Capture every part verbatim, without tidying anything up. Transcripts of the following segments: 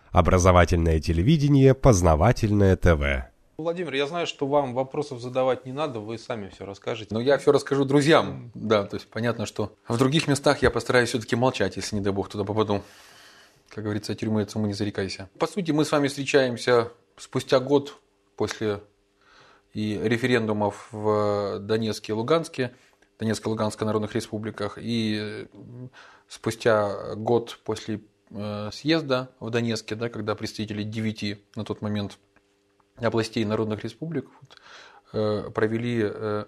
Образовательное телевидение, познавательное ТВ. Владимир, я знаю, что вам вопросов задавать не надо, вы сами все расскажете. Но я все расскажу друзьям. Да, то есть понятно, что в других местах я постараюсь все-таки молчать, если, не дай бог, туда попаду. Как говорится, тюрьмы от суммы не зарекайся. По сути, мы с вами встречаемся спустя год после и референдумов в Донецке и Луганске, Донецкой и Луганской народных республиках, и спустя год после съезда в Донецке, да, когда представители девяти на тот момент областей народных республик вот, провели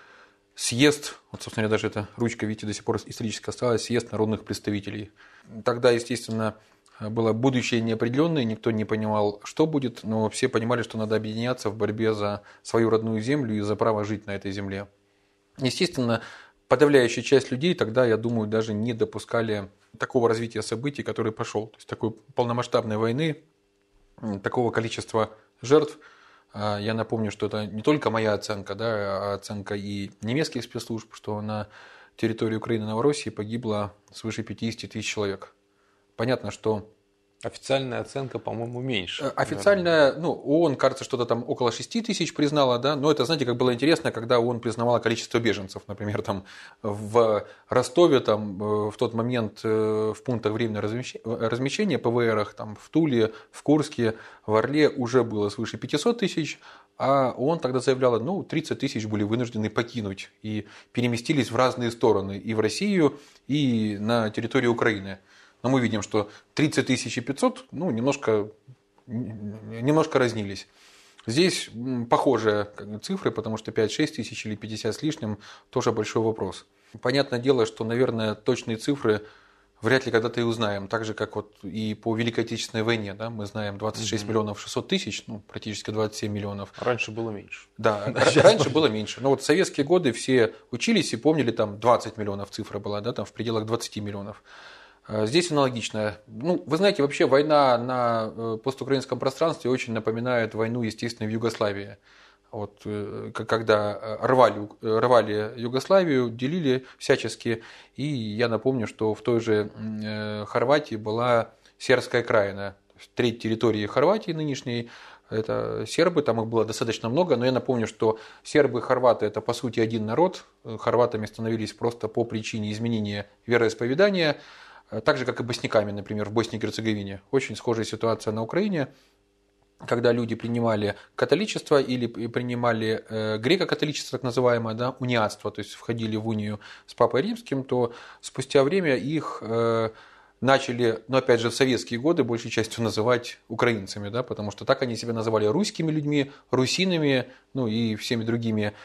съезд, вот, собственно, даже эта ручка, видите, до сих пор исторически осталась, съезд народных представителей. Тогда, естественно, было будущее неопределенное, никто не понимал, что будет, но все понимали, что надо объединяться в борьбе за свою родную землю и за право жить на этой земле. Естественно, подавляющая часть людей тогда, я думаю, даже не допускали такого развития событий, который пошел. То есть такой полномасштабной войны, такого количества жертв. Я напомню, что это не только моя оценка, да, а оценка и немецких спецслужб, что на территории Украины и Новороссии погибло свыше пятьдесят тысяч человек. Понятно, что... Официальная оценка, по-моему, меньше. Официальная, ну, ООН, кажется, что-то там около шести тысяч признала, да, но это, знаете, как было интересно, когда ООН признавала количество беженцев, например, там в Ростове, там в тот момент в пунктах временного размещения, ПВРах, там в Туле, в Курске, в Орле уже было свыше пятисот тысяч, а ООН тогда заявляла, ну, тридцать тысяч были вынуждены покинуть и переместились в разные стороны, и в Россию, и на территорию Украины. Но мы видим, что тридцать тысяч и пятьсот, ну, немножко, немножко разнились. Здесь похожие цифры, потому что пять-шесть тысяч или пятьдесят с лишним тоже большой вопрос. Понятное дело, что, наверное, точные цифры вряд ли когда-то и узнаем. Так же, как вот и по Великой Отечественной войне, да, мы знаем двадцать шесть миллионов шестьсот тысяч, ну, практически двадцать семь миллионов. Раньше было меньше. Да, раньше было меньше. Но вот в советские годы все учились и помнили, там двадцать миллионов цифра была, да, там в пределах двадцати миллионов. Здесь аналогично. Ну, вы знаете, вообще война на постукраинском пространстве очень напоминает войну, естественно, в Югославии. Вот, когда рвали, рвали Югославию, делили всячески. И я напомню, что в той же Хорватии была сербская краина. Треть территории Хорватии нынешней – это сербы, там их было достаточно много. Но я напомню, что сербы и хорваты – это по сути один народ. Хорватами становились просто по причине изменения вероисповедания. Так же, как и босняками, например, в Боснии и Герцеговине. Очень схожая ситуация на Украине, когда люди принимали католичество или принимали э, греко-католичество, так называемое, да, униатство, то есть входили в унию с Папой Римским, то спустя время их э, начали, ну опять же в советские годы, большей частью называть украинцами, да, потому что так они себя называли русскими людьми, русинами, ну и всеми другими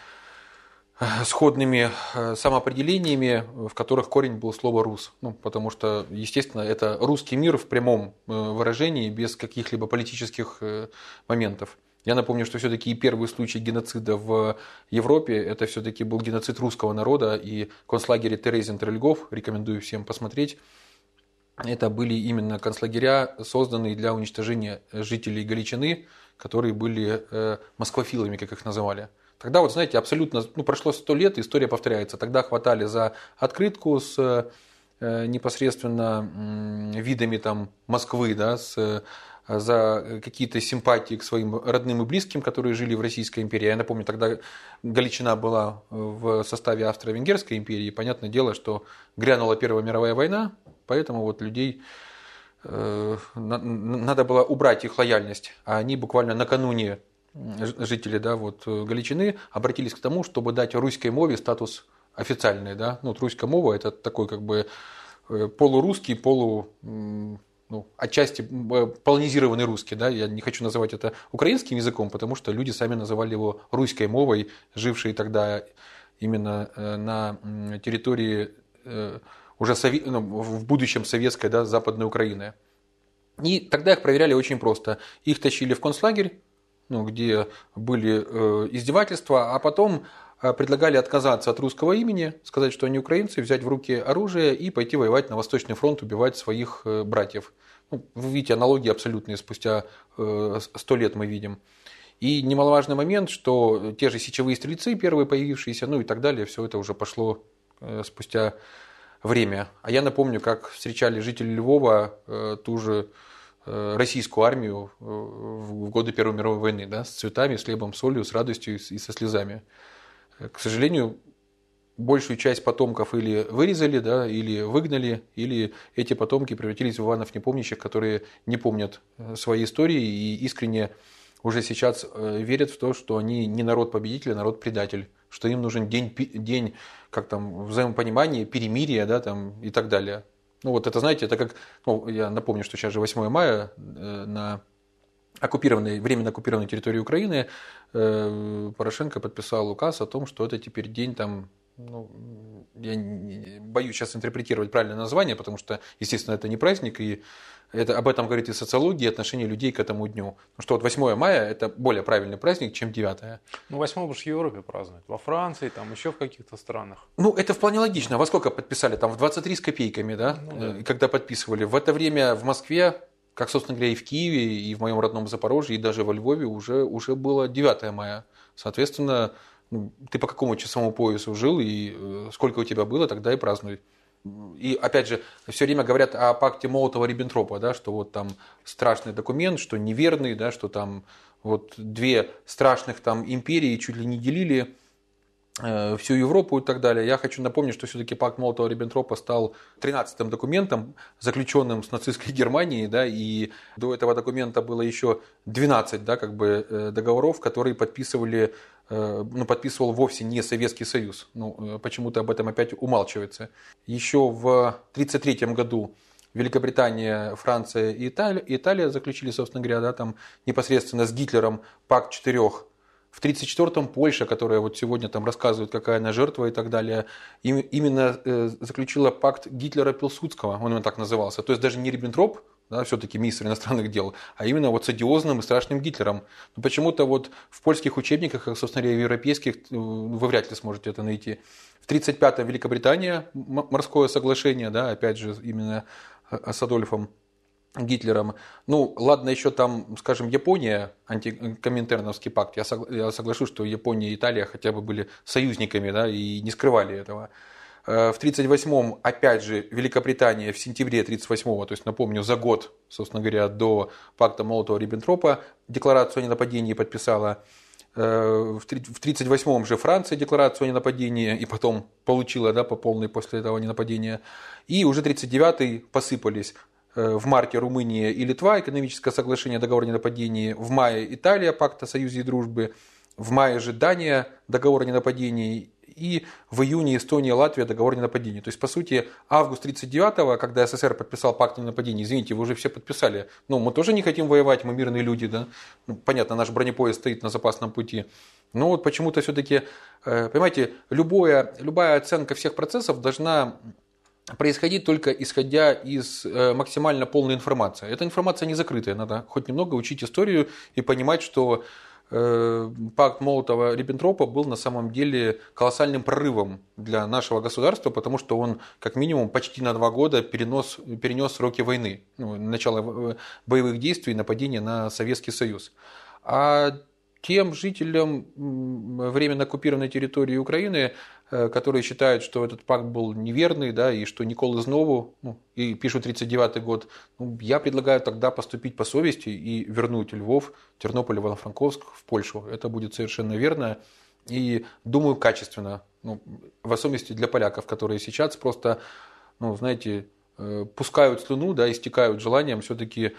сходными самоопределениями, в которых корень был слово «рус». Ну, потому что, естественно, это русский мир в прямом выражении, без каких-либо политических моментов. Я напомню, что все-таки и первый случай геноцида в Европе, это все-таки был геноцид русского народа, и концлагерь Терезин-Трельгов, рекомендую всем посмотреть, это были именно концлагеря, созданные для уничтожения жителей Галичины, которые были москвофилами, как их называли. Тогда, вот знаете, абсолютно, ну, прошло сто лет, история повторяется. Тогда хватали за открытку с э, непосредственно э, видами там, Москвы, да, с, за какие-то симпатии к своим родным и близким, которые жили в Российской империи. Я напомню, тогда Галичина была в составе Австро-Венгерской империи. И понятное дело, что грянула Первая мировая война, поэтому вот людей э, на, надо было убрать их лояльность. А они буквально накануне жители, да, вот, Галичины обратились к тому, чтобы дать русской мове статус официальный. Да? Ну, вот русская мова – это такой как бы полурусский, полу, ну, отчасти полонизированный русский. Да? Я не хочу называть это украинским языком, потому что люди сами называли его русской мовой, жившие тогда именно на территории уже сове... ну, в будущем советской, да, Западной Украины. И тогда их проверяли очень просто. Их тащили в концлагерь, ну, где были э, издевательства, а потом э, предлагали отказаться от русского имени, сказать, что они украинцы, взять в руки оружие и пойти воевать на Восточный фронт, убивать своих э, братьев. Ну, вы видите, аналогии абсолютные, спустя э, сто лет мы видим. И немаловажный момент, что те же сечевые стрельцы, первые появившиеся, ну и так далее, все это уже пошло э, спустя время. А я напомню, как встречали жители Львова э, ту же российскую армию в годы Первой мировой войны, да, с цветами, с хлебом, солью, с радостью и со слезами. К сожалению, большую часть потомков или вырезали, да, или выгнали, или эти потомки превратились в Иванов непомнящих, которые не помнят своей истории и искренне уже сейчас верят в то, что они не народ-победитель, а народ-предатель, что им нужен день, день как там, взаимопонимания, перемирия, да, там, и так далее. Ну вот это, знаете, это как, ну, я напомню, что сейчас же восьмое мая, на оккупированной, временно оккупированной территории Украины Порошенко подписал указ о том, что это теперь день там, ну, я боюсь сейчас интерпретировать правильное название, потому что, естественно, это не праздник, и это, об этом говорит и социология, и отношение людей к этому дню. Ну, что вот восьмое мая – это более правильный праздник, чем девятое. Ну, восьмое уж в Европе празднуют, во Франции, там еще в каких-то странах. Ну, это вполне логично. Во сколько подписали? Там в двадцать три с копейками, да? Ну, да. Когда подписывали. В это время в Москве, как, собственно говоря, и в Киеве, и в моем родном Запорожье, и даже во Львове уже, уже было девятое мая. Соответственно, ты по какому часовому поясу жил и сколько у тебя было, тогда и празднуй. И опять же, все время говорят о пакте Молотова-Риббентропа, да, что вот там страшный документ, что неверный, да, что там вот две страшных там империи чуть ли не делили э, всю Европу и так далее. Я хочу напомнить, что все-таки пакт Молотова-Риббентропа стал тринадцатым документом, заключенным с нацистской Германией, да, и до этого документа было еще двенадцать, да, как бы, договоров, которые подписывали ну, подписывал вовсе не Советский Союз. Ну, почему-то об этом опять умалчивается. Еще в тридцать третьем году Великобритания, Франция и Италия, Италия заключили, собственно говоря, да, там непосредственно с Гитлером пакт четырех. В тридцать четвёртом Польша, которая вот сегодня там рассказывает, какая она жертва и так далее, именно заключила пакт Гитлера-Пилсудского, он именно так назывался. То есть даже не Риббентроп, да, все-таки министр иностранных дел, а именно вот с одиозным и страшным Гитлером. Но почему-то вот в польских учебниках, собственно говоря, в европейских, вы вряд ли сможете это найти. В тридцать пятом Великобритания, морское соглашение, да, опять же, именно с Адольфом Гитлером. Ну, ладно, еще там, скажем, Япония, антикоминтерновский пакт. Я соглашусь, что Япония и Италия хотя бы были союзниками, да, и не скрывали этого. В тридцать восьмом, опять же, Великобритания в сентябре тридцать восьмого, то есть, напомню, за год, собственно говоря, до пакта Молотова-Риббентропа декларацию о ненападении подписала. В тридцать восьмом же Франция декларацию о ненападении и потом получила, да, по полной после этого ненападения. И уже тридцать девятый посыпались. В марте Румыния и Литва, экономическое соглашение, договор о ненападении. В мае Италия, пакт о союзе и дружбе. В мае же Дания, договор о ненападении. И в июне Эстония, Латвия, договор о ненападении. То есть, по сути, август тридцать девятого, когда СССР подписал пакт о ненападении, извините, вы уже все подписали. Ну, мы тоже не хотим воевать, мы мирные люди, да. Ну, понятно, наш бронепоезд стоит на запасном пути. Но вот почему-то все-таки, понимаете, любое, любая оценка всех процессов должна происходить только исходя из максимально полной информации. Эта информация не закрытая, надо хоть немного учить историю и понимать, что пакт Молотова-Риббентропа был на самом деле колоссальным прорывом для нашего государства, потому что он как минимум почти на два года перенес, перенес сроки войны, ну, начало боевых действий и нападения на Советский Союз. А тем жителям временно оккупированной территории Украины, которые считают, что этот пакт был неверный, да, и что ніколи знову, ну, и пишут тридцать девятый год, ну, я предлагаю тогда поступить по совести и вернуть Львов, Тернополь, Ивано-Франковск в Польшу. Это будет совершенно верно и, думаю, качественно. Ну, в особенности для поляков, которые сейчас просто, ну, знаете, пускают слюну, да, истекают желанием все-таки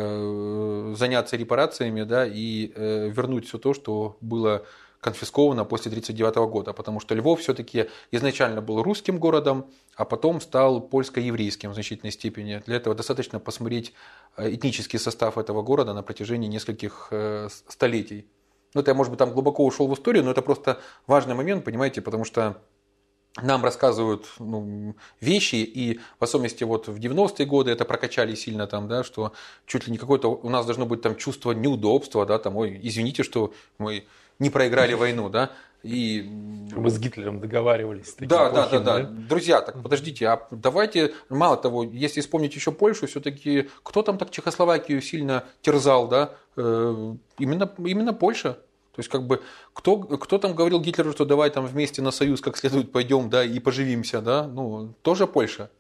э, заняться репарациями, да, и э, вернуть все то, что было конфисковано после тридцать девятого года, потому что Львов все-таки изначально был русским городом, а потом стал польско-еврейским в значительной степени. Для этого достаточно посмотреть этнический состав этого города на протяжении нескольких э, столетий. Ну, это я, может быть, там глубоко ушел в историю, но это просто важный момент, понимаете, потому что нам рассказывают, ну, вещи, и в особенности вот в девяностые годы это прокачали сильно, там, да, что чуть ли не какое-то у нас должно быть там чувство неудобства, да, там, ой, извините, что мы не проиграли войну, да, и... Вы с Гитлером договаривались. Да, да, да, да, друзья, так подождите, а давайте, мало того, если вспомнить еще Польшу, все-таки кто там так Чехословакию сильно терзал, да, именно, именно Польша. То есть, как бы, кто, кто там говорил Гитлеру, что давай там вместе на союз как следует пойдем, да, и поживимся, да, ну, тоже Польша.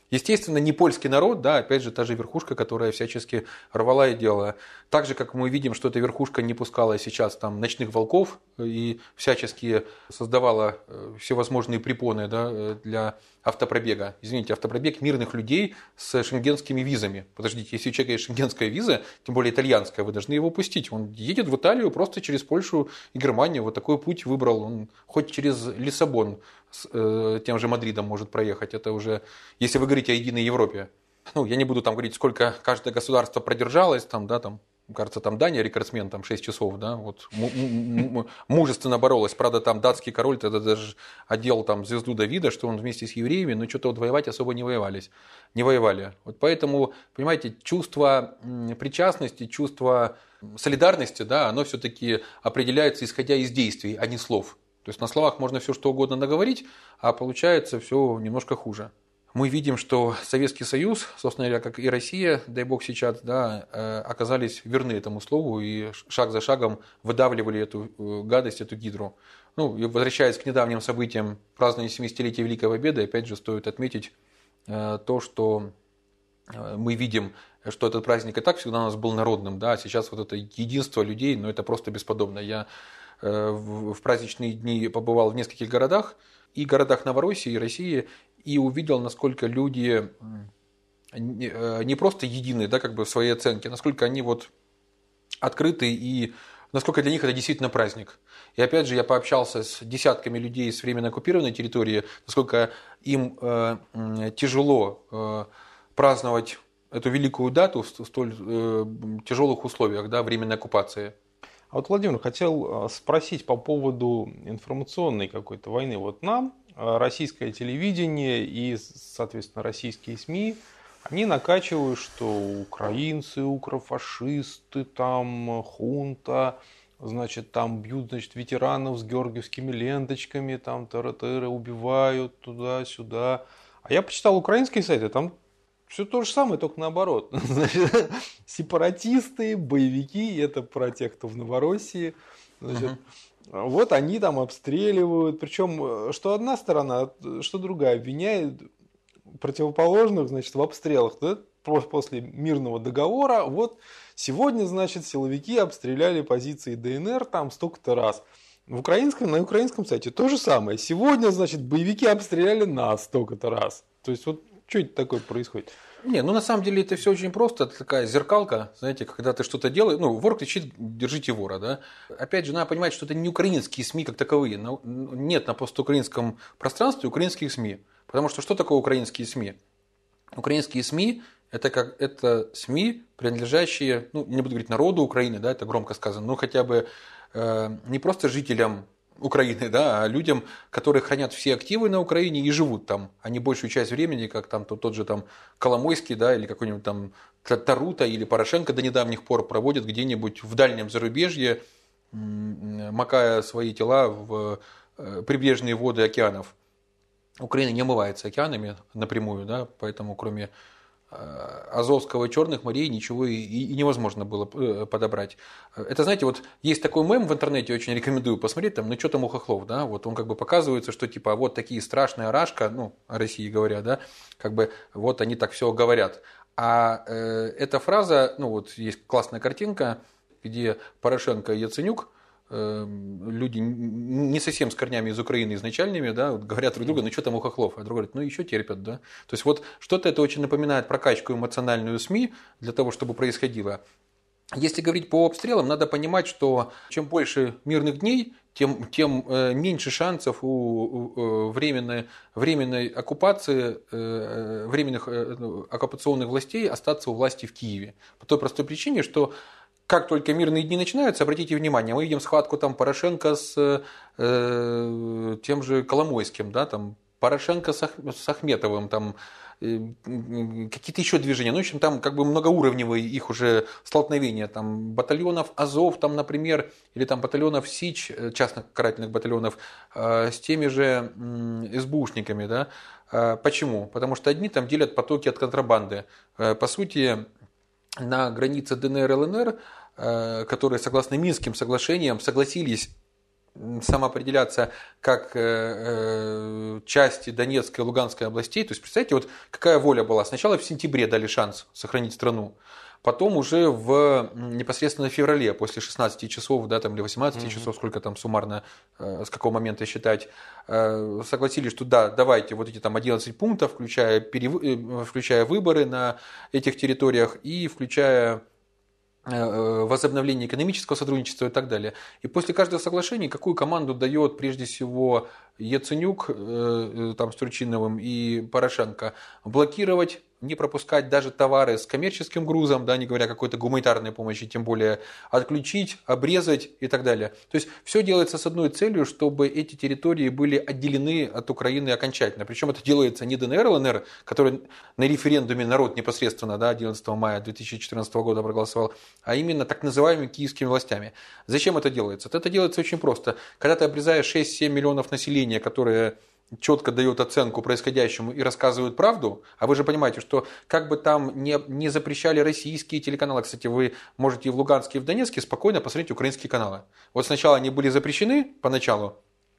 Естественно, не польский народ, да, опять же, та же верхушка, которая всячески рвала и делала. Так же, как мы видим, что эта верхушка не пускала сейчас там ночных волков и всячески создавала всевозможные препоны, да, для автопробега. Извините, автопробег мирных людей с шенгенскими визами. Подождите, если у человека есть шенгенская виза, тем более итальянская, вы должны его пустить. Он едет в Италию просто через Польшу и Германию. Вот такой путь выбрал. Он хоть через Лиссабон с э, тем же Мадридом может проехать. Это уже, если вы говорите о единой Европе. Ну, я не буду там говорить, сколько каждое государство продержалось, там, да, там, кажется, там Дания, рекордсмен, там шесть часов, да, вот, мужественно боролась. Правда, там датский король тогда даже одел там звезду Давида, что он вместе с евреями, но что-то вот воевать особо не воевались, не воевали. Вот поэтому, понимаете, чувство причастности, чувство солидарности, да, оно все-таки определяется исходя из действий, а не слов. То есть на словах можно все что угодно наговорить, а получается все немножко хуже. Мы видим, что Советский Союз, собственно говоря, как и Россия, дай бог сейчас, да, оказались верны этому слову и шаг за шагом выдавливали эту гадость, эту гидру. Ну, и возвращаясь к недавним событиям празднования семидесятилетия Великой Победы, опять же, стоит отметить то, что мы видим, что этот праздник и так всегда у нас был народным, да, а сейчас вот это единство людей, ну, это просто бесподобно. Я в праздничные дни побывал в нескольких городах, и городах Новороссии, и России, и увидел, насколько люди не просто едины, да, как бы в своей оценке, насколько они вот открыты и насколько для них это действительно праздник. И опять же, я пообщался с десятками людей с временно оккупированной территории, насколько им э, тяжело э, праздновать эту великую дату в столь э, тяжелых условиях, да, временной оккупации. А вот, Владимир, хотел спросить по поводу информационной какой-то войны. Вот нам российское телевидение и, соответственно, российские СМИ, они накачивают, что украинцы, укрофашисты, там хунта, значит, там бьют, значит, ветеранов с георгиевскими ленточками, там тара-тара, убивают туда-сюда. А я почитал украинские сайты, там все то же самое, только наоборот. Значит, сепаратисты, боевики, это про тех, кто в Новороссии. Значит, uh-huh. Вот они там обстреливают. Причем, что одна сторона, что другая обвиняет противоположных, значит, в обстрелах. Да? После мирного договора, вот сегодня, значит, силовики обстреляли позиции ДНР там столько-то раз. В украинском, на украинском сайте то же самое. Сегодня, значит, боевики обстреляли нас столько-то раз. То есть, вот что это такое происходит? Не, ну на самом деле это все очень просто. Это такая зеркалка, знаете, когда ты что-то делаешь. Ну, вор кричит, держите вора, да. Опять же, надо понимать, что это не украинские СМИ как таковые. Нет на постукраинском пространстве украинских СМИ. Потому что что такое украинские СМИ? Украинские СМИ это как это СМИ, принадлежащие, ну, не буду говорить народу Украины, да, это громко сказано, но хотя бы э, не просто жителям Украины, да, а людям, которые хранят все активы на Украине и живут там. Они большую часть времени, как там тот, тот же там Коломойский, да, или какой-нибудь там Тарута или Порошенко до недавних пор проводят где-нибудь в дальнем зарубежье, макая свои тела в прибрежные воды океанов. Украина не омывается океанами напрямую, да, поэтому кроме Азовского и Черных морей ничего и, и невозможно было подобрать. Это, знаете, вот есть такой мем в интернете, очень рекомендую посмотреть, там, ну что там у хохлов, да, вот он как бы показывается, что типа вот такие страшные орашка, ну, о России говоря, да, как бы вот они так все говорят. А э, эта фраза, ну вот есть классная картинка, где Порошенко и Яценюк, люди не совсем с корнями из Украины изначальными, да, вот говорят друг другу, ну что там у хохлов, а друг говорит, ну еще терпят, да. То есть вот что-то это очень напоминает прокачку эмоциональную СМИ для того, чтобы происходило. Если говорить по обстрелам, надо понимать, что чем больше мирных дней, тем, тем меньше шансов у временной, временной оккупации, временных оккупационных властей остаться у власти в Киеве. По той простой причине, что как только мирные дни начинаются, обратите внимание, мы видим схватку там Порошенко с э, тем же Коломойским, да, там Порошенко с, Ах, с Ахметовым, там э, какие-то еще движения. Ну, в общем, там как бы многоуровневые их уже столкновения. Там батальонов Азов, там, например, или там батальонов СИЧ, частных карательных батальонов, э, с теми же э, СБУшниками, да. Э, почему? Потому что одни там делят потоки от контрабанды. Э, по сути, на границе ДНР и ЛНР, которые, согласно Минским соглашениям, согласились самоопределяться как части Донецкой и Луганской областей. То есть, представьте, вот какая воля была. Сначала в сентябре дали шанс сохранить страну. Потом уже в непосредственно в феврале, после шестнадцати часов, да, там, или восемнадцати mm-hmm. часов, сколько там суммарно, э, с какого момента считать, э, согласились, что да, давайте вот эти там одиннадцать пунктов, включая, перев... э, включая выборы на этих территориях и включая э, возобновление экономического сотрудничества и так далее. И после каждого соглашения какую команду дает прежде всего Яценюк э, там, с Турчиновым и Порошенко? Блокировать, не пропускать даже товары с коммерческим грузом, да, не говоря о какой-то гуманитарной помощи, тем более отключить, обрезать и так далее. То есть все делается с одной целью, чтобы эти территории были отделены от Украины окончательно. Причем это делается не ДНР, ЛНР, который на референдуме народ непосредственно, да, одиннадцатого мая две тысячи четырнадцатого года проголосовал, а именно так называемыми киевскими властями. Зачем это делается? Это делается очень просто. Когда ты обрезаешь шесть-семь миллионов населения, которые четко дает оценку происходящему и рассказывают правду, а вы же понимаете, что как бы там не, не запрещали российские телеканалы, кстати, вы можете и в Луганске, и в Донецке спокойно посмотреть украинские каналы. Вот сначала они были запрещены поначалу,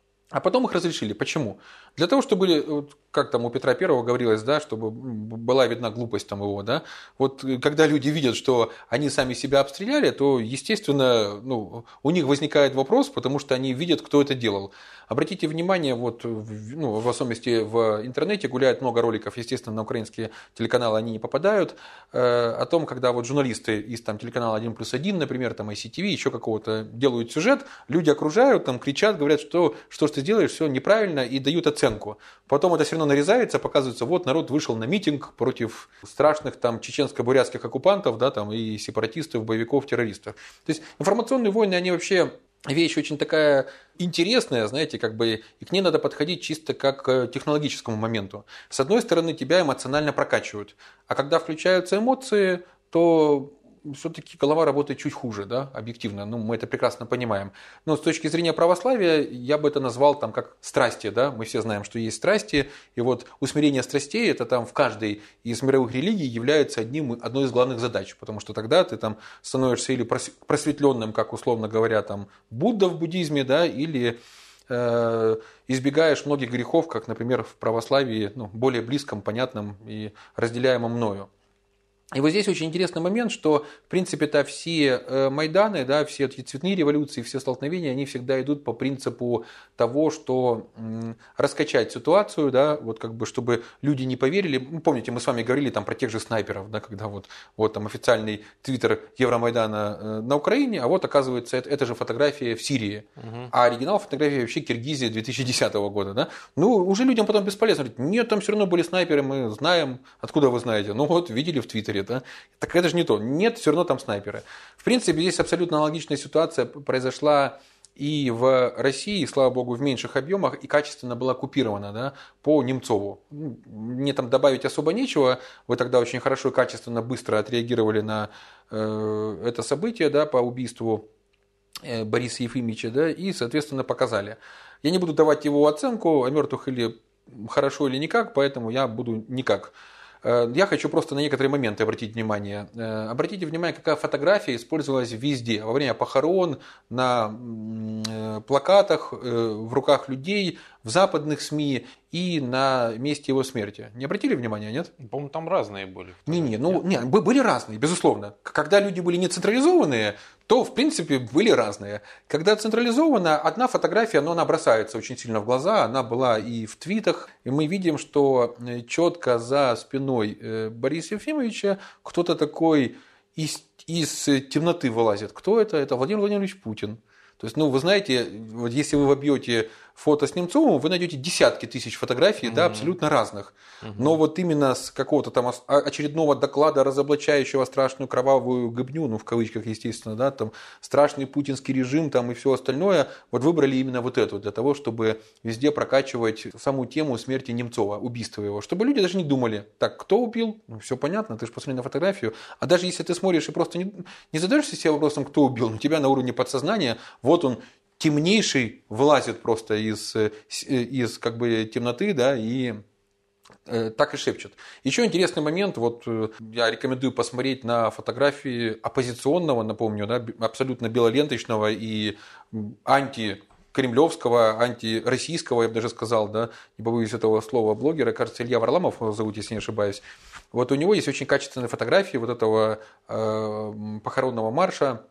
а потом их разрешили. Почему? Для того, чтобы, как там у Петра Первого говорилось, да, чтобы была видна глупость там его, да. Вот когда люди видят, что они сами себя обстреляли, то, естественно, ну, у них возникает вопрос, потому что они видят, кто это делал. Обратите внимание, вот, ну, в особенности в интернете гуляет много роликов, естественно, на украинские телеканалы они не попадают, э, о том, когда вот журналисты из там, телеканала один плюс один, например, там ай си ти ви, еще какого-то делают сюжет, люди окружают, там кричат, говорят, что что ж ты делаешь, все неправильно, и дают оценку. Потом это все равно нарезается, показывается, вот народ вышел на митинг против страшных там чеченско-бурятских оккупантов, да, там, и сепаратистов, боевиков, террористов. То есть информационные войны, они вообще вещь очень такая интересная, знаете, как бы, и к ней надо подходить чисто как к технологическому моменту. С одной стороны, тебя эмоционально прокачивают, а когда включаются эмоции, то все-таки голова работает чуть хуже, да, объективно, ну, мы это прекрасно понимаем. Но с точки зрения православия я бы это назвал там как страсти, да, мы все знаем, что есть страсти, и вот усмирение страстей, это там в каждой из мировых религий является одним, одной из главных задач, потому что тогда ты там становишься или просветленным, как условно говоря, там Будда в буддизме, да, или э, избегаешь многих грехов, как, например, в православии, ну, более близком, понятном и разделяемом мною. И вот здесь очень интересный момент, что, в принципе-то, все Майданы, да, все эти цветные революции, все столкновения, они всегда идут по принципу того, что м, раскачать ситуацию, да, вот как бы, чтобы люди не поверили. Ну, помните, мы с вами говорили там про тех же снайперов, да, когда вот, вот там официальный твиттер Евромайдана э, на Украине, а вот, оказывается, это, это же фотография в Сирии. Угу. А оригинал фотографии вообще Киргизия две тысячи десятого года, да. Ну, уже людям потом бесполезно говорить, нет, там все равно были снайперы, мы знаем, откуда вы знаете. Ну, вот, видели в Твиттере. Да? Так это же не то. Нет, все равно там снайперы. В принципе, здесь абсолютно аналогичная ситуация произошла и в России, слава богу, в меньших объемах и качественно была купирована, да, по Немцову. Мне там добавить особо нечего. Вы тогда очень хорошо и качественно быстро отреагировали на э, это событие, да, по убийству э, Бориса Ефимовича, да, и, соответственно, показали. Я не буду давать его оценку, о мертвых или хорошо или никак, поэтому я буду никак. Я хочу просто на некоторые моменты обратить внимание. Обратите внимание, какая фотография использовалась везде. Во время похорон, на плакатах, в руках людей, в западных СМИ и на месте его смерти. Не обратили внимания, нет? По-моему, там разные были. Не-не, ну, не, были разные, безусловно. Когда люди были не централизованные, то, в принципе, были разные. Когда централизована, одна фотография, но она бросается очень сильно в глаза, она была и в твитах, и мы видим, что четко за спиной Бориса Ефимовича кто-то такой из, из темноты вылазит. Кто это? Это Владимир Владимирович Путин. То есть, ну, вы знаете, вот если вы вобьете фото с Немцовым, вы найдете десятки тысяч фотографий, mm-hmm. да, абсолютно разных. Mm-hmm. Но вот именно с какого-то там очередного доклада, разоблачающего страшную кровавую гыбню, ну, в кавычках, естественно, да, там, страшный путинский режим там, и все остальное, вот выбрали именно вот эту, для того, чтобы везде прокачивать саму тему смерти Немцова, убийства его, чтобы люди даже не думали, так, кто убил? Ну, все понятно, ты же посмотри на фотографию. А даже если ты смотришь и просто не, не задаешься себе вопросом, кто убил, но у тебя на уровне подсознания, вот он, темнейший, вылазит просто из, из как бы, темноты, да, и э, так и шепчет. Еще интересный момент, вот я рекомендую посмотреть на фотографии оппозиционного, напомню, да, абсолютно белоленточного и анти антикремлевского, антироссийского, я бы даже сказал, да, не побоюсь этого слова, блогера, кажется, Илья Варламов его зовут, если не ошибаюсь. Вот у него есть очень качественные фотографии вот этого э, похоронного марша,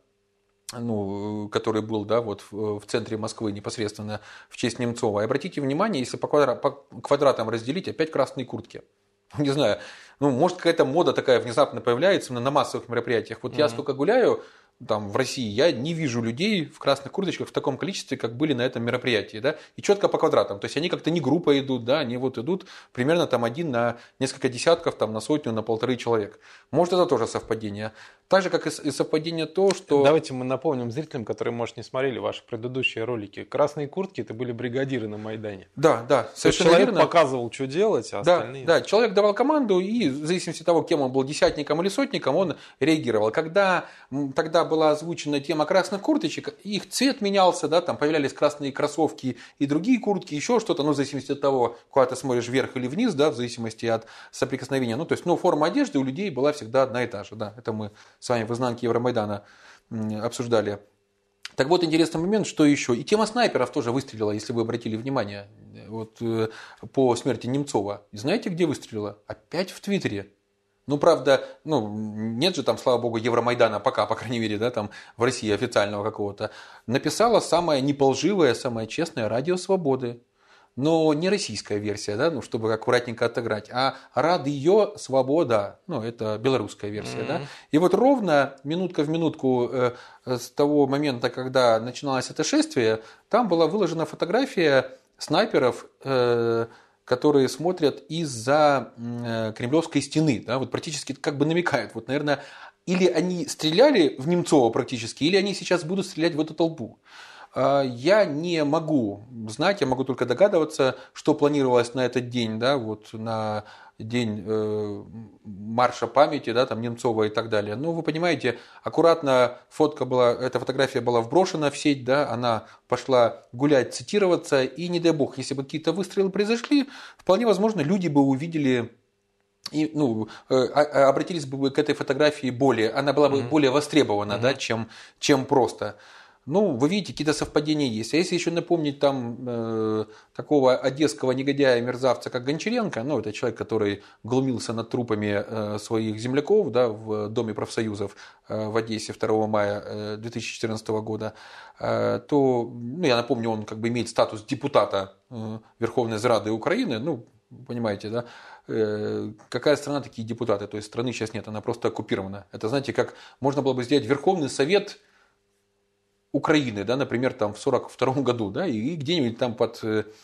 ну, который был, да, вот в центре Москвы непосредственно в честь Немцова. И обратите внимание, если по, квадра, по квадратам разделить, опять красные куртки. Не знаю, ну, может, какая-то мода такая внезапно появляется на массовых мероприятиях. Вот mm-hmm. я сколько гуляю там в России, я не вижу людей в красных курточках в таком количестве, как были на этом мероприятии, да, и четко по квадратам. То есть они как-то не группой идут, да, они вот идут примерно там один на несколько десятков, там на сотню, на полторы человек. Может, это тоже совпадение. Так же, как и совпадение то, что... Давайте мы напомним зрителям, которые, может, не смотрели ваши предыдущие ролики. Красные куртки – это были бригадиры на Майдане. Да, да, совершенно верно. Человек показывал, что делать, а да, остальные... Да, человек давал команду, и в зависимости от того, кем он был, десятником или сотником, он реагировал. Когда тогда была озвучена тема красных курточек, их цвет менялся, да, там появлялись красные кроссовки и другие куртки, еще что-то, ну, в зависимости от того, куда ты смотришь, вверх или вниз, да, в зависимости от соприкосновения. Ну, то есть, ну, форма одежды у людей была всегда одна и та же, да, это мы с вами в изнанке Евромайдана обсуждали. Так вот, интересный момент, что еще. И тема снайперов тоже выстрелила, если вы обратили внимание, вот, по смерти Немцова. И знаете, где выстрелила? Опять в Твиттере. Ну, правда, ну, нет же там, слава богу, Евромайдана пока, по крайней мере, да, там в России официального какого-то. Написала самое неполживое, самое честное радио Свободы. Но не российская версия, да, ну, чтобы аккуратненько отыграть, а Радио Свобода, ну, это белорусская версия, mm-hmm. да. И вот ровно минутка в минутку э, с того момента, когда начиналось это шествие, там была выложена фотография снайперов, э, которые смотрят из-за э, Кремлевской стены, да, вот практически как бы намекают, вот, наверное, или они стреляли в Немцова практически, или они сейчас будут стрелять в эту толпу. Я не могу знать, я могу только догадываться, что планировалось на этот день, да, вот на день э, марша памяти, да, там Немцова и так далее. Но вы понимаете, аккуратно фотка была, эта фотография была вброшена в сеть, да, она пошла гулять, цитироваться, и не дай бог, если бы какие-то выстрелы произошли, вполне возможно, люди бы увидели и, ну, обратились бы к этой фотографии более, она была бы mm-hmm. более востребована, mm-hmm. да, чем, чем просто. Ну, вы видите, какие-то совпадения есть. А если еще напомнить там э, такого одесского негодяя-мерзавца, как Гончаренко, ну, это человек, который глумился над трупами э, своих земляков, да, в Доме профсоюзов э, в Одессе второго мая э, две тысячи четырнадцатого года, э, то, ну, я напомню, он как бы имеет статус депутата э, Верховной Рады Украины, ну, понимаете, да, э, какая страна, такие депутаты, то есть страны сейчас нет, она просто оккупирована. Это, знаете, как можно было бы сделать Верховный Совет Украины, да, например, там в сорок втором году, да, и где-нибудь там под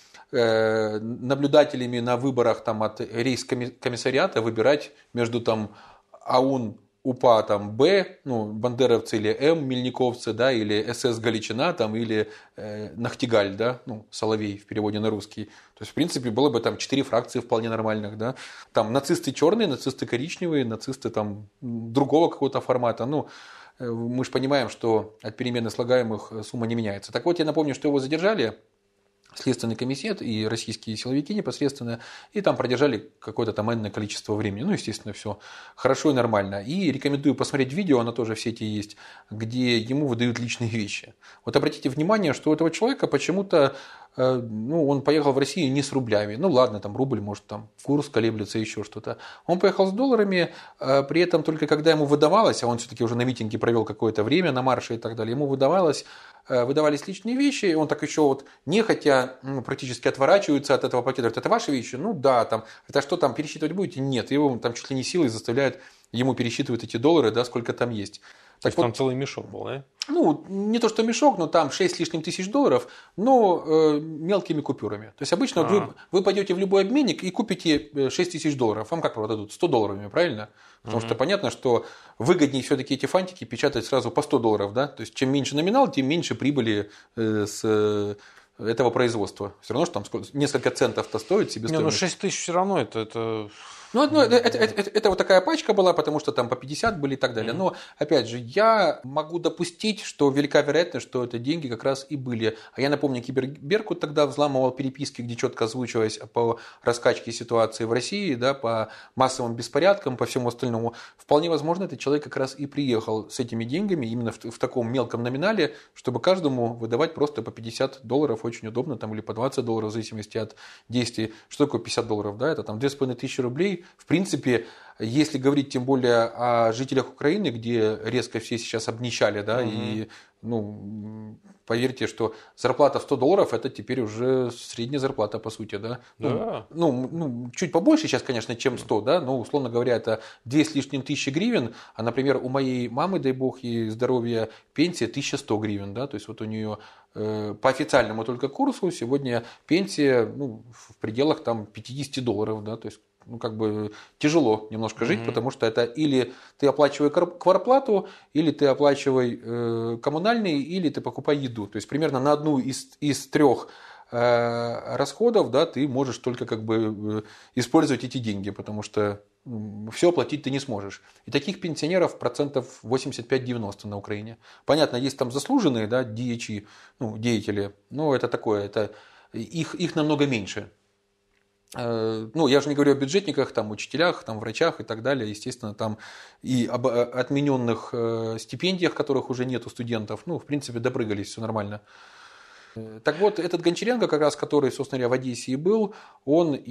э, наблюдателями на выборах там от рейскомиссариата выбирать между там АУН, УПА там Б, ну, бандеровцы или М, мельниковцы, да, или СС Галичина там, или э, Нахтигаль, да, ну, Соловей в переводе на русский. То есть, в принципе, было бы там четыре фракции вполне нормальных, да. Там нацисты черные, нацисты коричневые, нацисты там другого какого-то формата, ну, мы же понимаем, что от перемены слагаемых сумма не меняется. Так вот, я напомню, что его задержали, Следственный комитет и российские силовики непосредственно, и там продержали какое-то там энное количество времени. Ну, естественно, все хорошо и нормально. И рекомендую посмотреть видео, оно тоже в сети есть, где ему выдают личные вещи. Вот обратите внимание, что у этого человека почему-то, ну, он поехал в Россию не с рублями. Ну, ладно, там рубль, может, там курс колеблется, еще что-то. Он поехал с долларами, при этом только когда ему выдавалось, а он все-таки уже на митинге провел какое-то время, на марше и так далее, ему выдавалось, выдавались личные вещи, и он так еще вот нехотя, ну, практически отворачивается от этого пакета. Говорит, это ваши вещи? Ну да, там, это что там, пересчитывать будете? Нет, его там чуть ли не силой заставляют ему пересчитывать эти доллары, да, сколько там есть. То есть вот, там целый мешок был, да? Ну, не то, что мешок, но там шесть с лишним тысяч долларов, но э, мелкими купюрами. То есть обычно вот вы, вы пойдете в любой обменник и купите шесть тысяч долларов. Вам как продадут? сто долларовыми, правильно? Потому mm-hmm. что понятно, что выгоднее все-таки эти фантики печатать сразу по сто долларов, да? То есть чем меньше номинал, тем меньше прибыли э, с э, этого производства. Все равно, что там сколько, несколько центов-то стоит себестоимость. Не, ну шесть тысяч все равно это... это... Ну, ну это, это, это, это вот такая пачка была, потому что там по пятьдесят были и так далее. Но, опять же, я могу допустить, что велика вероятность, что это деньги как раз и были. А я напомню, Киберберкут тогда взламывал переписки, где четко озвучивалось по раскачке ситуации в России, да, по массовым беспорядкам, по всему остальному. Вполне возможно, этот человек как раз и приехал с этими деньгами именно в, в таком мелком номинале, чтобы каждому выдавать просто по пятьдесят долларов, очень удобно, там, или по двадцать долларов, в зависимости от действий. Что такое пятьдесят долларов? Да, это там две с половиной тысячи рублей. В принципе, если говорить тем более о жителях Украины, где резко все сейчас обнищали, да, угу. и, ну, поверьте, что зарплата в сто долларов это теперь уже средняя зарплата, по сути, да. Да. Ну, ну, ну, чуть побольше сейчас, конечно, чем сто, да, но, условно говоря, это две с лишним тысячи гривен, а, например, у моей мамы, дай бог ей здоровья, пенсия тысяча сто гривен, да, то есть вот у нее э, по официальному только курсу сегодня пенсия, ну, в пределах там пятьдесят долларов, да, то есть ну, как бы тяжело немножко жить, mm-hmm. потому что это или ты оплачивай квартплату, или ты оплачивай э, коммунальные, или ты покупай еду. То есть примерно на одну из, из трех э, расходов, да, ты можешь только как бы э, использовать эти деньги, потому что э, все оплатить ты не сможешь. И таких пенсионеров процентов восемьдесят пять - девяносто на Украине. Понятно, есть там заслуженные, да, деячи, ну, деятели, но это такое, это, их, их намного меньше. Ну, я же не говорю о бюджетниках, там, учителях, там, врачах и так далее. Естественно, там и об отмененных стипендиях, которых уже нет у студентов. Ну, в принципе, допрыгались, все нормально. Так вот, этот Гончаренко, как раз, который, собственно говоря, в Одессе и был, он и,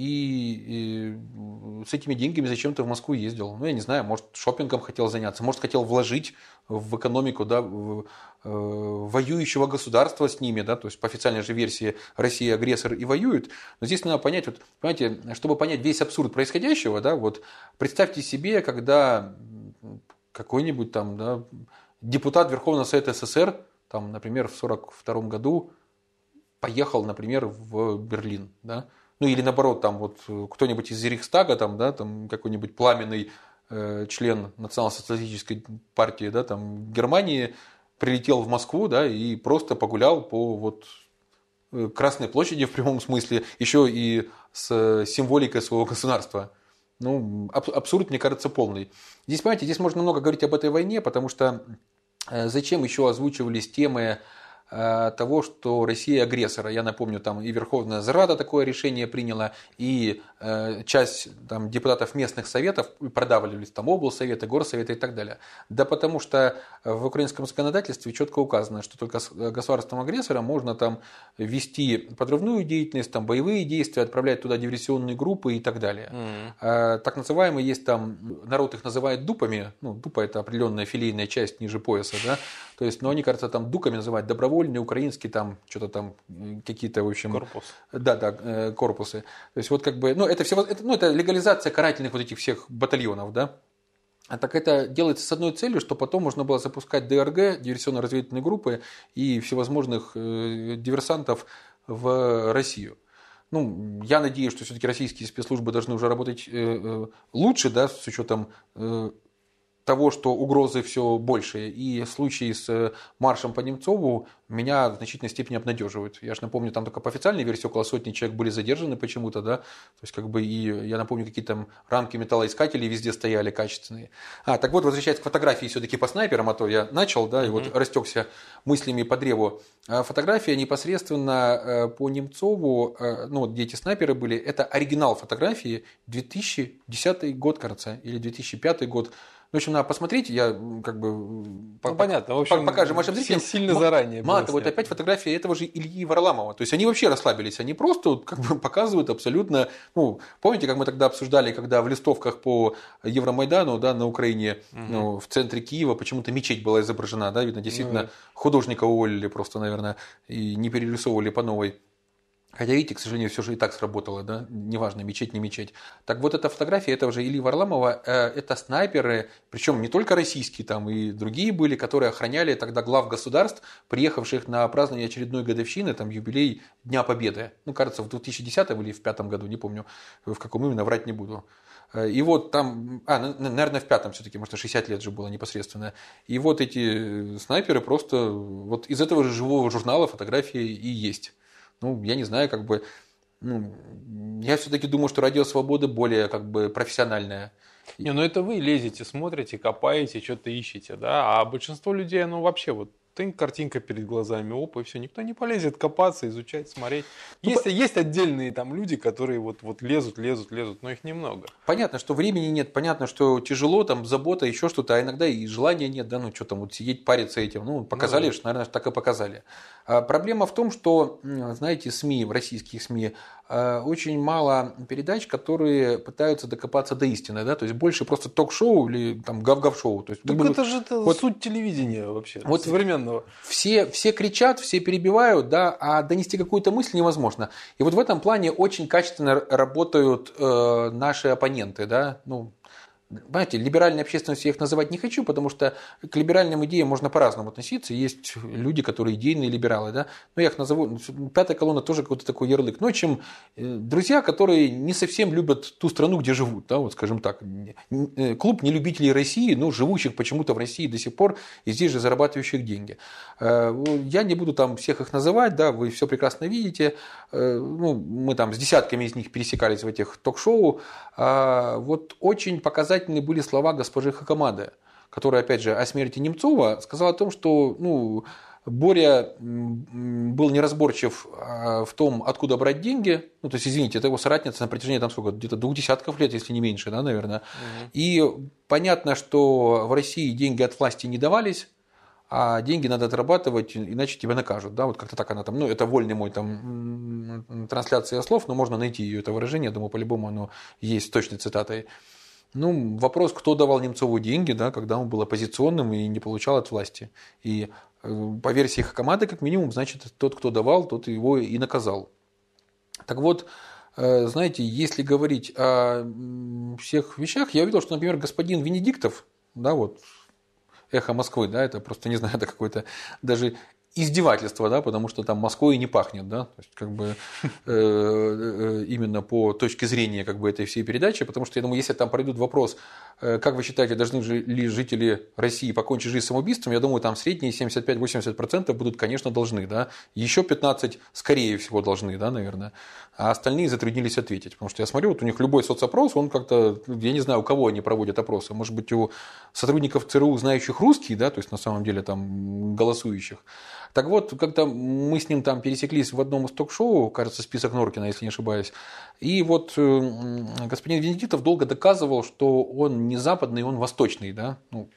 и с этими деньгами зачем-то в Москву ездил. Ну, я не знаю, может, шопингом хотел заняться, может, хотел вложить в экономику, да, в, э, воюющего государства с ними, да, то есть по официальной же версии Россия агрессор и воюет. Но здесь надо понять, вот, понимаете, чтобы понять весь абсурд происходящего, да, вот представьте себе, когда какой-нибудь там, да, депутат Верховного Совета СССР, там, например, в сорок втором году поехал, например, в Берлин, да, ну или наоборот, там вот кто-нибудь из Рейхстага, там, да, там какой-нибудь пламенный э, член национал-социалистической партии, да, там Германии прилетел в Москву, да, и просто погулял по вот Красной площади в прямом смысле, еще и с символикой своего государства. Ну, абсурд, мне кажется, полный. Здесь, понимаете, здесь можно много говорить об этой войне, потому что зачем еще озвучивались темы того, что Россия агрессора. Я напомню, там и Верховная Рада такое решение приняла, и э, часть там, депутатов местных советов продавливались, там облсоветы, горсоветы и так далее. Да потому что в украинском законодательстве четко указано, что только с государством агрессора можно там вести подрывную деятельность, там, боевые действия, отправлять туда диверсионные группы и так далее. Mm. А, так называемые есть там, народ их называет дупами, ну, дупа это определенная филейная часть ниже пояса, да, то есть, но они, кажется, там дуками называют добровольно, украинские там, что-то там, какие-то, в общем... Корпус. Да, да, корпусы. То есть, вот как бы, ну, это все, это, ну, это легализация карательных вот этих всех батальонов, да. А так это делается с одной целью, что потом можно было запускать ДРГ, диверсионно-разведывательные группы и всевозможных э, диверсантов в Россию. Ну, я надеюсь, что все-таки российские спецслужбы должны уже работать э, э, лучше, да, с учетом э, того, что угрозы все больше. И случаи с маршем по Немцову меня в значительной степени обнадеживают. Я же напомню, там только по официальной версии около сотни человек были задержаны почему-то, да. То есть, как бы, и я напомню, какие там рамки металлоискателей везде стояли качественные. А, так вот, возвращаясь к фотографии все-таки по снайперам, а то я начал, да, и mm-hmm. вот растекся мыслями по древу. Фотография непосредственно по Немцову, ну, вот где эти снайперы были, это оригинал фотографии, две тысячи десятый год, кажется, или две тысячи пятый год. В общем, надо посмотреть, я как бы... Ну, по, понятно, в общем, покажем вашим зрителям. Сильно заранее. Мало того, вот опять фотография этого же Ильи Варламова. То есть, они вообще расслабились, они просто вот, как бы показывают абсолютно... Ну, помните, как мы тогда обсуждали, когда в листовках по Евромайдану, да, на Украине, угу. ну, в центре Киева почему-то мечеть была изображена, да, видно, действительно, ну, художника уволили просто, наверное, и не перерисовывали по новой. Хотя, видите, к сожалению, все же и так сработало, да, неважно, мечеть, не мечеть. Так вот, эта фотография этого же Ильи Варламова, э, это снайперы, причем не только российские, там и другие были, которые охраняли тогда глав государств, приехавших на празднование очередной годовщины, там, юбилей Дня Победы. Ну, кажется, в две тысячи десятом или в две тысячи пятом году, не помню, в каком именно, врать не буду. И вот там, а, наверное, в пятом все-таки, может, шестьдесят лет же было непосредственно. И вот эти снайперы просто вот из этого же живого журнала фотографии и есть. Ну, я не знаю, как бы, ну, я все-таки думаю, что Радио Свобода более как бы профессиональная. Не, ну это вы лезете, смотрите, копаете, что-то ищете, да, а большинство людей, ну вообще вот тынь, картинка перед глазами, оп, и все, никто не полезет копаться, изучать, смотреть. Ну, есть, по... есть отдельные там люди, которые вот, вот лезут, лезут, лезут, но их немного. Понятно, что времени нет, понятно, что тяжело, там забота, еще что-то, а иногда и желания нет, да, ну что там, вот сидеть, париться этим, ну, показали, ну, что, наверное, так и показали. А проблема в том, что, знаете, СМИ, в российских СМИ, очень мало передач, которые пытаются докопаться до истины, да, то есть больше просто ток-шоу или там гав-гав-шоу. То есть, так мы, это же это вот, суть телевидения вообще, вот современного. Все, все кричат, все перебивают, да, а донести какую-то мысль невозможно. И вот в этом плане очень качественно работают э, наши оппоненты, да, ну, понимаете, либеральной общественностью я их называть не хочу, потому что к либеральным идеям можно по-разному относиться. Есть люди, которые идейные либералы, да, но я их назову, пятая колонна тоже какой-то такой ярлык. Но чем друзья, которые не совсем любят ту страну, где живут, да, вот скажем так. Клуб нелюбителей России, но живущих почему-то в России до сих пор и здесь же зарабатывающих деньги. Я не буду там всех их называть, да, вы все прекрасно видите. Ну, мы там с десятками из них пересекались в этих ток-шоу. Вот очень показательно были слова госпожи Хакамады, которая, опять же, о смерти Немцова сказала о том, что ну, Боря был неразборчив в том, откуда брать деньги. Ну, то есть, извините, это его соратница на протяжении там, сколько, где-то двух десятков лет, если не меньше, да, наверное. Угу. И понятно, что в России деньги от власти не давались, а деньги надо отрабатывать, иначе тебя накажут. Да? Вот как-то так она там, ну, это вольный мой там трансляция слов, но можно найти ее, это выражение, я думаю, по-любому оно есть с точной цитатой. Ну, вопрос, кто давал Немцову деньги, да, когда он был оппозиционным и не получал от власти. И по версии Хакамады, как минимум, значит, тот, кто давал, тот его и наказал. Так вот, знаете, если говорить о всех вещах, я увидел, что, например, господин Венедиктов, да, вот, «Эхо Москвы», да, это просто, не знаю, это какое-то даже издевательство, да, потому что там Москвой и не пахнет, да, то есть как бы э, э, именно по точке зрения как бы этой всей передачи, потому что я думаю, если там пройдут вопрос, э, как вы считаете, должны ли жители России покончить жизнь самоубийством, я думаю, там средние семьдесят пять - восемьдесят процентов будут, конечно, должны, да, еще пятнадцать скорее всего должны, да, наверное, а остальные затруднились ответить, потому что я смотрю, вот у них любой соцопрос, он как-то, я не знаю, у кого они проводят опросы, может быть, у сотрудников ЦРУ, знающих русский, да, то есть на самом деле там голосующих. Так вот, когда мы с ним там пересеклись в одном из ток-шоу, кажется, «Список Норкина», если не ошибаюсь, и вот господин Венедиктов долго доказывал, что он не западный, он восточный, да, ну,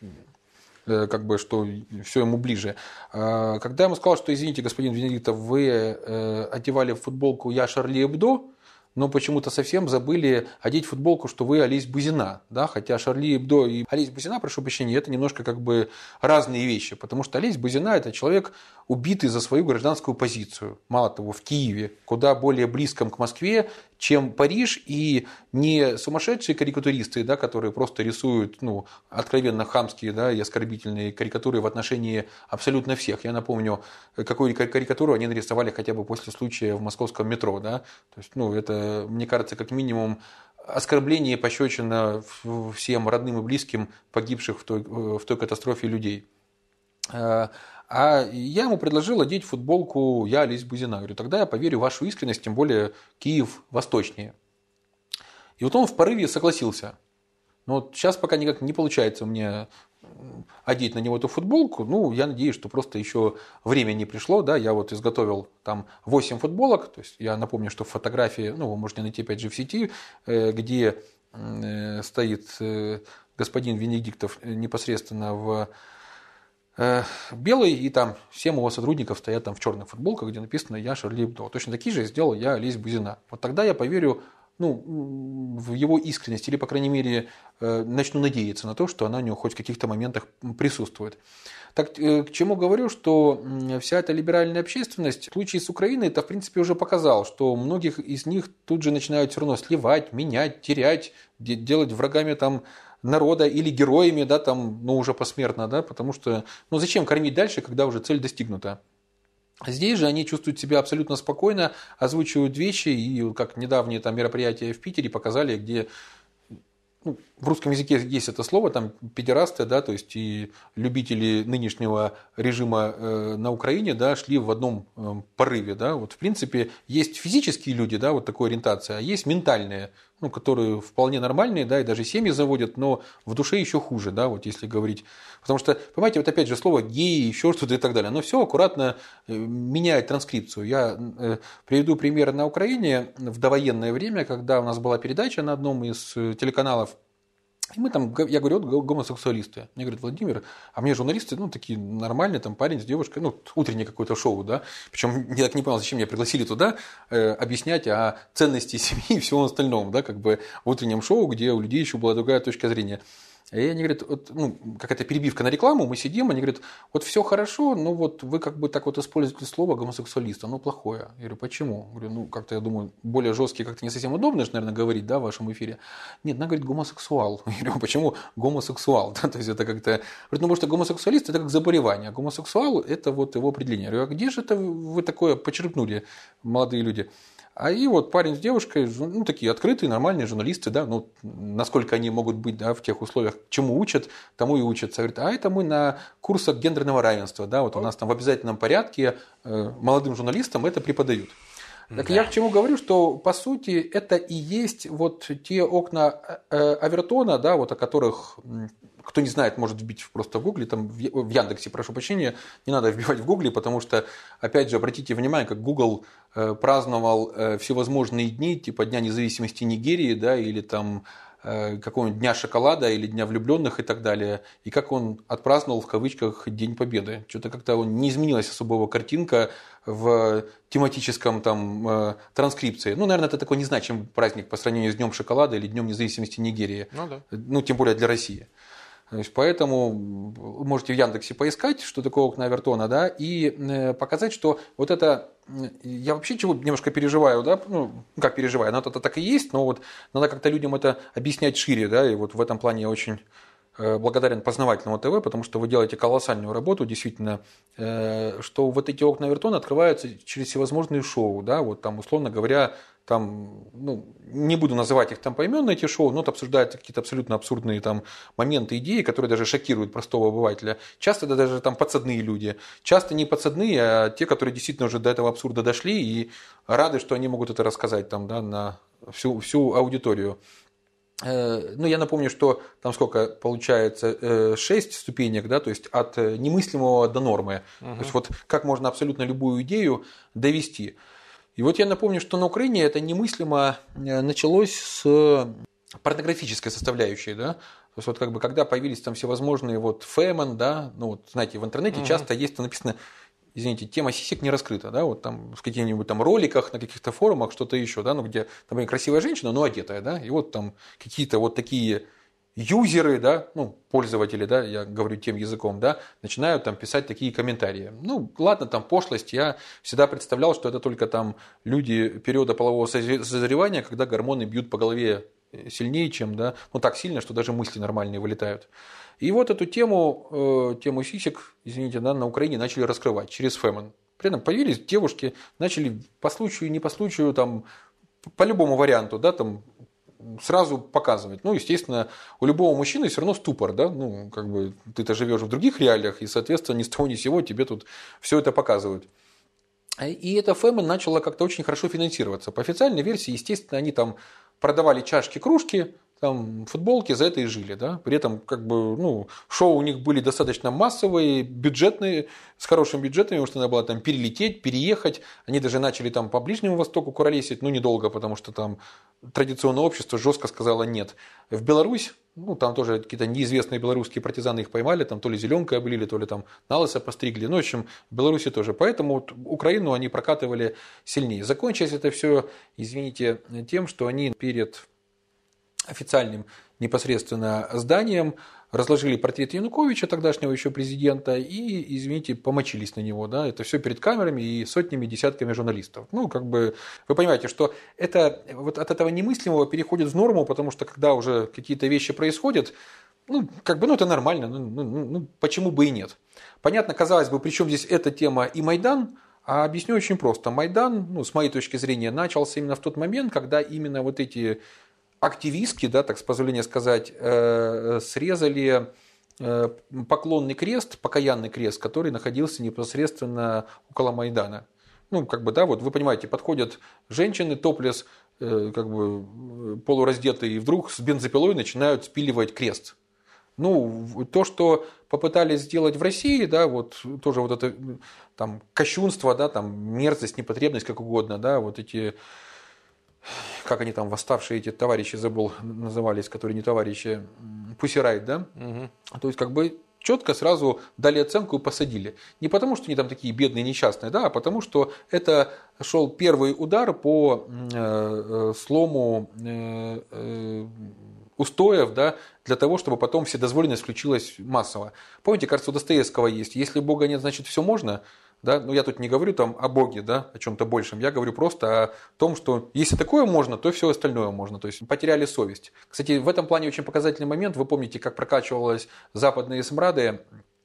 как бы, что все ему ближе. Когда я ему сказал, что, извините, господин Венедиктов, вы одевали футболку «Я Шарли Эбдо», но почему-то совсем забыли одеть футболку, что вы Олесь Бузина, да, хотя Шарли Эбдо и Олесь Бузина, прошу прощения, это немножко как бы разные вещи, потому что Олесь Бузина – это человек, убитый за свою гражданскую позицию, мало того, в Киеве, куда более близком к Москве, чем Париж, и не сумасшедшие карикатуристы, да, которые просто рисуют ну, откровенно хамские да, и оскорбительные карикатуры в отношении абсолютно всех. Я напомню, какую карикатуру они нарисовали хотя бы после случая в московском метро. Да? То есть, ну, это, мне кажется, как минимум оскорбление и пощечина всем родным и близким погибших в той, в той катастрофе людей. А я ему предложил одеть футболку «Я Олесь Бузина». Говорю, тогда я поверю в вашу искренность, тем более Киев восточнее. И вот он в порыве согласился. Но вот сейчас пока никак не получается мне одеть на него эту футболку. Ну, я надеюсь, что просто еще время не пришло. Да? Я вот изготовил там восемь футболок. То есть я напомню, что фотографии, ну, вы можете найти опять же в сети, где стоит господин Венедиктов непосредственно в белый, и там семь его сотрудников стоят там в черных футболках, где написано «Я Шарли Эбдо». Точно такие же сделал я Олесь Бузина. Вот тогда я поверю ну, в его искренность, или, по крайней мере, начну надеяться на то, что она у него хоть в каких-то моментах присутствует. Так к чему говорю, что вся эта либеральная общественность в случае с Украиной это, в принципе, уже показал, что многих из них тут же начинают все равно сливать, менять, терять, делать врагами там народа или героями, да, там, ну, уже посмертно, да, потому что, ну, зачем кормить дальше, когда уже цель достигнута? Здесь же они чувствуют себя абсолютно спокойно, озвучивают вещи, и как недавние там мероприятия в Питере показали, где ну, в русском языке есть это слово, там, педерасты, да, то есть и любители нынешнего режима э, на Украине, да, шли в одном э, порыве, да, вот, в принципе, есть физические люди, да, вот такой ориентации, а есть ментальные, ну, которые вполне нормальные, да, и даже семьи заводят, но в душе еще хуже, да, вот если говорить, потому что, понимаете, вот опять же слово геи, еще что-то и так далее, оно все аккуратно меняет транскрипцию. Я э, приведу пример на Украине в довоенное время, когда у нас была передача на одном из телеканалов. И мы там, я говорю, вот гомосексуалисты. Мне говорят, Владимир, а мне журналисты, ну, такие нормальные, там, парень с девушкой, ну, утреннее какое-то шоу, да. Причем я так не понял, зачем меня пригласили туда э, объяснять о ценности семьи и всего остальном, да, как бы в утреннем шоу, где у людей еще была другая точка зрения. И они говорят, вот, ну, какая-то перебивка на рекламу, мы сидим, они говорят, вот все хорошо, но вот вы как бы так вот используете слово гомосексуалист, оно плохое. Я говорю, почему? Я говорю, ну, как-то, я думаю, более жесткие как-то не совсем удобно, наверное, говорить, да, в вашем эфире. Нет, она говорит, гомосексуал. Я говорю, почему гомосексуал? Да, то есть это как-то... Говорит, ну, потому что гомосексуалист это как заболевание, а гомосексуал это вот его определение. Я говорю, а где же это вы такое почерпнули, молодые люди? А и вот парень с девушкой, ну, такие открытые, нормальные журналисты, да, ну, насколько они могут быть, да, в тех условиях, чему учат, тому и учатся. Говорят, а это мы на курсах гендерного равенства, да, вот у нас там в обязательном порядке э, молодым журналистам это преподают. Так да. Я к чему говорю, что по сути это и есть вот те окна э, Авертона, да, вот о которых... Кто не знает, может вбить просто в Гугле, там в Яндексе, прошу прощения, не надо вбивать в Гугле, потому что, опять же, обратите внимание, как Google праздновал всевозможные дни, типа Дня независимости Нигерии, да, или там какого-нибудь Дня шоколада, или Дня влюбленных и так далее, и как он отпраздновал в кавычках День Победы. Что-то как-то он не изменилась особого картинка в тематическом там транскрипции. Ну, наверное, это такой незначимый праздник по сравнению с Днем шоколада или Днем независимости Нигерии. Ну, да. Ну, тем более для России. То есть, поэтому можете в Яндексе поискать, что такое окна Авертона, да, и показать, что вот это, я вообще чего немножко переживаю, да, ну, как переживаю, но это так и есть, но вот надо как-то людям это объяснять шире, да, и вот в этом плане я очень благодарен Познавательному ТВ, потому что вы делаете колоссальную работу, действительно, что вот эти окна Авертона открываются через всевозможные шоу, да, вот там, условно говоря, там, ну, не буду называть их там поименно, эти шоу, но обсуждают какие-то абсолютно абсурдные там моменты, идеи, которые даже шокируют простого обывателя. Часто это даже там подсадные люди, часто не подсадные, а те, которые действительно уже до этого абсурда дошли и рады, что они могут это рассказать там, да, на всю, всю аудиторию. Ну, я напомню, что там сколько получается, шесть ступенек, да, то есть от немыслимого до нормы. Угу. То есть вот как можно абсолютно любую идею довести. И вот я напомню, что на Украине это немыслимо началось с порнографической составляющей, да. То есть вот как бы когда появились там всевозможные вот фэмон, да, ну вот знаете, в интернете угу. часто есть написано, извините, тема сисек не раскрыта, да, вот там в каких-нибудь там роликах, на каких-то форумах, что-то еще, да, ну где, например, красивая женщина, но одетая, да, и вот там какие-то вот такие юзеры, да, ну, пользователи, да, я говорю тем языком, да, начинают там писать такие комментарии. Ну, ладно, там пошлость, я всегда представлял, что это только там люди периода полового созревания, когда гормоны бьют по голове сильнее, чем, да, ну, так сильно, что даже мысли нормальные вылетают. И вот эту тему, э, тему сисек, извините, да, на Украине начали раскрывать через фэмон. При этом появились девушки, начали по случаю, не по случаю, там, по любому варианту, да, там, сразу показывать. Ну, естественно, у любого мужчины все равно ступор, да, ну, как бы ты-то живешь в других реалиях, и, соответственно, ни с того ни с сего тебе тут все это показывают. И эта фэмон начала как-то очень хорошо финансироваться. По официальной версии, естественно, они там продавали чашки, кружки, там, футболки, за это и жили, да. При этом, как бы, ну, шоу у них были достаточно массовые, бюджетные, с хорошими бюджетами, потому что надо было там перелететь, переехать. Они даже начали там по Ближнему Востоку куролесить, ну, недолго, потому что там традиционное общество жестко сказало нет. В Беларусь, ну, там тоже какие-то неизвестные белорусские партизаны их поймали, там то ли зеленкой облили, то ли там налысо постригли. Ну, в общем, в Беларуси тоже. Поэтому вот Украину они прокатывали сильнее. Закончилось это все, извините, тем, что они перед официальным непосредственно зданием разложили портрет Януковича, тогдашнего еще президента, и, извините, помочились на него. Да? Это все перед камерами и сотнями, десятками журналистов. Ну, как бы, вы понимаете, что это, вот от этого немыслимого переходит в норму, потому что, когда уже какие-то вещи происходят, ну, как бы, ну, это нормально, ну, ну, ну, почему бы и нет. Понятно, казалось бы, при чем здесь эта тема и Майдан, а объясню очень просто. Майдан, ну, с моей точки зрения, начался именно в тот момент, когда именно вот эти активистки, да, так с позволения сказать, срезали поклонный крест, покаянный крест, который находился непосредственно около Майдана. Ну, как бы, да, вот вы понимаете, подходят женщины, топлес, как бы полураздетые, и вдруг с бензопилой начинают спиливать крест. Ну, то, что попытались сделать в России, да, вот тоже вот это там кощунство, да, там мерзость, непотребность, как угодно, да, вот эти, как они там, восставшие эти товарищи, забыл, назывались, которые не товарищи, Pussy Riot, да, угу. То есть как бы четко сразу дали оценку и посадили. Не потому, что они там такие бедные, несчастные, да, а потому, что это шел первый удар по э, слому э, э, устоев, да, для того, чтобы потом вседозволенность включилась массово. Помните, кажется, у Достоевского есть: если Бога нет, значит все можно. Да? Но я тут не говорю там о Боге, да, о чем-то большем. Я говорю просто о том, что если такое можно, то все остальное можно. То есть потеряли совесть. Кстати, в этом плане очень показательный момент. Вы помните, как прокачивалась западные смрады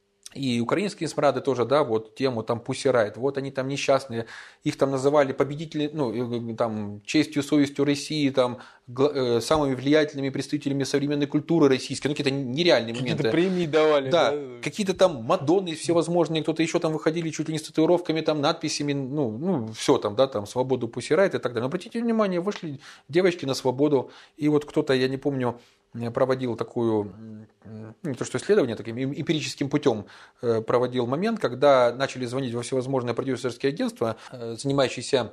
и украинские смрады тоже, да, вот тему там Pussy Riot. Вот они там несчастные, их там называли победители, ну, там, честью, совестью России, там, э, самыми влиятельными представителями современной культуры российской. Ну, какие-то нереальные моменты. Какие-то премии давали. Да, да, какие-то там Мадонны всевозможные, кто-то еще там выходили чуть ли не с татуировками, там, надписями, ну, ну, все там, да, там, свободу Pussy Riot и так далее. Но обратите внимание, вышли девочки на свободу, и вот кто-то, я не помню, проводил такую, не то что исследование, таким эмпирическим путем проводил момент, когда начали звонить во всевозможные продюсерские агентства, занимающиеся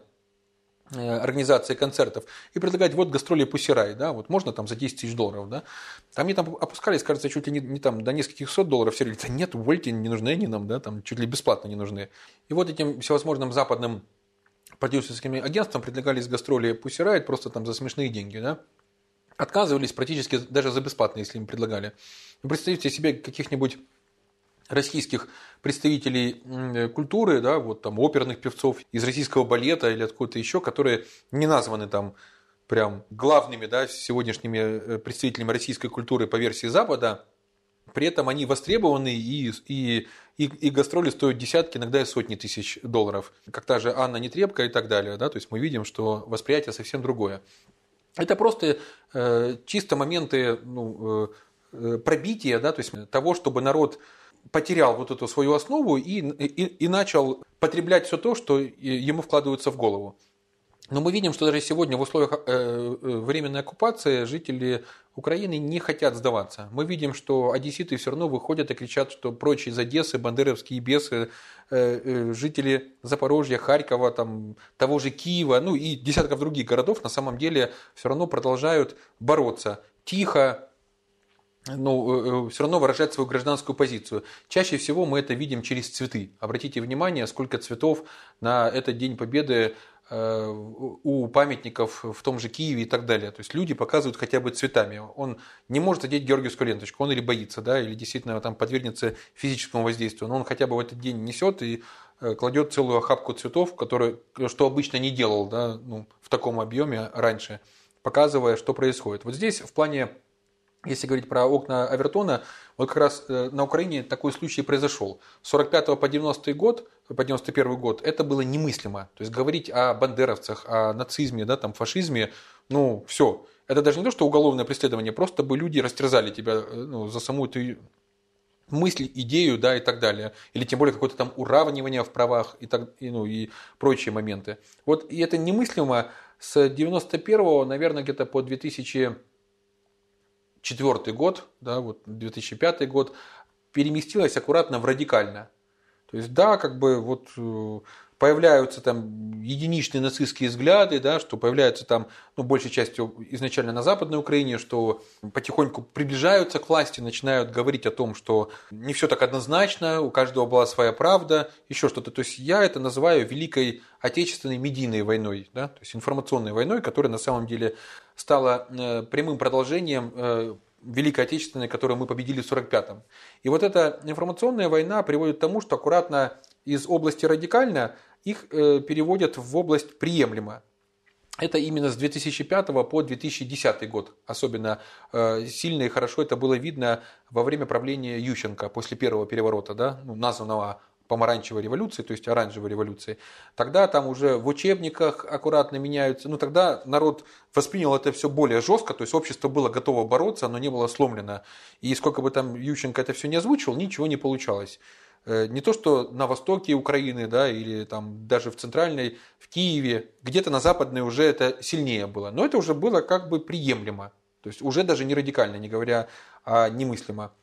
организацией концертов, и предлагать: вот гастроли Pussy Riot, да, вот можно там за десять тысяч долларов, да. Там они там опускались, кажется, чуть ли не, не там до нескольких сот долларов, все говорили: да нет, увольте, не нужны они нам, да, там чуть ли бесплатно не нужны. И вот этим всевозможным западным продюсерским агентствам предлагались гастроли Pussy Riot просто там за смешные деньги, да. Отказывались практически даже за бесплатно, если им предлагали. Вы представьте себе каких-нибудь российских представителей культуры, да, вот там оперных певцов из российского балета или откуда-то еще, которые не названы там прям главными, да, сегодняшними представителями российской культуры по версии Запада. При этом они востребованы, и, и, и, и гастроли стоят десятки, иногда и сотни тысяч долларов. Как та же Анна Нетребко и так далее. Да? То есть мы видим, что восприятие совсем другое. Это просто э, чисто моменты ну, э, пробития, да, то есть того, чтобы народ потерял вот эту свою основу и, и, и начал потреблять все то, что ему вкладывается в голову. Но мы видим, что даже сегодня в условиях э, временной оккупации жители Украины не хотят сдаваться. Мы видим, что одесситы все равно выходят и кричат, что прочь из Одессы, бандеровские бесы, э, э, жители Запорожья, Харькова, там, того же Киева, ну и десятков других городов на самом деле все равно продолжают бороться. Тихо, ну, все равно выражать свою гражданскую позицию. Чаще всего мы это видим через цветы. Обратите внимание, сколько цветов на этот День Победы у памятников в том же Киеве и так далее. То есть люди показывают хотя бы цветами. Он не может одеть георгиевскую ленточку, он или боится, да, или действительно там подвергнется физическому воздействию, но он хотя бы в этот день несет и кладет целую охапку цветов, которые, что обычно не делал, да, ну, в таком объеме раньше, показывая, что происходит. Вот здесь в плане, если говорить про окна Авертона, вот как раз на Украине такой случай произошел. С сорок пятого по девяностый год, по девяносто первый год это было немыслимо. То есть говорить о бандеровцах, о нацизме, да, там, фашизме, ну все. Это даже не то, что уголовное преследование, просто бы люди растерзали тебя ну, за саму эту мысль, идею, да, и так далее. Или тем более какое-то там уравнивание в правах и, так, и, ну, и прочие моменты. Вот и это немыслимо с девяносто первого, наверное, где-то по две тысячи четвёртый год, да, вот две тысячи пятый год, переместилась аккуратно в радикально. То есть, да, как бы вот появляются там единичные нацистские взгляды, да, что появляются там, ну, большей частью изначально на Западной Украине, что потихоньку приближаются к власти, начинают говорить о том, что не все так однозначно, у каждого была своя правда, еще что-то. То есть, я это называю Великой Отечественной медийной войной, да, то есть информационной войной, которая на самом деле стала прямым продолжением Великой Отечественной, которую мы победили в сорок пятом. И вот эта информационная война приводит к тому, что аккуратно из области радикально их переводят в область приемлемо. Это именно с две тысячи пятого по две тысячи десятый год. Особенно сильно и хорошо это было видно во время правления Ющенко после первого переворота, да, ну, названного помаранчевой революции, то есть оранжевой революции, тогда там уже в учебниках аккуратно меняются. Ну, тогда народ воспринял это все более жестко, то есть общество было готово бороться, оно не было сломлено. И сколько бы там Ющенко это все не озвучивал, ничего не получалось. Не то, что на востоке Украины, да, или там даже в центральной, в Киеве, где-то на западной уже это сильнее было. Но это уже было как бы приемлемо. То есть уже даже не радикально, не говоря о немыслимо.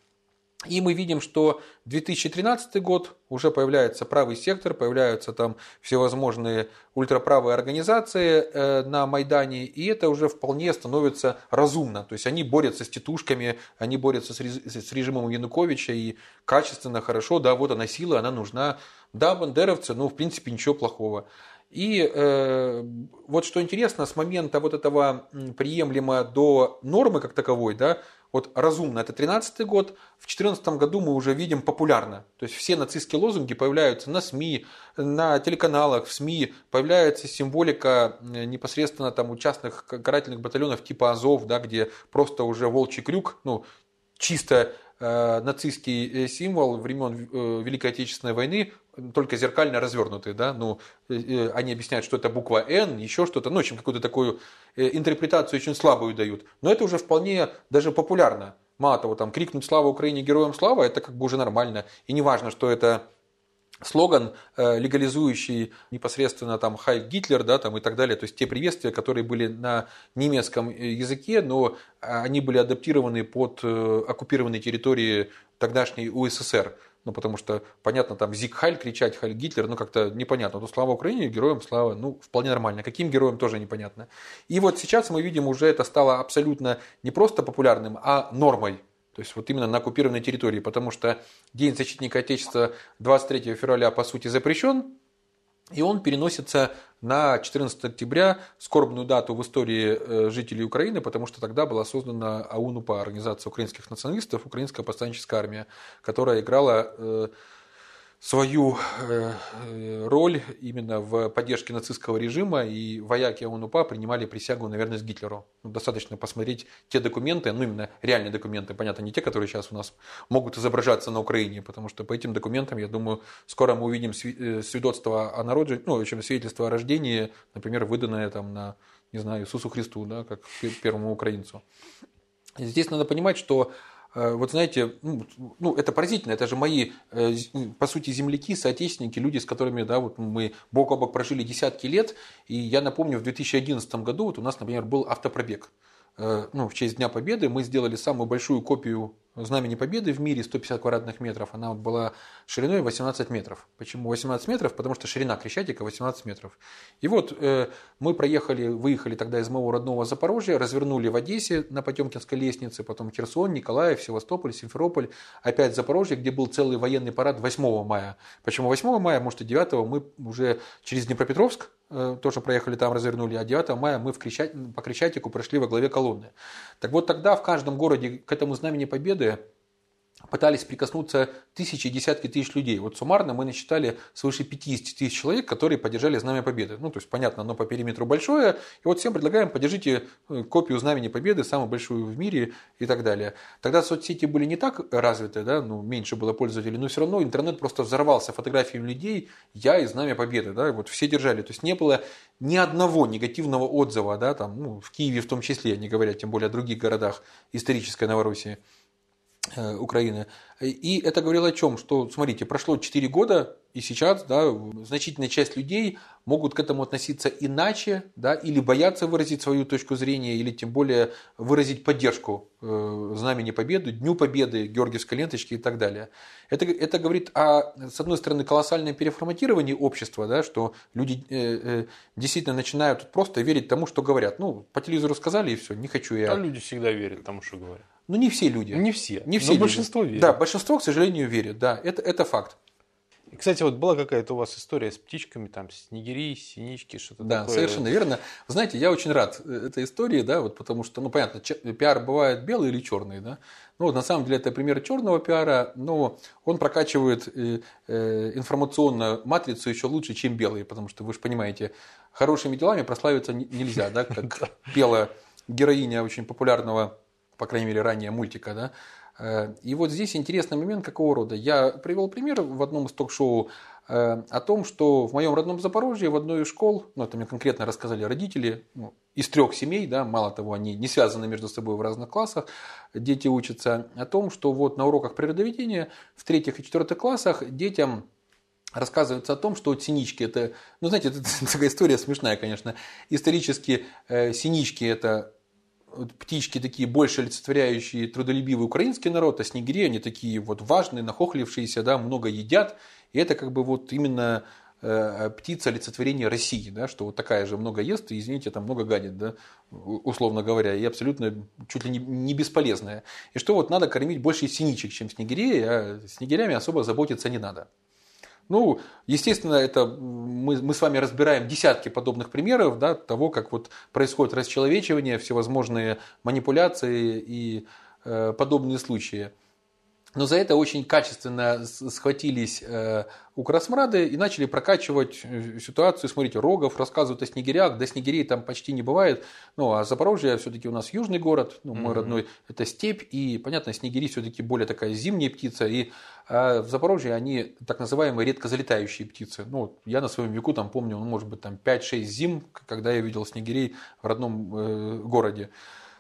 И мы видим, что две тысячи тринадцатый год уже появляется правый сектор, появляются там всевозможные ультраправые организации на Майдане, и это уже вполне становится разумно. То есть они борются с тетушками, они борются с режимом Януковича, и качественно, хорошо, да, вот она сила, она нужна. Да, бандеровцы, ну, в принципе, ничего плохого. И э, вот что интересно, с момента вот этого приемлемо до нормы как таковой, да, вот разумно, это тринадцатый год, в две тысячи четырнадцатом году мы уже видим популярно. То есть все нацистские лозунги появляются на СМИ, на телеканалах, в СМИ, появляется символика непосредственно там у частных карательных батальонов типа Азов, да, где просто уже волчий крюк, ну, чисто э, нацистский символ времен э, Великой Отечественной войны, только зеркально развернутый, да, ну, э, они объясняют, что это буква Н, еще что-то, ну, в общем, какую-то такую э, интерпретацию очень слабую дают, но это уже вполне даже популярно. Мало того, там, крикнуть «Слава Украине! Героям слава!» это как бы уже нормально, и не важно, что это слоган, э, легализующий непосредственно там «Хайль Гитлер», да, там, и так далее, то есть те приветствия, которые были на немецком языке, но они были адаптированы под э, оккупированные территории тогдашней УССР. Ну, потому что, понятно, там «Зиг Хайль» кричать, «Хайль Гитлер», ну, как-то непонятно. Ну, слава Украине, героям слава, ну, вполне нормально. Каким героям тоже непонятно. И вот сейчас мы видим, уже это стало абсолютно не просто популярным, а нормой. То есть вот именно на оккупированной территории, потому что День защитника Отечества двадцать третьего февраля по сути запрещен, и он переносится на четырнадцатое октября, скорбную дату в истории жителей Украины, потому что тогда была создана АУН-УПА, Организация украинских националистов, Украинская повстанческая армия, которая играла свою роль именно в поддержке нацистского режима, и вояки АУН-УПА принимали присягу на верность Гитлеру. Ну, достаточно посмотреть те документы, ну именно реальные документы, понятно, не те, которые сейчас у нас могут изображаться на Украине, потому что по этим документам, я думаю, скоро мы увидим свидетельство о народе, ну, в общем, свидетельство о рождении, например, выданное там на, не знаю, Иисусу Христу, да, как первому украинцу. Здесь надо понимать, что вот знаете, ну, это поразительно, это же мои, по сути, земляки, соотечественники, люди, с которыми, да, вот мы бок о бок прожили десятки лет, и я напомню, в две тысячи одиннадцатом году вот у нас, например, был автопробег. Ну, в честь Дня Победы мы сделали самую большую копию Знамени Победы в мире, сто пятьдесят квадратных метров, она вот была шириной восемнадцать метров. Почему восемнадцать метров? Потому что ширина Крещатика восемнадцать метров. И вот э, мы проехали, выехали тогда из моего родного Запорожья, развернули в Одессе на Потемкинской лестнице, потом Херсон, Николаев, Севастополь, Симферополь, опять Запорожье, где был целый военный парад восьмого мая. Почему восьмого мая? Может и девятого мы уже через Днепропетровск э, тоже проехали там, развернули, а девятого мая мы в Крещат... по Крещатику прошли во главе колонны. Так вот тогда в каждом городе к этому Знамени Победы пытались прикоснуться тысячи, десятки тысяч людей. Вот суммарно мы насчитали свыше пятьдесят тысяч человек, которые поддержали Знамя Победы. Ну, то есть, понятно, оно по периметру большое. И вот всем предлагаем, поддержите копию Знамени Победы, самую большую в мире и так далее. Тогда соцсети были не так развиты, да, ну, меньше было пользователей, но все равно интернет просто взорвался фотографиями людей, я и Знамя Победы, да, вот все держали. То есть, не было ни одного негативного отзыва, да, там, ну, в Киеве в том числе, не говоря тем более о других городах исторической Новороссии. Украины. И это говорило о чем? Что, смотрите, прошло четыре года, и сейчас, да, значительная часть людей могут к этому относиться иначе, да, или боятся выразить свою точку зрения, или тем более выразить поддержку э, Знамени Победы, Дню Победы, Георгиевской ленточки и так далее. Это, это говорит о, с одной стороны, колоссальном переформатировании общества, да, что люди э, э, действительно начинают просто верить тому, что говорят. Ну, по телевизору сказали, и все, не хочу я. А люди всегда верят тому, что говорят. Ну, не все люди. Не все. Не все но люди. Большинство верят. Да, большинство, к сожалению, верят. Да, это, это факт. И, кстати, вот была какая-то у вас история с птичками, там, снегири, синички, что-то да, такое. Да, совершенно верно. Вы знаете, я очень рад этой истории, да, вот потому что, ну, понятно, пиар бывает белый или черный, да. Ну, вот на самом деле это пример черного пиара, но он прокачивает э, э, информационную матрицу еще лучше, чем белый, потому что, вы же понимаете, хорошими делами прославиться нельзя, да, как пела героиня очень популярного, по крайней мере, ранее мультика, да, И вот здесь интересный момент какого рода. Я привел пример в одном из ток-шоу о том, что в моем родном Запорожье в одной из школ, ну это мне конкретно рассказали родители, ну, из трех семей, да, мало того, они не связаны между собой в разных классах, дети учатся, о том, что вот на уроках природоведения в третьих и четвертых классах детям рассказывается о том, что вот синички это, ну знаете, это такая история смешная, конечно, исторически э, синички это птички такие больше олицетворяющие трудолюбивый украинский народ, а снегири они такие вот важные, нахохлившиеся, да, много едят. И это как бы вот именно э, птица олицетворения России, да, что вот такая же много ест и, извините, там много гадит, да, условно говоря, и абсолютно чуть ли не, не бесполезная. И что вот надо кормить больше синичек, чем снегирей, а снегирями особо заботиться не надо. Ну, естественно, это мы, мы с вами разбираем десятки подобных примеров, да, того, как вот происходит расчеловечивание, всевозможные манипуляции и э, подобные случаи. Но за это очень качественно схватились э, укросмрады и начали прокачивать ситуацию. Смотрите, Рогов рассказывают о снегирях, да снегирей там почти не бывает. Ну, а Запорожье все-таки у нас южный город, ну, мой mm-hmm. родной, это степь. И, понятно, снегири все-таки более такая зимняя птица. И э, в Запорожье они так называемые редко залетающие птицы. Ну, я на своем веку там помню, ну, может быть, там пять-шесть зим, когда я видел снегирей в родном э, городе.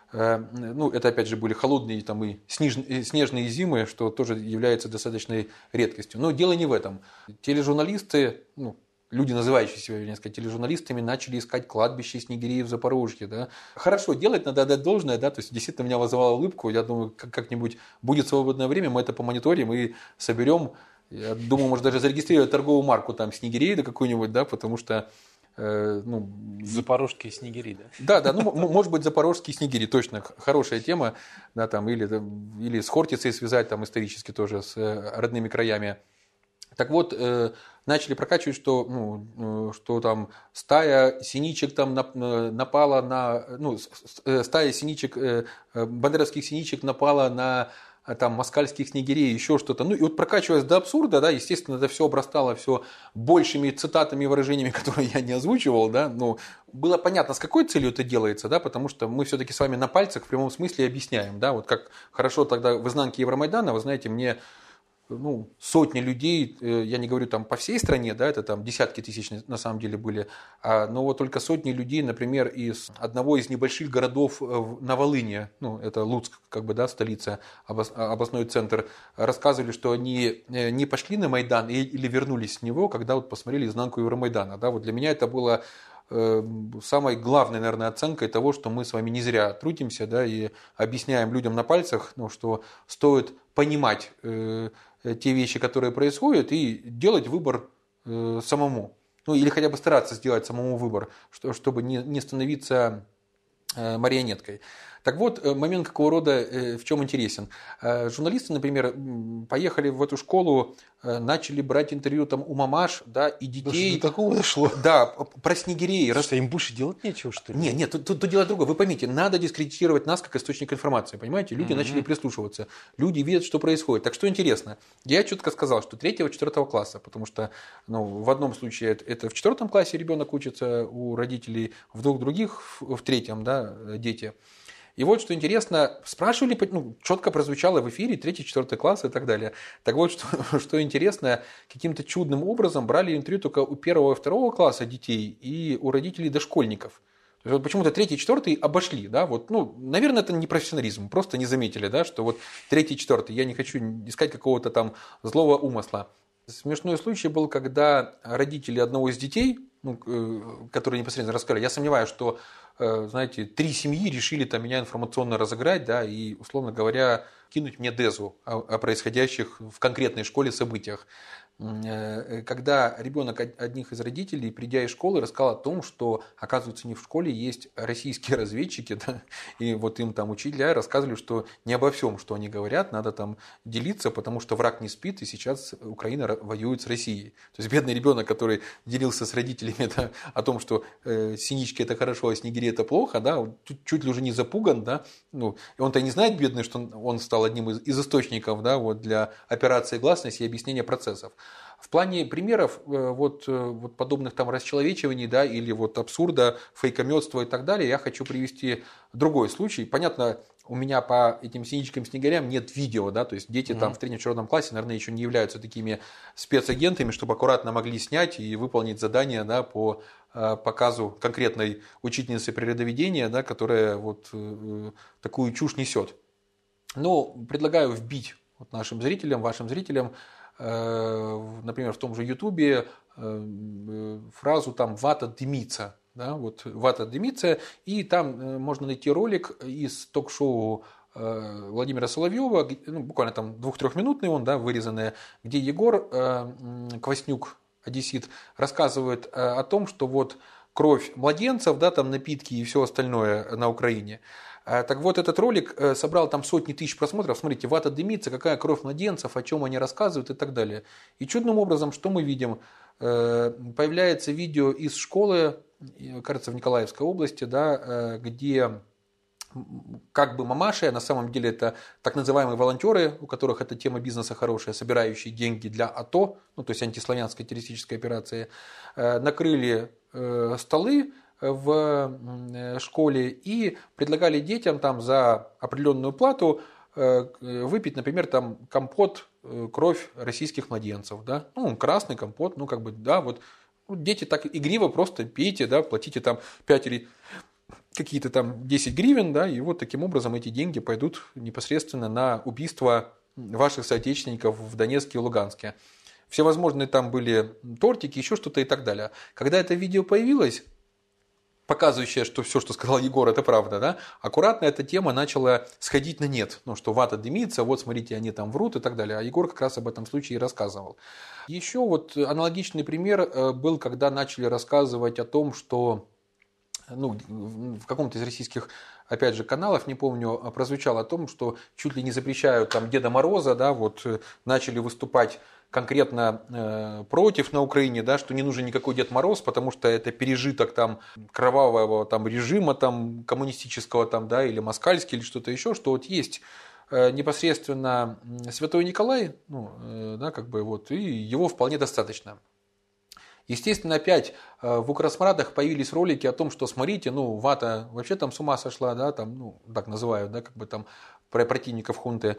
Ну, это, опять же, были холодные там, и снежные зимы, что тоже является достаточной редкостью. Но дело не в этом. Тележурналисты, ну, люди, называющие себя, вернее сказать, тележурналистами, начали искать кладбище снегирей в Запорожье. Да. Хорошо, делать надо отдать должное, да, то есть действительно меня вызывало улыбку. Я думаю, как-нибудь будет свободное время, мы это помониторим и соберем. Я думаю, может даже зарегистрировать торговую марку там снегирей да, какую-нибудь, да, потому что ну, запорожские снегири, да? Да, да, ну, может быть, запорожские снегири, точно, хорошая тема, да, там, или, или с Хортицей связать, там, исторически тоже, с родными краями. Так вот, э, начали прокачивать, что, ну, что там стая синичек там напала на, ну, стая синичек, э, бандеровских синичек напала на там москальских снегирей, еще что-то. Ну и вот прокачиваясь до абсурда, да, естественно, это все обрастало все большими цитатами и выражениями, которые я не озвучивал, да, но было понятно, с какой целью это делается, да, потому что мы все-таки с вами на пальцах в прямом смысле объясняем, да, вот как хорошо тогда в изнанке Евромайдана, вы знаете, мне ну, сотни людей, я не говорю там по всей стране, да, это там десятки тысяч на самом деле были, а, но вот только сотни людей, например, из одного из небольших городов на Волыне, ну, это Луцк, как бы, да, столица, областной центр, рассказывали, что они не пошли на Майдан или вернулись с него, когда вот посмотрели изнанку Евромайдана, да, вот для меня это было самой главной, наверное, оценкой того, что мы с вами не зря трудимся, да, и объясняем людям на пальцах, ну, что стоит понимать э, те вещи, которые происходят, и делать выбор э, самому. Ну, или хотя бы стараться сделать самому выбор, что, чтобы не, не становиться э, марионеткой. Так вот, момент какого рода, в чем интересен. Журналисты, например, поехали в эту школу, начали брать интервью там у мамаш, да, и детей. До такого дошло. Да, про снегирей. Что, им больше делать нечего, что ли? Нет, нет, тут, тут дело другое. Вы поймите, надо дискредитировать нас как источник информации, понимаете? Люди mm-hmm. начали прислушиваться, люди видят, что происходит. Так что интересно, я четко сказал, что третьего-четвертого класса, потому что ну, в одном случае это в четвертом классе ребенок учится у родителей, в двух других в третьем, да, дети. И вот, что интересно, спрашивали, ну, четко прозвучало в эфире, третий, четвертый класс и так далее. Так вот, что, что интересно, каким-то чудным образом брали интервью только у первого и второго класса детей и у родителей дошкольников. То есть, вот почему-то третий и четвертый обошли, да, вот, ну, наверное, это не профессионализм, просто не заметили, да, что вот третий и четвертый, я не хочу искать какого-то там злого умысла. Смешной случай был, когда родители одного из детей, ну, которые непосредственно рассказали, я сомневаюсь, что, знаете, три семьи решили там меня информационно разыграть, да, и, условно говоря, кинуть мне дезу о, о происходящих в конкретной школе событиях. Когда ребенок одних из родителей, придя из школы, рассказал о том, что, оказывается, не в школе есть российские разведчики, да, и вот им там учителя рассказывали, что не обо всем, что они говорят, надо там делиться, потому что враг не спит, и сейчас Украина воюет с Россией. То есть бедный ребенок, который делился с родителями да, о том, что э, синички это хорошо, а снегири это плохо, да, он чуть ли уже не запуган, да, ну, и он-то не знает, бедный, что он стал одним из, из источников, да, вот, для операции гласности и объяснения процессов. В плане примеров вот, вот подобных там расчеловечиваний, да, или вот абсурда, фейкомётства и так далее, я хочу привести другой случай. Понятно, у меня по этим синичкам снегирям нет видео, да, то есть дети mm-hmm. там в третьем-четвертом классе, наверное, еще не являются такими спецагентами, чтобы аккуратно могли снять и выполнить задание, да, по показу конкретной учительницы природоведения, да, которая вот э, такую чушь несет. Ну, предлагаю вбить вот нашим зрителям, вашим зрителям, э, например, в том же Ютубе э, фразу там «вата дымится». Да, вот «вата дымится», и там можно найти ролик из ток-шоу Владимира Соловьева, ну, буквально там двух-трехминутный он, да, вырезанный, где Егор э, Кваснюк, одессит, рассказывает о том, что вот кровь младенцев, да, там напитки и все остальное на Украине. Так вот, этот ролик собрал там сотни тысяч просмотров. Смотрите, «вата дымится», какая кровь младенцев, о чем они рассказывают и так далее. И чудным образом, что мы видим? Появляется видео из школы, кажется, в Николаевской области, да, где как бы мамаши, а на самом деле это так называемые волонтеры, у которых эта тема бизнеса хорошая, собирающие деньги для АТО, ну то есть антиславянской террористической операции, накрыли столы в школе и предлагали детям там за определенную плату выпить, например, там компот «Кровь российских младенцев», да, ну красный компот, ну как бы, да, вот дети так игриво просто пейте, да, платите там пять или какие-то там десять гривен, да, и вот таким образом эти деньги пойдут непосредственно на убийство ваших соотечественников в Донецке и Луганске. Всевозможные там были тортики, еще что-то и так далее. Когда это видео появилось, показывающее, что все, что сказал Егор, это правда, да, аккуратно эта тема начала сходить на нет. Ну, что «вата дымится», вот смотрите, они там врут и так далее. А Егор как раз об этом случае и рассказывал. Еще вот аналогичный пример был, когда начали рассказывать о том, что ну, в каком-то из российских, опять же, каналов, не помню, прозвучало о том, что чуть ли не запрещают там Деда Мороза, да, вот начали выступать конкретно э, против на Украине, да, что не нужен никакой Дед Мороз, потому что это пережиток там кровавого там режима там коммунистического там, да, или москальский, или что-то еще, что вот есть э, непосредственно Святой Николай, ну, э, да, как бы вот, и его вполне достаточно. Естественно, опять в Украсмрадах появились ролики о том, что смотрите, ну, вата вообще там с ума сошла, да, там, ну, так называют, да, как бы там про противников хунты,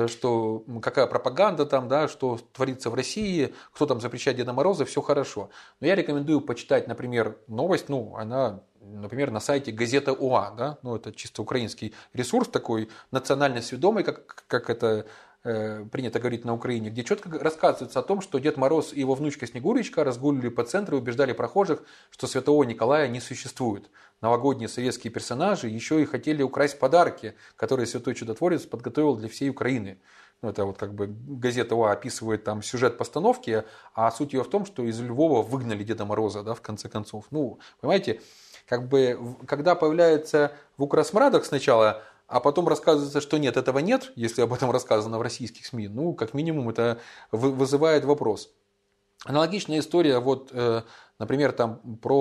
что какая пропаганда там, да, что творится в России, кто там запрещает Деда Мороза, все хорошо. Но я рекомендую почитать, например, новость, ну, она, например, на сайте газета УА, да, ну, это чисто украинский ресурс такой, национально сведомый, как, как это принято говорить на Украине, где четко рассказывается о том, что Дед Мороз и его внучка Снегурочка разгуливали по центру и убеждали прохожих, что Святого Николая не существует. Новогодние советские персонажи еще и хотели украсть подарки, которые Святой Чудотворец подготовил для всей Украины. Ну, это вот как бы газета УА описывает там сюжет постановки, а суть ее в том, что из Львова выгнали Деда Мороза, да, в конце концов. Ну, понимаете, как бы, когда появляется в Украсмрадах сначала, а потом рассказывается, что нет, этого нет, если об этом рассказано в российских СМИ, ну, как минимум, это вызывает вопрос. Аналогичная история, вот, например, там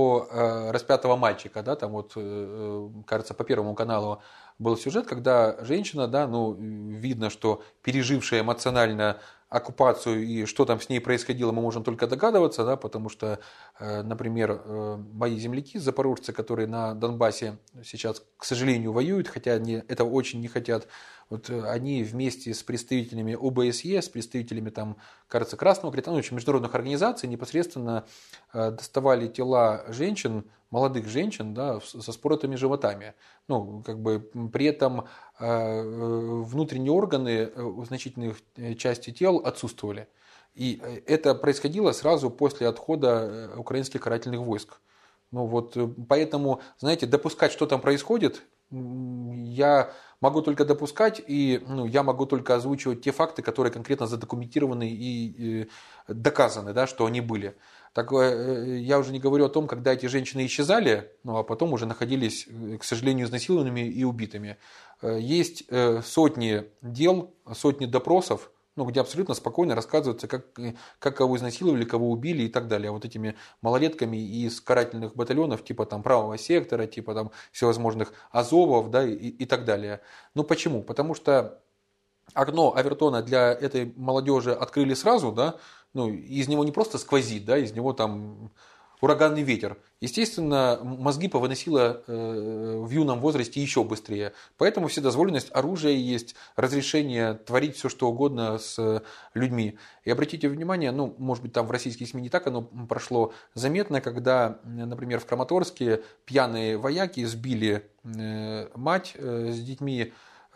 про распятого мальчика, да, там вот, кажется, по Первому каналу был сюжет, когда женщина, да, ну, видно, что пережившая эмоционально оккупацию и что там с ней происходило, мы можем только догадываться, да, потому что, например, мои земляки, запорожцы, которые на Донбассе сейчас, к сожалению, воюют, хотя они этого очень не хотят, вот они вместе с представителями ОБСЕ, с представителями, там, кажется, Красного Креста, ну, очень международных организаций непосредственно доставали тела женщин, молодых женщин, да, со споротыми животами. Ну, как бы при этом внутренние органы значительных части тел отсутствовали. И это происходило сразу после отхода украинских карательных войск. Ну вот, поэтому, знаете, допускать, что там происходит, я могу только допускать, и ну, я могу только озвучивать те факты, которые конкретно задокументированы и, и доказаны, да, что они были. Так, я уже не говорю о том, когда эти женщины исчезали, ну, а потом уже находились, к сожалению, изнасилованными и убитыми. Есть сотни дел, сотни допросов, ну, где абсолютно спокойно рассказывается, как, как кого изнасиловали, кого убили и так далее. Вот этими малолетками из карательных батальонов, типа там правого сектора, типа там всевозможных Азовов, да, и, и так далее. Ну, почему? Потому что окно Авертона для этой молодежи открыли сразу, да, ну, из него не просто сквозит, да, из него там ураганный ветер. Естественно, мозги повыносило э, в юном возрасте еще быстрее. Поэтому вседозволенность, оружие есть, разрешение творить все, что угодно с людьми. И обратите внимание, ну, может быть, там в российские СМИ не так оно прошло заметно, когда, например, в Краматорске пьяные вояки сбили э, мать э, с детьми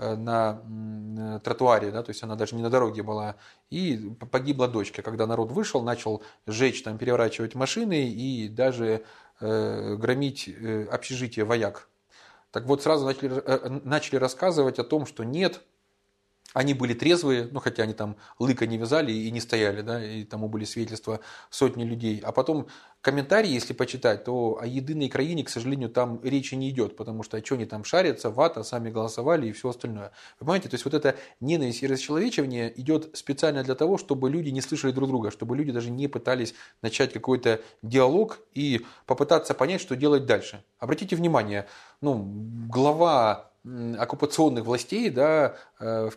на тротуаре, да, то есть она даже не на дороге была, и погибла дочка, когда народ вышел, начал жечь, там, переворачивать машины и даже э, громить э, общежитие вояк. Так вот, сразу начали, э, начали рассказывать о том, что нет, они были трезвые, ну, хотя они там лыка не вязали и не стояли, да, и тому были свидетельства сотни людей. А потом комментарии, если почитать, то о единой краине, к сожалению, там речи не идет, потому что что они там шарятся, вата, сами голосовали и все остальное. Вы понимаете, то есть вот эта ненависть и расчеловечивание идет специально для того, чтобы люди не слышали друг друга, чтобы люди даже не пытались начать какой-то диалог и попытаться понять, что делать дальше. Обратите внимание, ну, глава оккупационных властей, да, в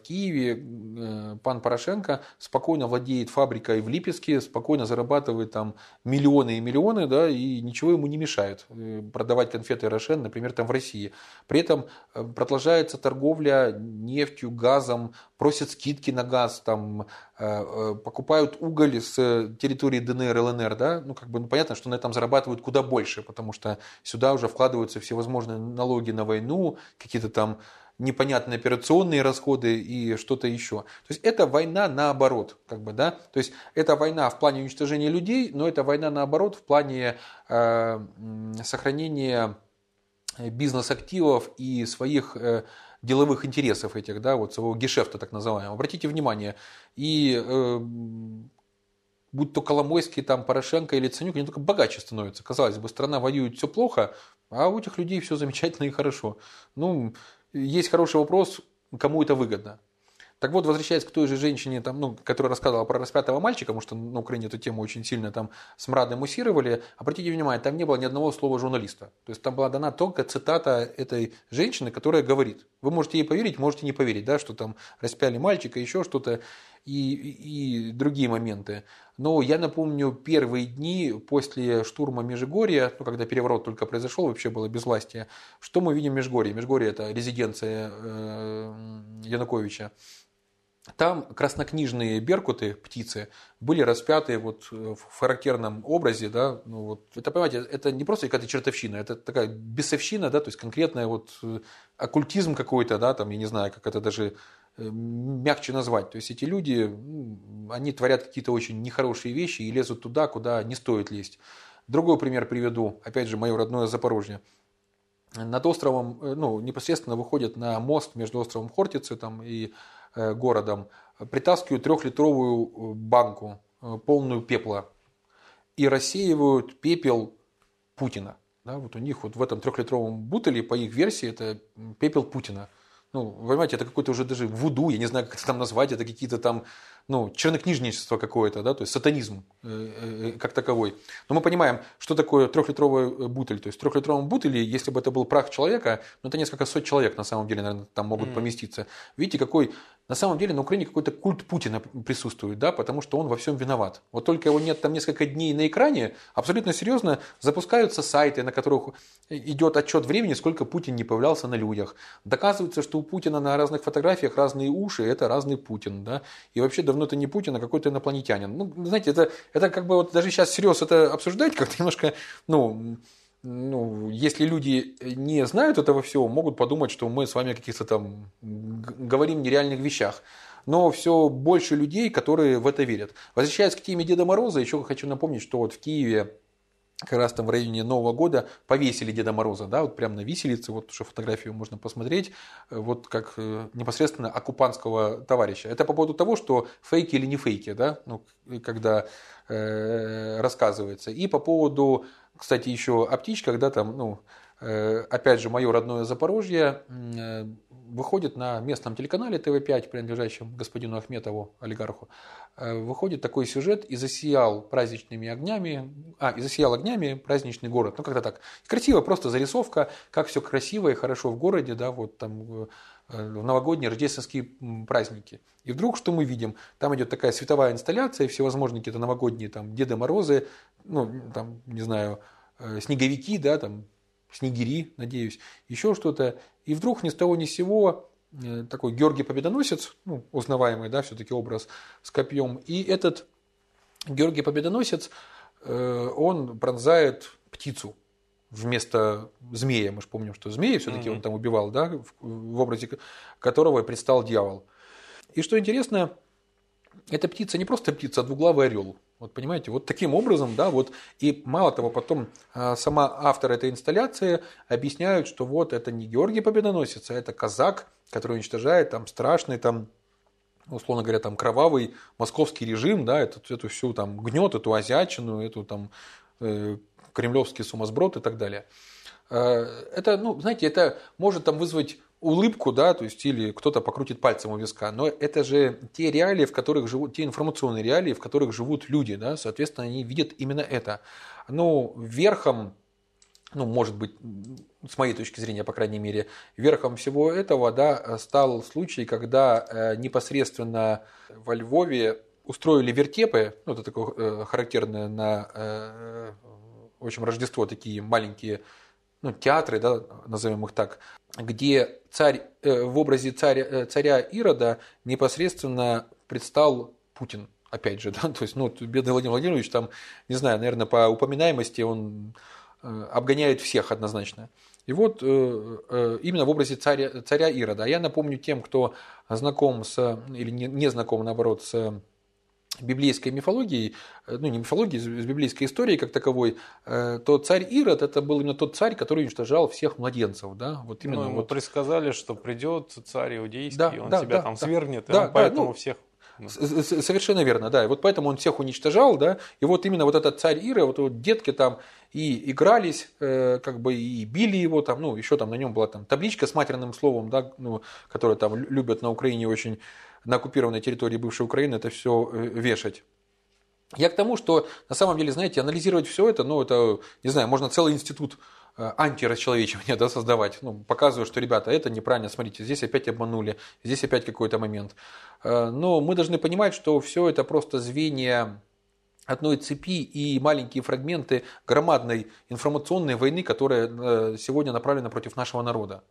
Киеве пан Порошенко спокойно владеет фабрикой в Липецке, спокойно зарабатывает там миллионы и миллионы, да, и ничего ему не мешает продавать конфеты Рошен, например, там в России. При этом продолжается торговля нефтью, газом, просят скидки на газ, там, покупают уголь с территории ДНР, ЛНР, да, ну, как бы, ну, понятно, что на этом зарабатывают куда больше, потому что сюда уже вкладываются всевозможные налоги на войну, какие-то там непонятные операционные расходы и что-то еще. То есть это война наоборот, как бы, да, то есть это война в плане уничтожения людей, но это война наоборот в плане э, сохранения бизнес-активов и своих э, деловых интересов этих, да, вот своего гешефта так называемого. Обратите внимание, и э, будь то Коломойский, там, Порошенко или Ценюк, они только богаче становятся. Казалось бы, страна воюет, все плохо, а у этих людей все замечательно и хорошо. Ну, есть хороший вопрос, кому это выгодно. Так вот, возвращаясь к той же женщине, там, ну, которая рассказывала про распятого мальчика, потому что на Украине эту тему очень сильно там смрадом муссировали, обратите внимание, там не было ни одного слова журналиста. То есть там была дана только цитата этой женщины, которая говорит. Вы можете ей поверить, можете не поверить, да, что там распяли мальчика, еще что-то и, и, и другие моменты. Но я напомню, первые дни после штурма Межгорья, ну, когда переворот только произошел, вообще было безвластие, что мы видим в Межгорье? Межгорье – это резиденция э, Януковича. Там краснокнижные беркуты, птицы, были распяты вот в характерном образе, да, ну вот, это, понимаете, это не просто какая-то чертовщина, это такая бесовщина, да, то есть конкретная вот оккультизм какой-то, да, там, я не знаю, как это даже мягче назвать, то есть эти люди, они творят какие-то очень нехорошие вещи и лезут туда, куда не стоит лезть. Другой пример приведу, опять же, мое родное Запорожье. Над островом, ну, непосредственно выходят на мост между островом Хортицы там, и городом, притаскивают трехлитровую банку, полную пепла, и рассеивают пепел Путина. Да, вот у них вот в этом трехлитровом бутыле, по их версии, это пепел Путина. Ну, вы понимаете, это какой-то уже даже вуду, я не знаю, как это там назвать, это какие-то там, ну, чернокнижничество какое-то, да, то есть сатанизм э, э, как таковой. Но мы понимаем, что такое трехлитровая бутыль. То есть в трехлитровом бутыле, если бы это был прах человека, ну, это несколько сот человек на самом деле, наверное, там могут mm. поместиться. Видите, какой, на самом деле на Украине какой-то культ Путина присутствует, да, потому что он во всем виноват. Вот только его нет там несколько дней на экране, абсолютно серьезно запускаются сайты, на которых идет отчет времени, сколько Путин не появлялся на людях. Доказывается, что у Путина на разных фотографиях разные уши, это разный Путин, да, и вообще давно это не Путин, а какой-то инопланетянин. Ну, знаете, это, это как бы вот даже сейчас всерьез это обсуждать, как-то немножко, ну, ну, если люди не знают этого всего, могут подумать, что мы с вами о каких-то там говорим нереальных вещах. Но все больше людей, которые в это верят. Возвращаясь к теме Деда Мороза, еще хочу напомнить, что вот в Киеве как раз там в районе Нового года повесили Деда Мороза, да, вот прямо на виселице, вот уже фотографию можно посмотреть, вот как непосредственно оккупантского товарища. Это по поводу того, что фейки или не фейки, да, ну, когда э, рассказывается. И по поводу, кстати, еще о птичках, да, там, ну, э, опять же, мое родное Запорожье э, выходит на местном телеканале Тэ Вэ пять, принадлежащем господину Ахметову, олигарху, выходит такой сюжет: и засиял праздничными огнями, а, и засиял огнями праздничный город. Ну, как-то так. Красиво, просто зарисовка, как все красиво и хорошо в городе, да, вот там в новогодние рождественские праздники. И вдруг что мы видим? Там идет такая световая инсталляция, всевозможные какие-то новогодние там Деды Морозы, ну, там, не знаю, снеговики, да, там, снегири, надеюсь, еще что-то. И вдруг ни с того ни с сего такой Георгий Победоносец, ну, узнаваемый, да, все-таки образ с копьем. И этот Георгий Победоносец, он пронзает птицу вместо змея. Мы же помним, что змея все-таки mm-hmm. он там убивал, да, в, в образе которого предстал дьявол. И что интересно, эта птица не просто птица, а двуглавый орел. Вот понимаете, вот таким образом, да, вот. И мало того, потом сама автор этой инсталляции объясняют, что вот это не Георгий Победоносец, а это казак, который уничтожает там страшный, там, условно говоря, там кровавый московский режим, да, эту, эту всю там гнет, эту азиатчину, эту там э, кремлевский сумасброд и так далее. Это, ну, знаете, это может там вызвать улыбку, да, то есть или кто-то покрутит пальцем у виска, но это же те реалии, в которых живут, те информационные реалии, в которых живут люди, да, соответственно, они видят именно это. Ну, верхом, ну, может быть, с моей точки зрения, по крайней мере, верхом всего этого, да, стал случай, когда непосредственно во Львове устроили вертепы, ну, это такое характерное на, в общем, Рождество, такие маленькие, ну, театры, да, назовем их так, где царь, э, в образе царя, царя Ирода непосредственно предстал Путин, опять же, да, то есть, ну, бедный Владимир Владимирович, там, не знаю, наверное, по упоминаемости он э, обгоняет всех однозначно. И вот э, э, именно в образе царя, царя Ирода. А я напомню тем, кто знаком с, или не, не знаком, наоборот, с библейской мифологией, ну не мифологией, с библейской историей как таковой, то царь Ирод это был именно тот царь, который уничтожал всех младенцев, да, вот именно. Ну, ему вот предсказали, что придет царь иудейский, да, он да, тебя да, там да, свергнет, да, и он поэтому да, ну, всех. Совершенно верно, да. И вот поэтому он всех уничтожал, да. И вот именно вот этот царь Ира, вот, вот детки там и игрались, э, как бы и били его там, ну еще там на нем была там табличка с матерным словом, да, ну, которую там любят на Украине очень, на оккупированной территории бывшей Украины это все вешать. Я к тому, что на самом деле, знаете, анализировать все это, ну, это, не знаю, можно целый институт антирасчеловечивания, да, создавать. Ну, показываю, что, ребята, это неправильно, смотрите, здесь опять обманули, здесь опять какой-то момент. Но мы должны понимать, что все это просто звенья одной цепи и маленькие фрагменты громадной информационной войны, которая сегодня направлена против нашего народа.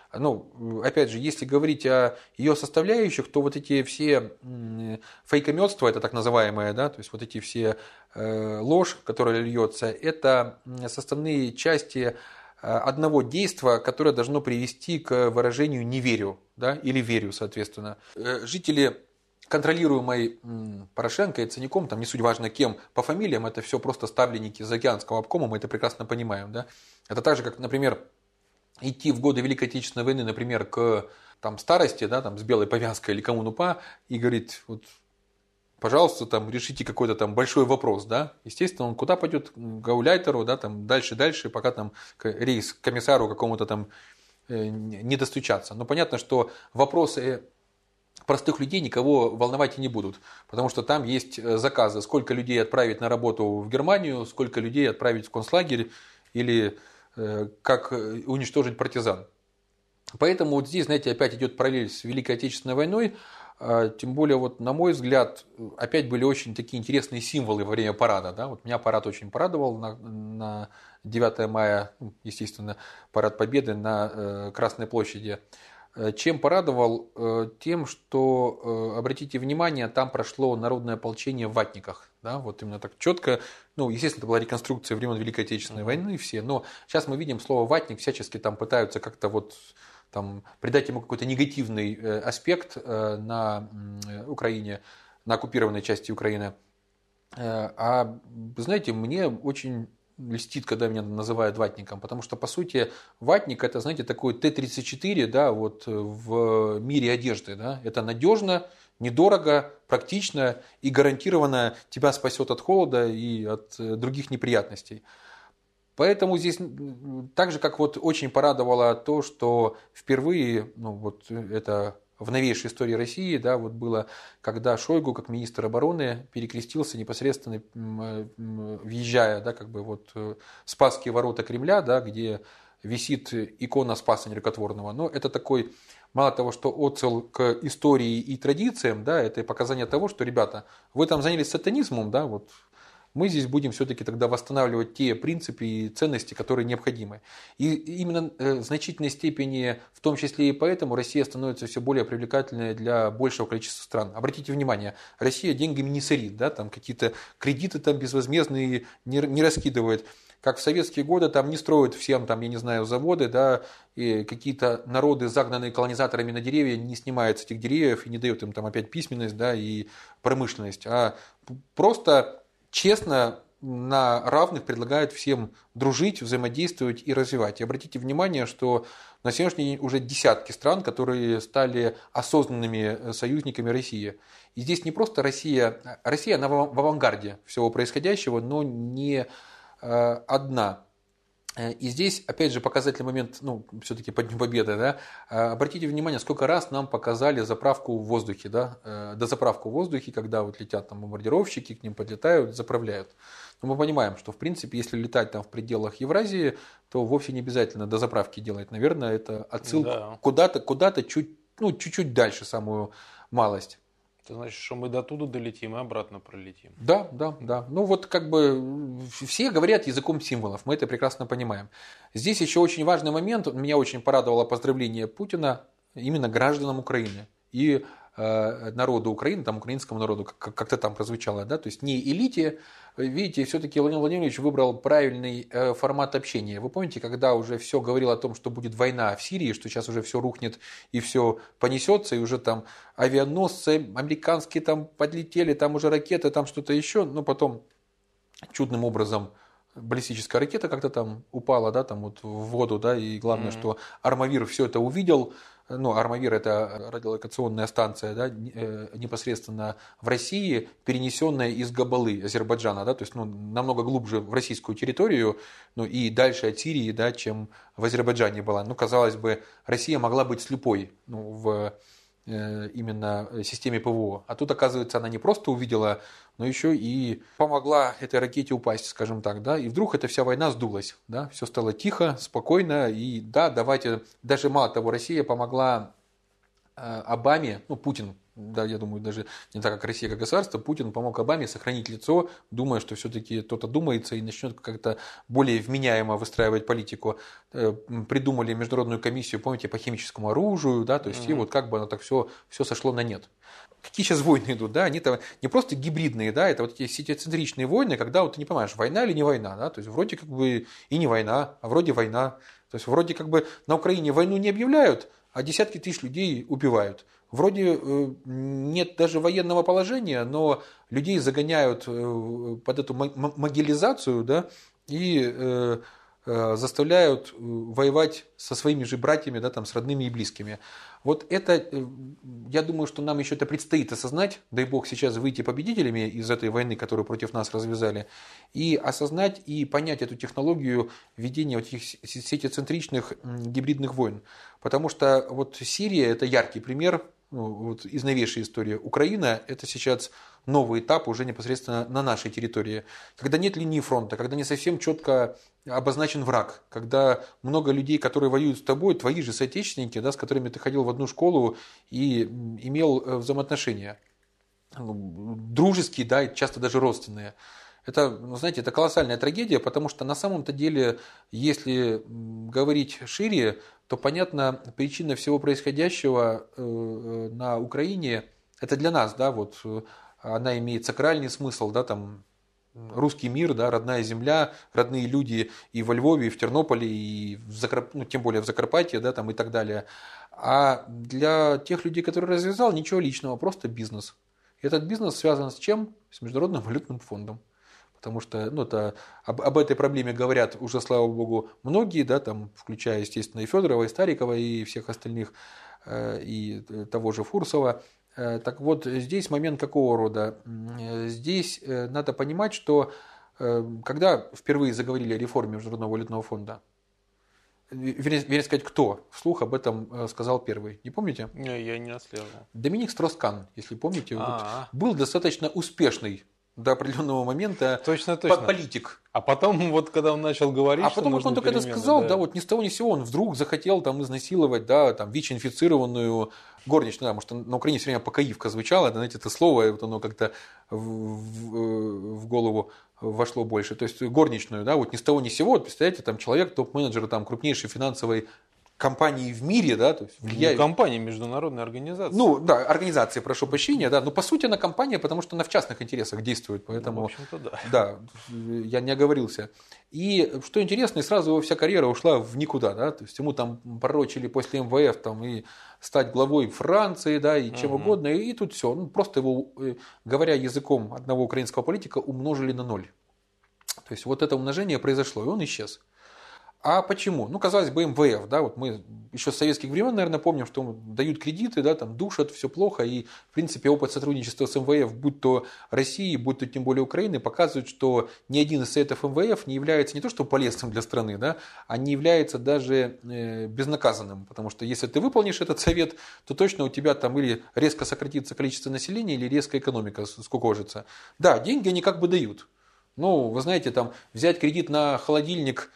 Ну, опять же, если говорить о ее составляющих, то вот эти все фейкометства, это так называемое, да, то есть вот эти все э, ложь, которая льется, это составные части одного действия, которое должно привести к выражению «не верю», да, или «верю», соответственно. Жители контролируемой Порошенко и Яценюком, там не суть важно кем, по фамилиям, это все просто ставленники заокеанского обкома, мы это прекрасно понимаем, да. Это так же, как, например, идти в годы Великой Отечественной войны, например, к там, старости, да, там, с белой повязкой или коммуну-па, и говорит, вот, пожалуйста, там, решите какой-то там большой вопрос, да, естественно, он куда пойдет? К гауляйтеру, да, там, дальше-дальше, пока там к рейс-комиссару какому-то там э, не достучаться. Но понятно, что вопросы простых людей никого волновать и не будут, потому что там есть заказы, сколько людей отправить на работу в Германию, сколько людей отправить в концлагерь или как уничтожить партизан. Поэтому вот здесь, знаете, опять идет параллель с Великой Отечественной войной. Тем более, вот, на мой взгляд, опять были очень такие интересные символы во время парада. Да? Вот меня парад очень порадовал на, на девятое мая, естественно, парад Победы на Красной площади. Чем порадовал? Тем, что, обратите внимание, там прошло народное ополчение в ватниках. Да, вот именно так четко. Ну, естественно, это была реконструкция времен Великой Отечественной войны все, но сейчас мы видим слово «ватник», всячески там пытаются как-то вот там придать ему какой-то негативный аспект на Украине, на оккупированной части Украины. А, знаете, мне очень льстит, когда меня называют ватником, потому что, по сути, ватник – это, знаете, такой Т тридцать четыре, да, вот в мире одежды, да, это надежно, недорого, практично и гарантированно тебя спасет от холода и от других неприятностей. Поэтому здесь так же, как вот очень порадовало то, что впервые, ну вот это в новейшей истории России, да, вот было, когда Шойгу, как министр обороны, перекрестился непосредственно, въезжая, да, как бы вот Спасские ворота Кремля, да, где висит икона Спаса Нерукотворного. Но это такой, мало того, что отсыл к истории и традициям, да, это показание того, что, ребята, вы там занялись сатанизмом, да, вот мы здесь будем все-таки тогда восстанавливать те принципы и ценности, которые необходимы. И именно в значительной степени, в том числе и поэтому, Россия становится все более привлекательной для большего количества стран. Обратите внимание, Россия деньгами не сорит, да, там какие-то кредиты там безвозмездные не, не раскидывает. Как в советские годы там не строят всем, там, я не знаю, заводы, да, и какие-то народы, загнанные колонизаторами на деревья, не снимают с этих деревьев и не дают им там опять письменность, да, и промышленность, а просто честно на равных предлагают всем дружить, взаимодействовать и развивать. И обратите внимание, что на сегодняшний день уже десятки стран, которые стали осознанными союзниками России. И здесь не просто Россия, Россия она в авангарде всего происходящего, но не одна. И здесь, опять же, показательный момент, ну, все-таки по Дню Победы, да, обратите внимание, сколько раз нам показали заправку в воздухе, да, дозаправку в воздухе, когда вот летят там бомбардировщики, к ним подлетают, заправляют. Но мы понимаем, что, в принципе, если летать там в пределах Евразии, то вовсе не обязательно дозаправки делать. Наверное, это отсылка да. куда-то, куда-то чуть, ну, чуть-чуть дальше, самую малость. Это значит, что мы до туда долетим и обратно пролетим. Да, да, да. Ну вот как бы все говорят языком символов, мы это прекрасно понимаем. Здесь еще очень важный момент, меня очень порадовало поздравление Путина именно гражданам Украины и э, народу Украины, там украинскому народу, как- как-то там прозвучало, да, то есть не элите. Видите, все-таки Владимир Владимирович выбрал правильный э, формат общения. Вы помните, когда уже все говорило о том, что будет война в Сирии, что сейчас уже все рухнет и все понесется, и уже там авианосцы американские там подлетели, там уже ракеты, там что-то еще, но потом чудным образом баллистическая ракета как-то там упала, да, там вот в воду, да, и главное, mm-hmm. что Армавир все это увидел. Ну, Армавир – это радиолокационная станция, да, непосредственно в России, перенесенная из Габалы, Азербайджана, да, то есть ну, намного глубже в российскую территорию, ну, и дальше от Сирии, да, чем в Азербайджане была. Ну, казалось бы, Россия могла быть слепой ну, в э, именно системе ПВО. А тут, оказывается, она не просто увидела, но еще и помогла этой ракете упасть, скажем так, да, и вдруг эта вся война сдулась, да, все стало тихо, спокойно, и да, давайте, даже мало того, Россия помогла э, Обаме, ну, Путин, да, я думаю, даже не так, как Россия, как государство, Путин помог Обаме сохранить лицо, думая, что все-таки кто-то думается и начнет как-то более вменяемо выстраивать политику. Э, придумали международную комиссию, помните, по химическому оружию, да, то есть, mm-hmm. и вот как бы оно так все, все сошло на нет. Какие сейчас войны идут, да, они-то не просто гибридные, да, это вот эти сетецентричные войны, когда вот ты не понимаешь, война или не война, да, то есть вроде как бы и не война, а вроде война, то есть вроде как бы на Украине войну не объявляют, а десятки тысяч людей убивают. Вроде нет даже военного положения, но людей загоняют под эту могилизацию, да, и заставляют воевать со своими же братьями, да, там, с родными и близкими. Вот это, я думаю, что нам еще это предстоит осознать, дай бог сейчас выйти победителями из этой войны, которую против нас развязали, и осознать и понять эту технологию ведения вот этих сетецентричных гибридных войн. Потому что вот Сирия – это яркий пример, ну, вот из новейшей истории. Украина – это сейчас новый этап уже непосредственно на нашей территории. Когда нет линии фронта, когда не совсем четко обозначен враг, когда много людей, которые воюют с тобой, твои же соотечественники, да, с которыми ты ходил в одну школу и имел взаимоотношения. Дружеские, да, часто даже родственные. Это, ну, знаете, это колоссальная трагедия, потому что на самом-то деле, если говорить шире, то понятно, причина всего происходящего на Украине, это для нас, да, вот она имеет сакральный смысл, да, там русский мир, да, родная земля, родные люди и во Львове, и в Тернополе, и в Закарп... ну, тем более в Закарпатье, да, там и так далее. А для тех людей, которые развязал, ничего личного, просто бизнес. И этот бизнес связан с чем? С Международным валютным фондом. Потому что ну, это, об, об этой проблеме говорят уже, слава богу, многие, да, там, включая, естественно, и Федорова, и Старикова, и всех остальных, э, и того же Фурсова. Э, так вот, здесь момент какого рода? Здесь э, надо понимать, что э, когда впервые заговорили о реформе Международного валютного фонда, вернее, вернее сказать, кто вслух об этом сказал первый, не помните? Не, я не отслеживал. Доминик Строс-Кан, если помните, вот, был достаточно успешный до определенного момента точно, точно. политик. А потом, вот когда он начал говорить, а потом, как он только это сказал, да. да, вот ни с того ни с сего он вдруг захотел там изнасиловать, да, там ВИЧ-инфицированную горничную, да, может, на Украине все время покоивка звучала, да, знаете, это слово, вот оно как-то в, в, в голову вошло больше. То есть горничную, да, вот ни с того ни с сего, вот, представляете, там человек, топ-менеджер там крупнейшей финансовой компании в мире, да, то есть влияет... Ну, компания, международная организация. Ну, да, организация, прошу прощения, да, но по сути она компания, потому что она в частных интересах действует, поэтому... Ну, в общем-то, да. Да, я не оговорился. И что интересно, и сразу его вся карьера ушла в никуда, да, то есть ему там пророчили после эм вэ эф там и стать главой Франции, да, и чем угу. угодно, и, и тут все, ну, просто его, говоря языком одного украинского политика, умножили на ноль. То есть вот это умножение произошло, и он исчез. А почему? Ну, казалось бы, эм вэ эф, да, вот мы еще с советских времен, наверное, помним, что дают кредиты, да, там душат, все плохо, и, в принципе, опыт сотрудничества с эм вэ эф, будь то России, будь то тем более Украины, показывает, что ни один из советов эм вэ эф не является не то что полезным для страны, да, а не является даже безнаказанным, потому что если ты выполнишь этот совет, то точно у тебя там или резко сократится количество населения, или резко экономика скукожится. Да, деньги они как бы дают. Ну, вы знаете, там взять кредит на холодильник,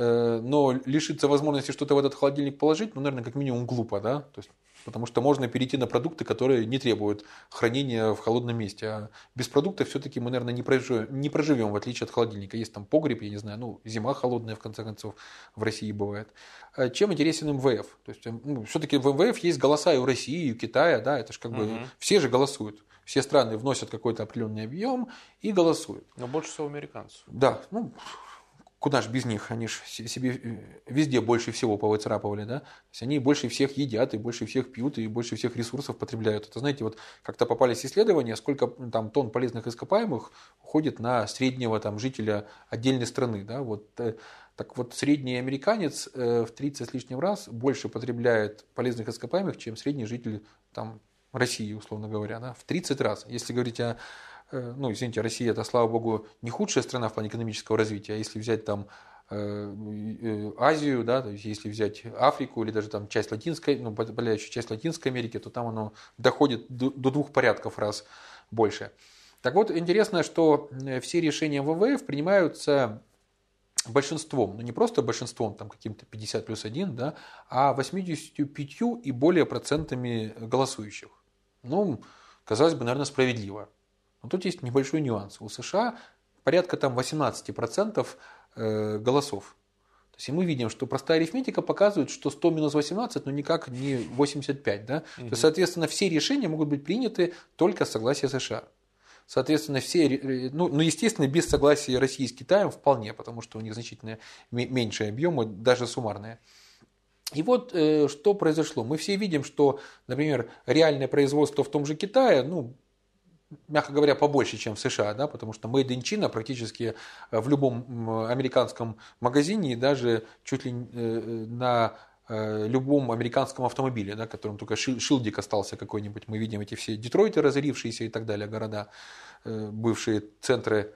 но лишиться возможности что-то в этот холодильник положить, ну, наверное, как минимум глупо, да, то есть, потому что можно перейти на продукты, которые не требуют хранения в холодном месте, а без продуктов все-таки мы, наверное, не проживем, не проживем, в отличие от холодильника. Есть там погреб, я не знаю, ну, зима холодная, в конце концов, в России бывает. Чем интересен эм вэ эф? То есть, ну, все-таки в эм вэ эф есть голоса и у России, и у Китая, да, это же как бы, угу. все же голосуют. Все страны вносят какой-то определенный объем и голосуют. Но больше всего американцев. Да, ну... Куда ж без них? Они же себе везде больше всего повыцарапывали, да? То есть они больше всех едят, и больше всех пьют, и больше всех ресурсов потребляют. Это, знаете, вот как-то попались исследования, сколько там тонн полезных ископаемых уходит на среднего там жителя отдельной страны, да? Вот, так вот, средний американец в тридцать с лишним раз больше потребляет полезных ископаемых, чем средний житель там России, условно говоря, да? В тридцать раз. Если говорить о Ну, извините, Россия это, слава богу, не худшая страна в плане экономического развития. А если взять там Азию, да, то есть если взять Африку или даже там часть латинской, ну, подавляющую часть Латинской Америки, то там оно доходит до, до двух порядков раз больше. Так вот, интересно, что все решения эм вэ эф принимаются большинством, ну не просто большинством, там каким-то пятьдесят плюс один, да, а восемьдесят пять и более процентами голосующих. Ну, казалось бы, наверное, справедливо. Но тут есть небольшой нюанс. У США порядка там восемнадцать процентов голосов. То есть и мы видим, что простая арифметика показывает, что сто минус восемнадцать, но никак не восемьдесят пять. Да? Угу. То есть, соответственно, все решения могут быть приняты только с согласия США. Соответственно, все, ну, ну, естественно, без согласия России с Китаем вполне, потому что у них значительно меньшие объемы, даже суммарные. И вот э, что произошло. Мы все видим, что, например, реальное производство в том же Китае, ну, мягко говоря, побольше, чем в США, да, потому что Made in China практически в любом американском магазине, даже чуть ли на любом американском автомобиле, да, которым только шилдик остался какой-нибудь. Мы видим эти все Детройты разорившиеся и так далее, города, бывшие центры,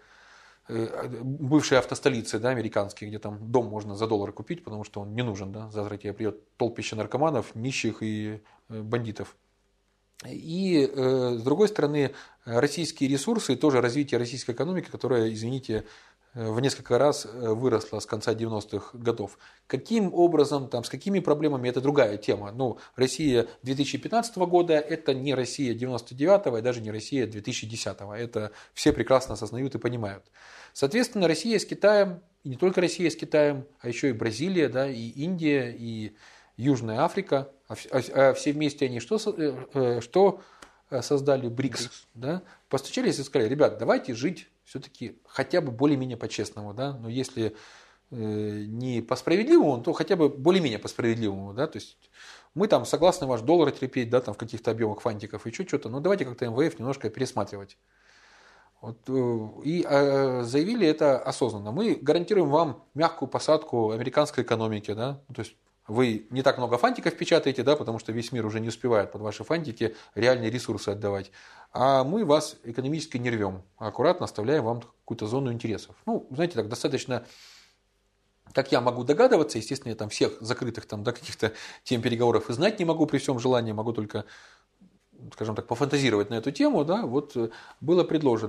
бывшие автостолицы, да, американские, где там дом можно за доллар купить, потому что он не нужен. Да, завтра тебе придет толпище наркоманов, нищих и бандитов. И, с другой стороны, российские ресурсы и тоже развитие российской экономики, которая, извините, в несколько раз выросла с конца девяностых годов. Каким образом, там, с какими проблемами, это другая тема. Ну, Россия две тысячи пятнадцатого года – это не Россия девяносто девятого и даже не Россия две тысячи десятого. Это все прекрасно осознают и понимают. Соответственно, Россия с Китаем, и не только Россия с Китаем, а еще и Бразилия, да, и Индия, и Южная Африка, а все вместе они что, что создали? БРИКС. БРИКС. Да? Постучались и сказали: ребят, давайте жить все-таки хотя бы более-менее по-честному. Да? Но если не по-справедливому, то хотя бы более-менее по-справедливому. Да? То есть мы там согласны ваш доллар терпеть, да, там в каких-то объемах фантиков и еще что-то, но давайте как-то эм вэ эф немножко пересматривать. Вот, и э, заявили это осознанно. Мы гарантируем вам мягкую посадку американской экономики. Да? То есть вы не так много фантиков печатаете, да, потому что весь мир уже не успевает под ваши фантики реальные ресурсы отдавать. А мы вас экономически не рвем, а аккуратно оставляем вам какую-то зону интересов. Ну, знаете, так достаточно, как я могу догадываться, естественно, я там всех закрытых там, да, каких-то тем переговоров и знать не могу при всем желании, могу только, скажем так, пофантазировать на эту тему, да, вот было предложено: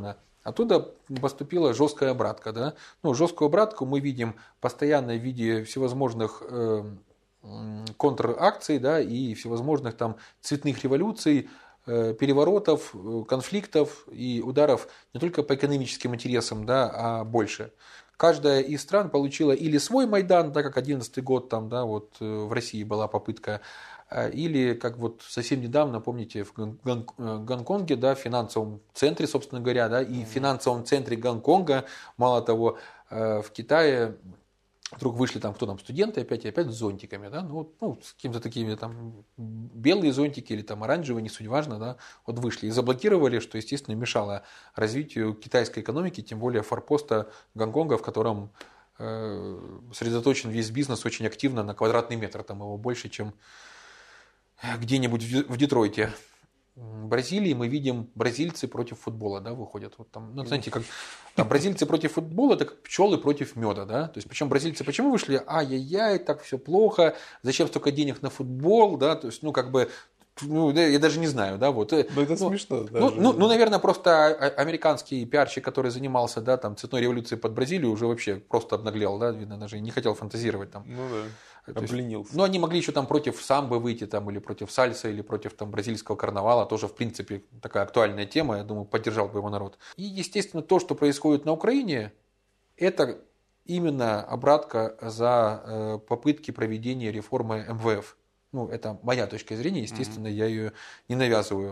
Оттуда поступила жесткая обратка. Да? Ну, жесткую обратку мы видим постоянно в виде всевозможных э, контракций, да, и всевозможных там цветных революций, э, переворотов, конфликтов и ударов не только по экономическим интересам, да, а больше. Каждая из стран получила или свой Майдан, да, как одиннадцатый год, там, да, вот в России была попытка, или как вот совсем недавно, помните, в Гонконге, да, в финансовом центре, собственно говоря, да, и в финансовом центре Гонконга, мало того, в Китае вдруг вышли там, кто там, студенты опять и опять с зонтиками, да, ну, ну с какими-то такими там белые зонтики или там оранжевые, не суть важно, да, вот вышли и заблокировали, что, естественно, мешало развитию китайской экономики, тем более форпоста Гонконга, в котором э, сосредоточен весь бизнес очень активно на квадратный метр, там его больше, чем где-нибудь в Детройте. В Бразилии мы видим бразильцы против футбола, да, выходят. Вот там, ну, знаете, как там, бразильцы против футбола, это как пчелы против меда, да. То есть, причем бразильцы почему вышли? Ай-яй-яй, так все плохо, зачем столько денег на футбол, да, то есть, ну, как бы, ну, я даже не знаю, да, вот. Ну, это ну, смешно даже. Ну, ну, ну, наверное, просто американский пиарщик, который занимался, да, там, цветной революцией под Бразилию, уже вообще просто обнаглел, да, видно, даже не хотел фантазировать там. Ну, да. Обленился. Ну, они могли еще там против самбо выйти, там, или против сальса, или против там, бразильского карнавала. Тоже, в принципе, такая актуальная тема. Я думаю, поддержал бы его народ. И, естественно, то, что происходит на Украине, это именно обратка за э, попытки проведения реформы эм вэ эф. Ну, это моя точка зрения, естественно, mm-hmm. я ее не навязываю.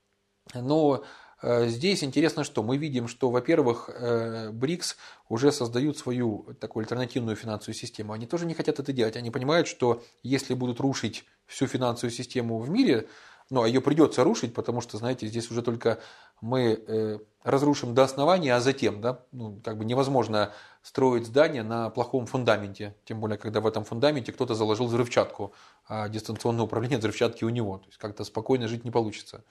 Но здесь интересно, что мы видим, что, во-первых, БРИКС уже создают свою такую альтернативную финансовую систему. Они тоже не хотят это делать. Они понимают, что если будут рушить всю финансовую систему в мире, ну, а ее придется рушить, потому что, знаете, здесь уже только мы разрушим до основания, а затем, да, ну, как бы невозможно строить здание на плохом фундаменте. Тем более, когда в этом фундаменте кто-то заложил взрывчатку, а дистанционное управление взрывчатки у него. То есть как-то спокойно жить не получится.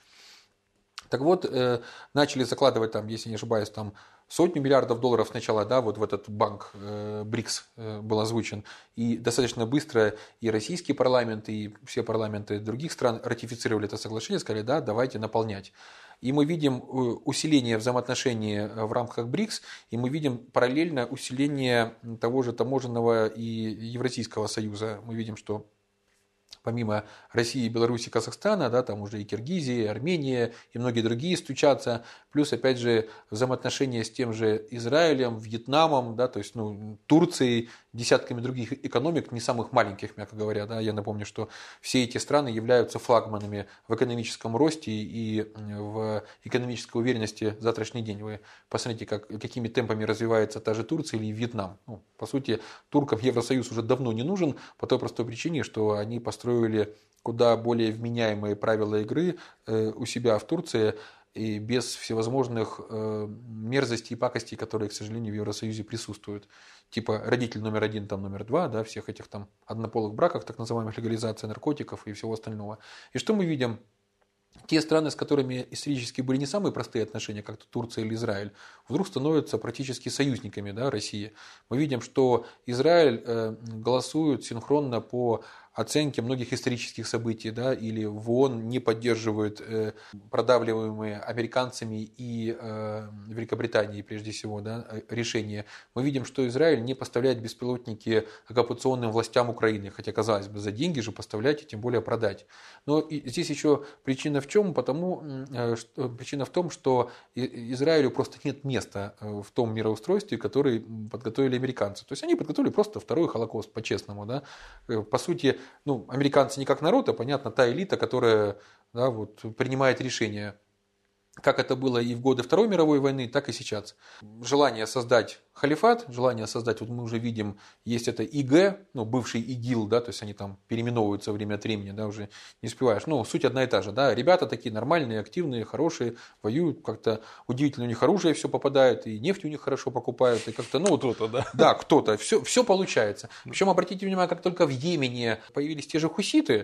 Так вот, э, начали закладывать там, если не ошибаюсь, там сотню миллиардов долларов сначала, да, вот в этот банк э, БРИКС э, был озвучен. И достаточно быстро и российский парламент, и все парламенты других стран ратифицировали это соглашение, сказали, да, давайте наполнять. И мы видим усиление взаимоотношений в рамках БРИКС, и мы видим параллельно усиление того же таможенного и Евразийского союза. Мы видим, что помимо России, Беларуси, Казахстана, да, там уже и Киргизия, и Армения, и многие другие стучатся. Плюс, опять же, взаимоотношения с тем же Израилем, Вьетнамом, да, то есть, ну, Турцией, десятками других экономик, не самых маленьких, мягко говоря. Да. Я напомню, что все эти страны являются флагманами в экономическом росте и в экономической уверенности в завтрашний день. Вы посмотрите, как, какими темпами развивается та же Турция или Вьетнам. Ну, по сути, туркам Евросоюз уже давно не нужен, по той простой причине, что они построили куда более вменяемые правила игры у себя в Турции и без всевозможных мерзостей и пакостей, которые, к сожалению, в Евросоюзе присутствуют. Типа родитель номер один, там номер два, да, всех этих там однополых браков, так называемых легализация наркотиков и всего остального. И что мы видим? Те страны, с которыми исторически были не самые простые отношения, как Турция или Израиль, вдруг становятся практически союзниками, да, России. Мы видим, что Израиль э, голосует синхронно по оценке многих исторических событий, да, или в ООН не поддерживают э, продавливаемые американцами и э, Великобританией, прежде всего, да, решения. Мы видим, что Израиль не поставляет беспилотники оккупационным властям Украины, хотя, казалось бы, за деньги же поставлять и тем более продать. Но и здесь еще причина в чем? Потому, э, что, причина в том, что Израилю просто нет места в том мироустройстве, который подготовили американцы. То есть они подготовили просто второй Холокост, по-честному, да. По сути, ну, американцы не как народ, а, понятно, та элита, которая, да, вот, принимает решения. Как это было и в годы Второй мировой войны, так и сейчас. Желание создать халифат, желание создать, вот мы уже видим, есть это ИГ, ну, бывший ИГИЛ, да, то есть они там переименовываются время от времени, да, уже не успеваешь. Ну, суть одна и та же, да, ребята такие нормальные, активные, хорошие, воюют, как-то удивительно у них оружие все попадает, и нефть у них хорошо покупают, и как-то, ну, кто-то, да. Да, кто-то, все, все получается. Причем, обратите внимание, как только в Йемене появились те же хуситы,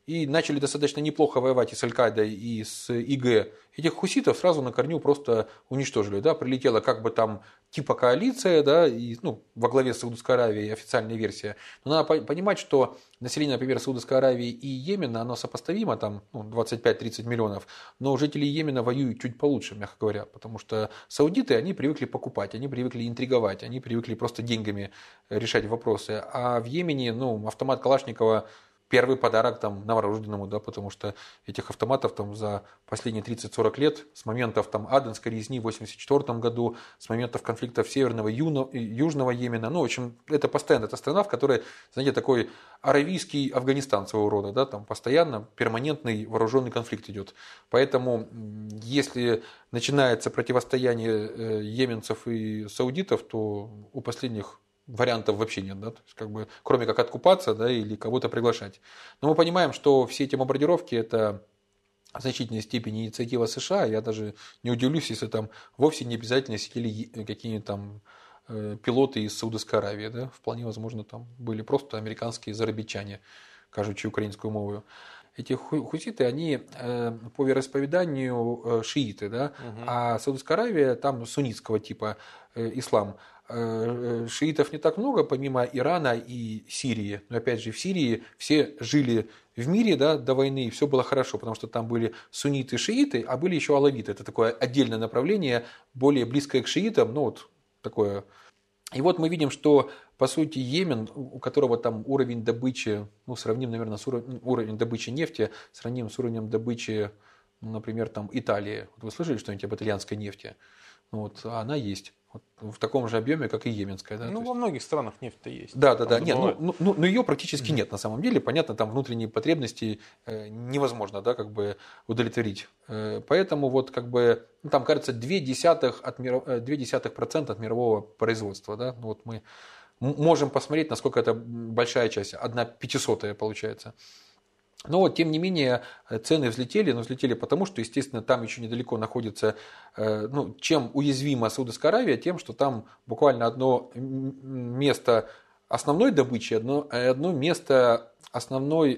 и начали достаточно неплохо воевать и с Аль-Каидой, и с ИГ, этих хуситов сразу на корню просто уничтожили. Да? Прилетела как бы там типа коалиция, да, и, ну, во главе Саудовской Аравии, официальная версия. Но надо понимать, что население, например, Саудовской Аравии и Йемена, оно сопоставимо, там, ну, двадцать пять-тридцать миллионов, но жители Йемена воюют чуть получше, мягко говоря, потому что саудиты, они привыкли покупать, они привыкли интриговать, они привыкли просто деньгами решать вопросы. А в Йемене, ну, автомат Калашникова первый подарок там новорожденному, да, потому что этих автоматов там за последние тридцать-сорок лет, с моментов там Аденской резни в восемьдесят четвёртом году, с моментов конфликтов Северного и Южного Йемена, ну, в общем, это постоянно, это страна, в которой, знаете, такой аравийский Афганистан своего рода, да, там постоянно перманентный вооруженный конфликт идет. Поэтому, если начинается противостояние йеменцев и саудитов, то у последних вариантов вообще нет, да, то есть, как бы, кроме как откупаться, да, или кого-то приглашать. Но мы понимаем, что все эти бомбардировки – это в значительной степени инициатива США. Я даже не удивлюсь, если там вовсе не обязательно сидели какие-нибудь там пилоты из Саудовской Аравии, да, вполне возможно, там были просто американские зарабичане, кажучи украинскую мову. Эти хуситы, они по вероисповеданию шииты, да, угу. А Саудовская Аравия там суннитского типа ислам. Шиитов не так много, помимо Ирана и Сирии. Но опять же, в Сирии все жили в мире, да, до войны, и все было хорошо, потому что там были сунниты и шииты, а были еще алавиты. Это такое отдельное направление, более близкое к шиитам, ну вот такое. И вот мы видим, что, по сути, Йемен, у которого там уровень добычи, ну, сравним, наверное, с уровнем, уровень добычи нефти, сравним с уровнем добычи, ну, например, там, Италии. Вот вы слышали что-нибудь об итальянской нефти? Ну, вот она есть. Вот, в таком же объеме, как и йеменская. Да? Ну, есть... во многих странах нефть-то есть. Да, да, да. Нет, ну, ну, ну, но ее практически mm-hmm. нет на самом деле. Понятно, там внутренние потребности э, невозможно, да, как бы удовлетворить. Э, поэтому вот как бы, ну, там, кажется, две десятых от мир... две десятых процента от мирового производства. Да? Ну, вот мы можем посмотреть, насколько это большая часть. Одна пятисотая получается. Но, тем не менее, цены взлетели, но взлетели потому, что, естественно, там еще недалеко находится, ну, чем уязвима Саудовская Аравия, тем, что там буквально одно место основной добычи, одно, одно место основной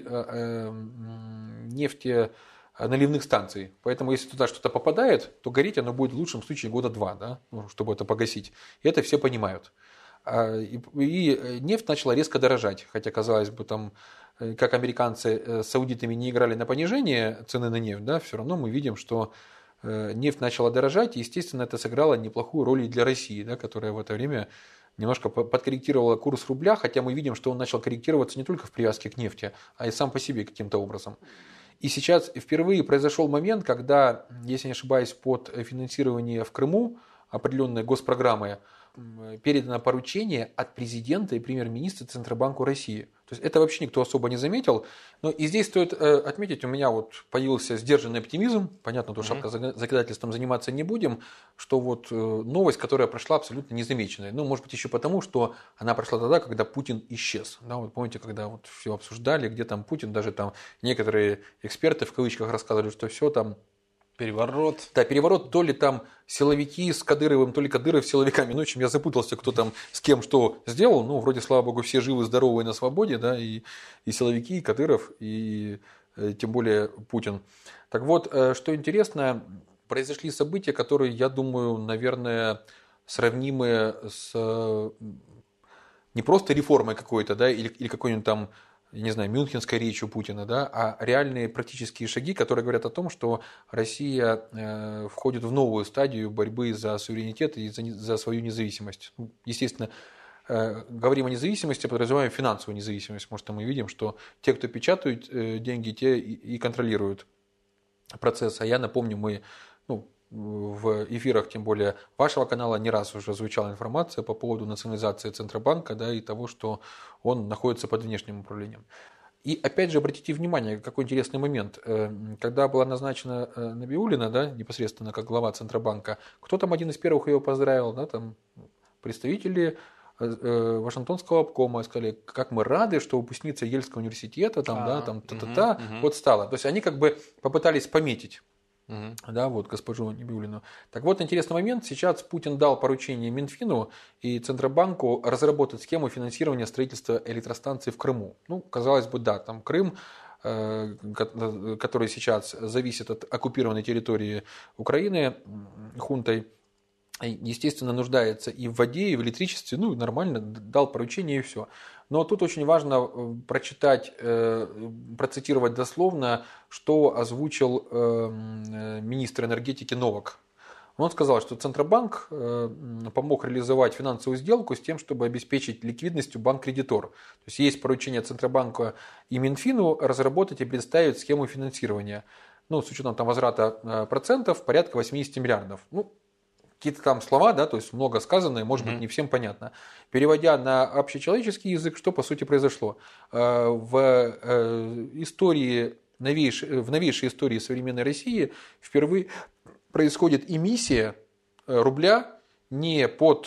нефтеналивных станций. Поэтому, если туда что-то попадает, то гореть оно будет в лучшем случае года два, да, чтобы это погасить. И это все понимают. И нефть начала резко дорожать, хотя, казалось бы, там, как американцы с саудитами не играли на понижение цены на нефть, да, все равно мы видим, что нефть начала дорожать, и, естественно, это сыграло неплохую роль и для России, да, которая в это время немножко подкорректировала курс рубля, хотя мы видим, что он начал корректироваться не только в привязке к нефти, а и сам по себе каким-то образом. И сейчас впервые произошел момент, когда, если не ошибаюсь, под финансирование в Крыму определенной госпрограммы передано поручение от президента и премьер-министра Центробанку России. То есть это вообще никто особо не заметил. Но и здесь стоит отметить, у меня вот появился сдержанный оптимизм. Понятно, что mm-hmm. законодательством заниматься не будем, что вот новость, которая прошла абсолютно незамеченной. Ну, может быть, еще потому, что она прошла тогда, когда Путин исчез. Да, вот помните, когда вот все обсуждали, где там Путин, даже там некоторые эксперты в кавычках рассказывали, что все там переворот. Да, переворот, то ли там силовики с Кадыровым, то ли Кадыров с силовиками. Ну, в общем, я запутался, кто там с кем что сделал. Ну, вроде, слава богу, все живы, здоровы и на свободе, да, и, и силовики, и Кадыров, и э, тем более Путин. Так вот, э, что интересно, произошли события, которые, я думаю, наверное, сравнимы с э, не просто реформой какой-то, да, или, или какой-нибудь там, не знаю, мюнхенской речью Путина, да, а реальные практические шаги, которые говорят о том, что Россия э, входит в новую стадию борьбы за суверенитет и за, за свою независимость. Естественно, э, говорим о независимости, подразумеваем финансовую независимость, потому что мы видим, что те, кто печатают э, деньги, те и, и контролируют процесс. А я напомню, мы, ну, в эфирах, тем более вашего канала, не раз уже звучала информация по поводу национализации Центробанка, да, и того, что он находится под внешним управлением. И опять же, обратите внимание, какой интересный момент. Когда была назначена Набиуллина, да, непосредственно как глава Центробанка, кто там один из первых ее поздравил? Да, там представители Вашингтонского обкома сказали, как мы рады, что выпускница Ельского университета, там, а, да, там, та-та-та, угу, вот стала. То есть они как бы попытались пометить. Uh-huh. Да, вот госпожу Набиуллину. Так вот, интересный момент. Сейчас Путин дал поручение Минфину и Центробанку разработать схему финансирования строительства электростанций в Крыму. Ну, казалось бы, да, там Крым который сейчас зависит от оккупированной территории Украины хунтой, естественно, нуждается и в воде, и в электричестве, ну, нормально, дал поручение и все. Но тут очень важно прочитать, процитировать дословно, что озвучил министр энергетики Новак. Он сказал, что Центробанк помог реализовать финансовую сделку с тем, чтобы обеспечить ликвидностью банк-кредитор. То есть есть поручение Центробанка и Минфину разработать и представить схему финансирования. Ну, с учетом там возврата процентов порядка восемьдесят миллиардов. Ну, какие-то там слова, да, то есть много сказанное, может быть, не всем понятно. Переводя на общечеловеческий язык, что по сути произошло? В истории, новейшей, в новейшей истории современной России впервые происходит эмиссия рубля не под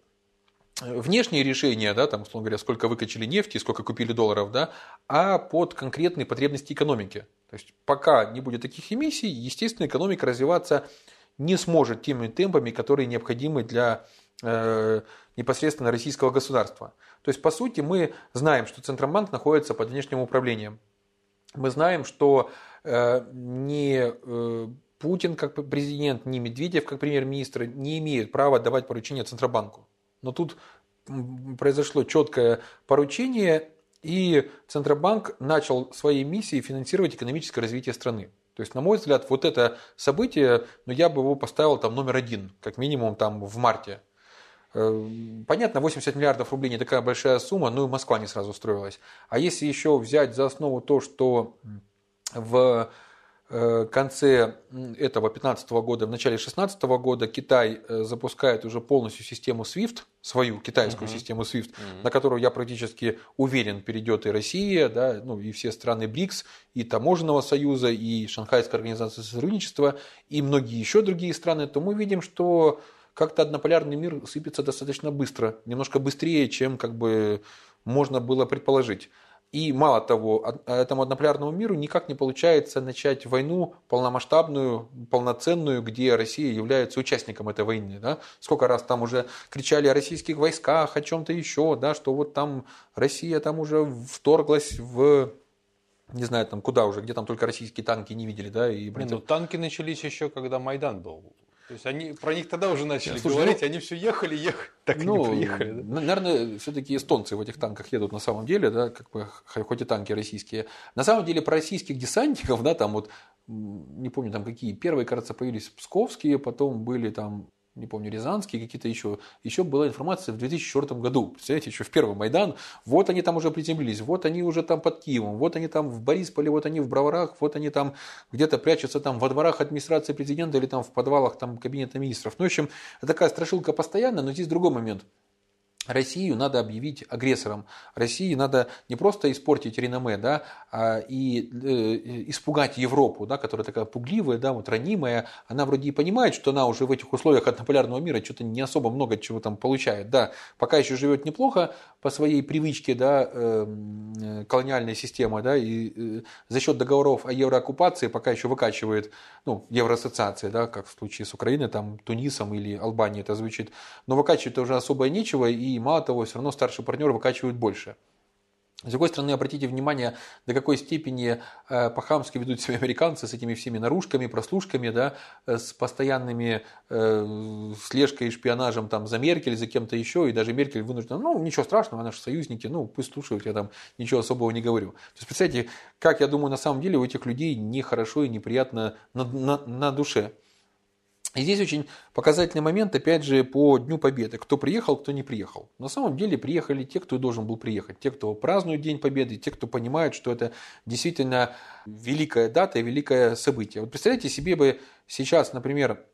внешние решения, да, там, условно говоря, сколько выкачали нефти, сколько купили долларов, да, а под конкретные потребности экономики. То есть пока не будет таких эмиссий, естественно, экономика развиваться не сможет теми темпами, которые необходимы для э, непосредственно российского государства. То есть, по сути, мы знаем, что Центробанк находится под внешним управлением. Мы знаем, что э, не э, Путин как президент, ни Медведев как премьер-министр не имеют права давать поручения Центробанку. Но тут произошло четкое поручение, и Центробанк начал своей миссией финансировать экономическое развитие страны. То есть, на мой взгляд, вот это событие, ну, я бы его поставил там номер один, как минимум там в марте. Понятно, восемьдесят миллиардов рублей не такая большая сумма, но и Москва не сразу строилась. А если еще взять за основу то, что в конце этого пятнадцатого года, в начале шестнадцатого года Китай запускает уже полностью систему свифт, свою китайскую uh-huh. систему свифт, uh-huh. на которую, я практически уверен, перейдет и Россия, да, ну, и все страны БРИКС, и Таможенного союза, и Шанхайская организация сотрудничества, и многие еще другие страны, то мы видим, что как-то однополярный мир сыпется достаточно быстро, немножко быстрее, чем как бы можно было предположить. И мало того, этому однополярному миру никак не получается начать войну полномасштабную, полноценную, где Россия является участником этой войны. Да? Сколько раз там уже кричали о российских войсках, о чем-то еще, да, что вот там Россия там уже вторглась в... Не знаю, там куда уже, где там только российские танки не видели, да? И... Не, ну, танки начались еще, когда Майдан был. То есть они про них тогда уже начали Слушай, говорить, ну, они все ехали, ехали, так и ну, не приехали. Да? Наверное, все-таки эстонцы в этих танках едут на самом деле, да, как бы, хоть и танки российские. На самом деле про российских десантников, да, там вот, не помню, там какие, первые, кажется, появились псковские, потом были там, не помню, рязанские, какие-то еще. Еще была информация в две тысячи четвёртом году. Представляете, еще в первый Майдан. Вот они там уже приземлились, вот они уже там под Киевом, вот они там в Борисполе, вот они в Броварах, вот они там где-то прячутся там во дворах администрации президента или там в подвалах там кабинета министров. Ну, в общем, такая страшилка постоянная, но здесь другой момент. Россию надо объявить агрессором. России надо не просто испортить реноме, да, а и э, испугать Европу, да, которая такая пугливая, да, вот ранимая. Она вроде и понимает, что она уже в этих условиях однополярного мира что-то не особо много чего там получает. Да, пока еще живет неплохо по своей привычке, да, э, колониальной системы, да, и э, за счет договоров о еврооккупации пока еще выкачивает, ну, евроассоциация, да, как в случае с Украиной, там, Тунисом или Албанией это звучит. Но выкачивать уже особо нечего, и И мало того, все равно старший партнер выкачивает больше. С другой стороны, обратите внимание, до какой степени по-хамски ведут себя американцы с этими всеми наружками, прослушками, да, с постоянными э, слежкой и шпионажем там, за Меркель, за кем-то еще, и даже Меркель вынуждена, ну, ничего страшного, наши союзники, ну, пусть слушают, я там ничего особого не говорю. То есть, представьте, как, я думаю, на самом деле у этих людей нехорошо и неприятно на, на, на душе. И здесь очень показательный момент, опять же, по Дню Победы. Кто приехал, кто не приехал. На самом деле приехали те, кто должен был приехать. Те, кто празднует День Победы, те, кто понимает, что это действительно великая дата и великое событие. Вот представляете себе бы сейчас, например,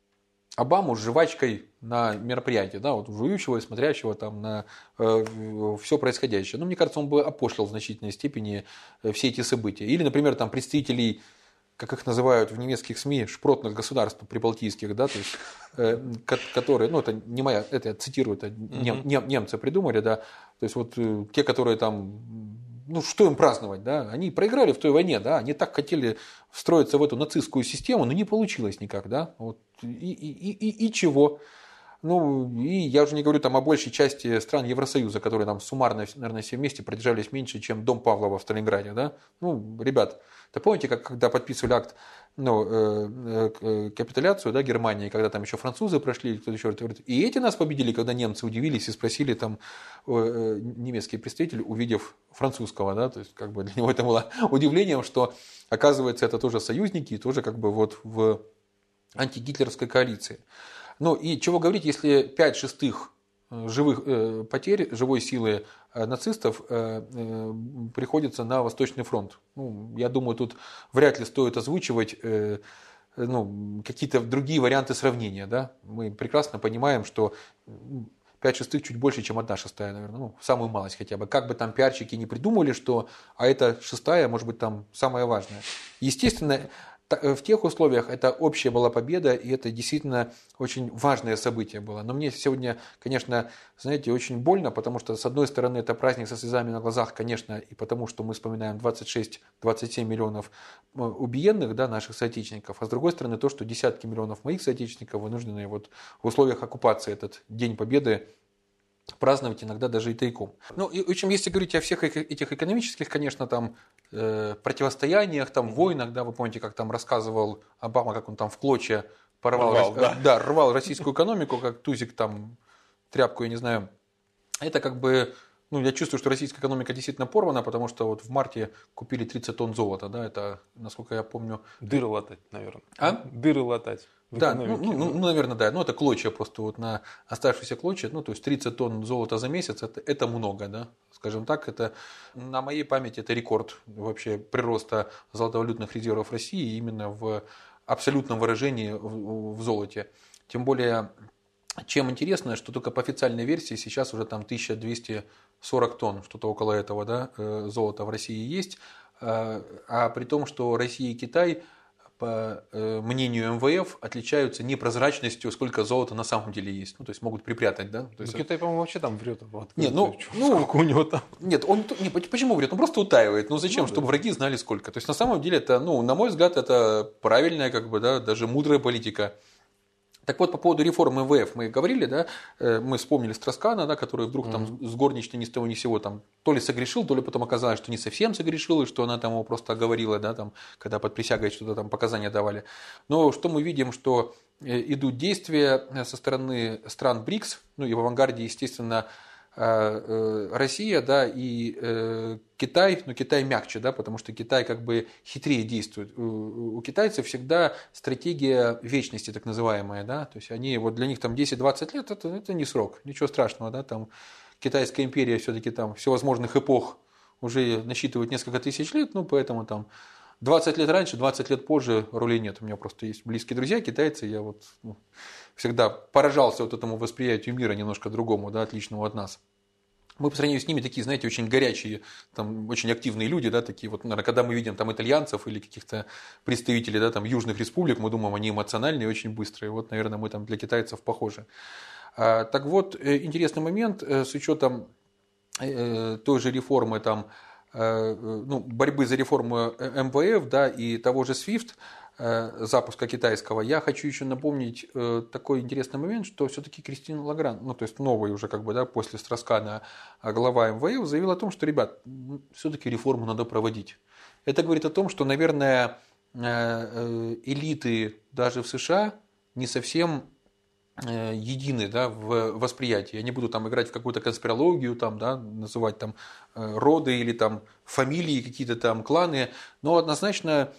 Обаму с жвачкой на мероприятии, да, вот жующего и смотрящего там на э, все происходящее. Ну, мне кажется, он бы опошлил в значительной степени все эти события. Или, например, там представителей, как их называют в немецких СМИ, шпротных государств прибалтийских, да, то есть, э, которые, ну, это не моя, это я цитирую, это нем, нем, немцы придумали, да, то есть, вот э, те, которые там, ну, что им праздновать, да, они проиграли в той войне, да, они так хотели встроиться в эту нацистскую систему, но не получилось никак, да, вот, и, и, и, и чего? Ну, и я уже не говорю там о большей части стран Евросоюза, которые там суммарно, наверное, все вместе продержались меньше, чем дом Павлова в Сталинграде, да? Ну, ребят, да помните, как когда подписывали акт, ну, э, э, капитуляцию, да, Германии, когда там еще французы прошли, кто-то еще говорит, и эти нас победили, когда немцы удивились и спросили там э, немецкий представитель, увидев французского, да, то есть как бы для него это было удивлением, что оказывается это тоже союзники и тоже как бы вот в антигитлеровской коалиции. Ну и чего говорить, если пять шестых живых э, потерь, живой силы э, нацистов э, э, приходится на Восточный фронт. Ну, я думаю, тут вряд ли стоит озвучивать э, ну, какие-то другие варианты сравнения. Да? Мы прекрасно понимаем, что пять шестых чуть больше, чем одна шестая, наверное, ну, самую малость хотя бы. Как бы там пиарщики не придумали, что, а это шестая, может быть, там самая важная. Естественно, в тех условиях это общая была победа, и это действительно очень важное событие было. Но мне сегодня, конечно, знаете, очень больно, потому что, с одной стороны, это праздник со слезами на глазах, конечно, и потому что мы вспоминаем двадцать шесть - двадцать семь миллионов убиенных, да, наших соотечественников, а с другой стороны, то, что десятки миллионов моих соотечественников вынуждены вот в условиях оккупации этот День Победы праздновать иногда даже и тайком. Ну, и, в общем, если говорить о всех этих экономических, конечно, там э, противостояниях, там войнах, да, вы помните, как там рассказывал Обама, как он там в клочья порвал, рвал, рас... да. Да, рвал российскую экономику, как тузик там тряпку, я не знаю. Это как бы, ну, я чувствую, что российская экономика действительно порвана, потому что вот в марте купили тридцать тонн золота, да, это, насколько я помню... Дыры латать, наверное. А? Дыры латать. Да, ну, ну, ну, наверное, да. Ну, это клочья просто вот на оставшиеся клочья. Ну, то есть тридцать тонн золота за месяц это, это много, да. Скажем так, это на моей памяти это рекорд вообще прироста золотовалютных резервов России именно в абсолютном выражении в, в золоте. Тем более, чем интересно, что только по официальной версии сейчас уже там тысяча двести сорок тонн, что-то около этого, да, золота в России есть. А при том, что Россия и Китай, по мнению эм вэ эф, отличаются непрозрачностью, сколько золота на самом деле есть. Ну, то есть могут припрятать, да? То есть, ну, Китай, по-моему, вообще там врет. Вот, нет, ну, ну, сколько у него там? Нет, он не, почему врет? Он просто утаивает. Ну зачем? Ну, чтобы да. враги знали сколько. То есть на самом деле это, ну, на мой взгляд, это правильная, как бы, да, даже мудрая политика. Так вот, по поводу реформы эм вэ эф мы говорили, да, мы вспомнили Строскана, да, который вдруг mm-hmm. там с горничной ни с того ни с сего там то ли согрешил, то ли потом оказалось, что не совсем согрешил, и что она там его просто оговорила, да, там, когда под присягой что-то там показания давали. Но что мы видим, что идут действия со стороны стран БРИКС, ну и в авангарде, естественно, Россия, да, и э, Китай, но Китай мягче, да, потому что Китай как бы хитрее действует. У, у китайцев всегда стратегия вечности, так называемая, да, то есть они, вот для них там десять-двадцать лет, это, это не срок, ничего страшного, да, там Китайская империя все-таки там всевозможных эпох уже насчитывает несколько тысяч лет, ну, поэтому там двадцать лет раньше, двадцать лет позже ролей нет. У меня просто есть близкие друзья, китайцы, я вот ну, всегда поражался вот этому восприятию мира немножко другому, да, отличному от нас. Мы по сравнению с ними такие, знаете, очень горячие, там, очень активные люди, да, такие вот, наверное, когда мы видим там итальянцев или каких-то представителей, да, там, южных республик, мы думаем, они эмоциональные, очень быстрые. Вот, наверное, мы там для китайцев похожи. А, так вот, интересный момент, с учетом э, той же реформы, там, э, ну, борьбы за реформу эм вэ эф, да, и того же свифт, запуска китайского, я хочу еще напомнить э, такой интересный момент, что все-таки Кристин Лагран, ну то есть новый уже как бы, да, после Строскана глава эм вэ эф заявил о том, что, ребят, все-таки реформу надо проводить. Это говорит о том, что, наверное, э, элиты даже в США не совсем э, едины, да, в восприятии. Я не буду там играть в какую-то конспирологию, там, да, называть там э, роды или там фамилии, какие-то там кланы, но однозначно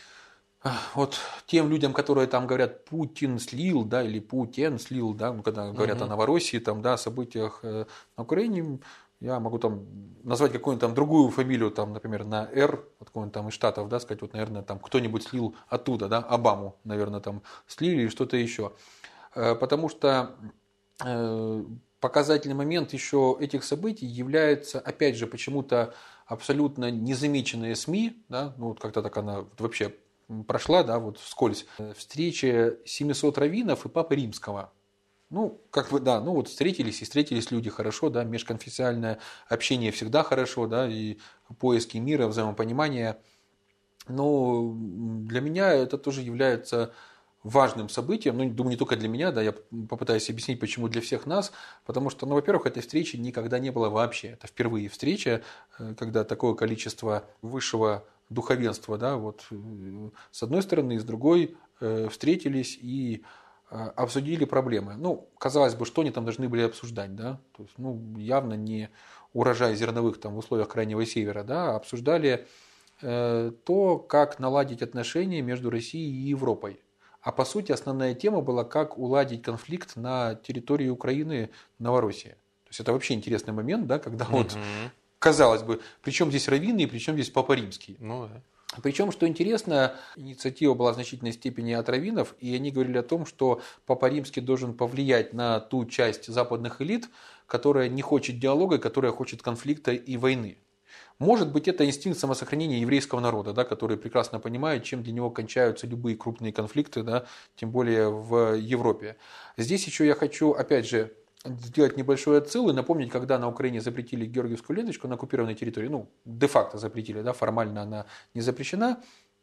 вот тем людям, которые там говорят Путин слил, да, или Путин слил, да, когда говорят угу. о Новороссии, там, да, событиях на Украине, я могу там назвать какую-нибудь там другую фамилию, там, например, на «Р», вот какой-нибудь там из Штатов, да, сказать, вот, наверное, там кто-нибудь слил оттуда, да, Обаму, наверное, там слили или что-то еще. Потому что показательный момент еще этих событий является, опять же, почему-то абсолютно незамеченная СМИ, да, ну вот как-то так она вообще прошла, да, вот вскользь, встреча семисот раввинов и Папы Римского. Ну, как бы, да, ну вот встретились и встретились люди хорошо, да, межконфессиональное общение всегда хорошо, да, и поиски мира, взаимопонимания. Но для меня это тоже является важным событием, ну, думаю, не только для меня, да, я попытаюсь объяснить, почему для всех нас, потому что, ну, во-первых, этой встречи никогда не было вообще, это впервые встреча, когда такое количество высшего духовенства, да, вот с одной стороны, и с другой встретились и обсудили проблемы. Ну, казалось бы, что они там должны были обсуждать, да, то есть, ну, явно не урожай зерновых там в условиях Крайнего Севера, да, а обсуждали э, то, как наладить отношения между Россией и Европой. А по сути основная тема была, как уладить конфликт на территории Украины, Новороссии. То есть это вообще интересный момент, да, когда угу. вот, казалось бы, причем здесь раввины и причем здесь Папа Римский. Ну да. Причем, что интересно, инициатива была в значительной степени от раввинов, и они говорили о том, что Папа Римский должен повлиять на ту часть западных элит, которая не хочет диалога, которая хочет конфликта и войны. Может быть, это инстинкт самосохранения еврейского народа, да, который прекрасно понимает, чем для него кончаются любые крупные конфликты, да, тем более в Европе. Здесь еще я хочу, опять же, сделать небольшой отсыл и напомнить, когда на Украине запретили георгиевскую ленточку на оккупированной территории, ну, де-факто запретили, да, формально она не запрещена,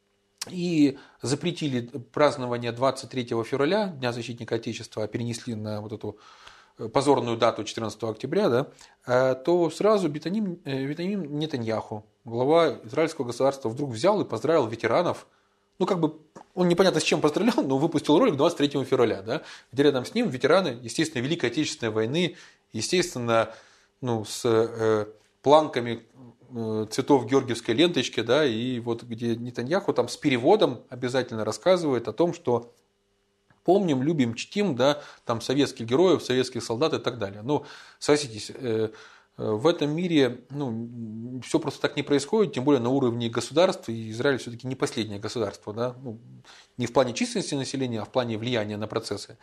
и запретили празднование двадцать третьего февраля, Дня защитника Отечества, перенесли на вот эту позорную дату четырнадцатого октября, да, то сразу Беньямин Нетаньяху, глава израильского государства, вдруг взял и поздравил ветеранов. Ну, как бы, он непонятно с чем поздравлял, но выпустил ролик двадцать третьего февраля, да, где рядом с ним ветераны, естественно, Великой Отечественной войны, естественно, ну, с э, планками э, цветов георгиевской ленточки, да, и вот где Нетаньяху там с переводом обязательно рассказывает о том, что помним, любим, чтим, да, там советских героев, советских солдат и так далее. Ну, согласитесь, э, в этом мире, ну, все просто так не происходит, тем более на уровне государств, и Израиль все-таки не последнее государство, да, ну, не в плане численности населения, а в плане влияния на процессы.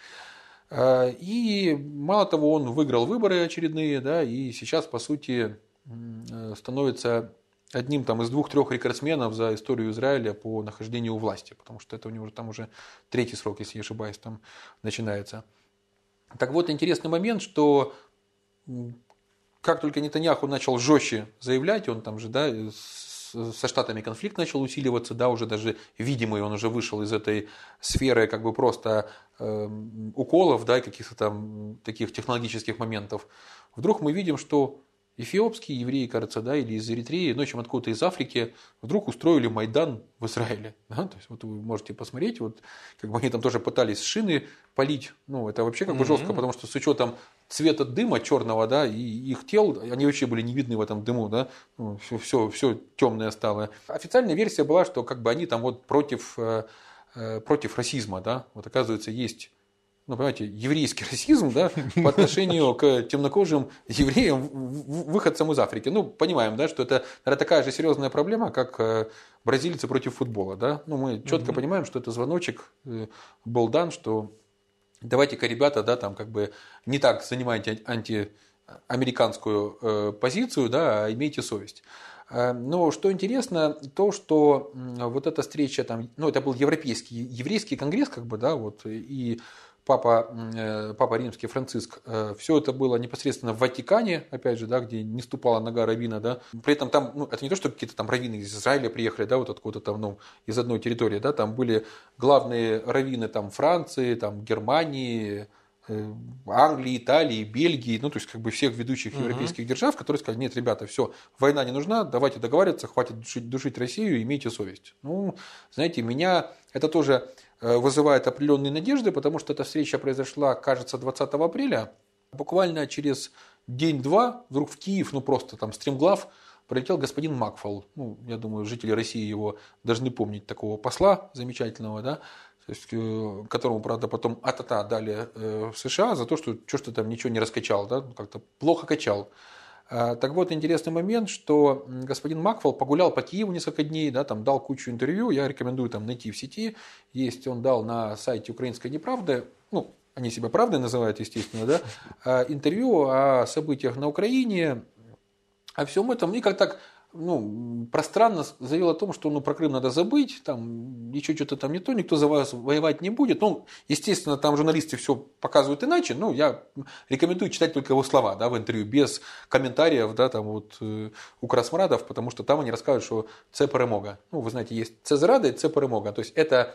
И мало того, он выиграл выборы очередные, да, и сейчас, по сути, становится одним там, из двух-трех рекордсменов за историю Израиля по нахождению у власти, потому что это у него там уже третий срок, если не ошибаюсь, там начинается. Так вот, интересный момент, что как только Нетаньяху начал жестче заявлять, он там же, да, со Штатами конфликт начал усиливаться, да, уже даже видимый, он уже вышел из этой сферы как бы просто э, уколов, да, каких-то там таких технологических моментов. Вдруг мы видим, что эфиопские евреи, кажется, да, или из Эритреи, ну, чем откуда-то из Африки, вдруг устроили Майдан в Израиле. Да? То есть вот вы можете посмотреть, вот, как бы они там тоже пытались шины полить. Ну, это вообще как бы mm-hmm. жестко, потому что с учетом цвета дыма черного, да, и их тел, они вообще были не видны в этом дыму, да, ну, все, все, все темное стало. Официальная версия была, что как бы они там вот против, э, против расизма, да, вот оказывается есть, ну, понимаете, еврейский расизм, да, по отношению к темнокожим евреям, выходцам из Африки. Ну, понимаем, да, что это, наверное, такая же серьезная проблема, как бразильцы против футбола, да. Ну, мы четко mm-hmm. понимаем, что это звоночек был дан, что давайте-ка, ребята, да, там как бы не так занимайте антиамериканскую позицию, да, а имейте совесть. Но что интересно, то, что вот эта встреча, там, ну, это был европейский, еврейский конгресс, как бы, да, вот, и Папа, Папа Римский Франциск, все это было непосредственно в Ватикане, опять же, да, где не ступала нога раввина, да. При этом там, ну, это не то, что какие-то там раввины из Израиля приехали, да, вот откуда-то там, ну, из одной территории, да, там были главные раввины там Франции, там Германии, Англии, Италии, Бельгии, ну, то есть, как бы всех ведущих uh-huh. европейских держав, которые сказали, нет, ребята, все, война не нужна, давайте договариваться, хватит душить, душить Россию, имейте совесть. Ну, знаете, меня это тоже вызывает определенные надежды, потому что эта встреча произошла, кажется, двадцатого апреля. Буквально через день-два вдруг в Киев, ну, просто там стремглав, прилетел господин Макфол. Ну, я думаю, жители России его должны помнить, такого посла замечательного, да, то есть, которому, правда, потом а-та-та дали в США за то, что что-то там ничего не раскачал, да, как-то плохо качал. Так вот, интересный момент, что господин Макфол погулял по Киеву несколько дней, да, там дал кучу интервью, я рекомендую там найти в сети, есть, он дал на сайте «Украинской неправды», ну, они себя правдой называют, естественно, да, интервью о событиях на Украине, о всем этом, и как так, ну, пространно заявил о том, что, ну, про Крым надо забыть, там ничего что-то там не то, никто за вас воевать не будет. Ну, естественно, там журналисты все показывают иначе, но я рекомендую читать только его слова, да, в интервью, без комментариев, да, там вот э, у Красмрадов, потому что там они рассказывают, что це перемога. Ну, вы знаете, есть це зрада и це перемога. То есть это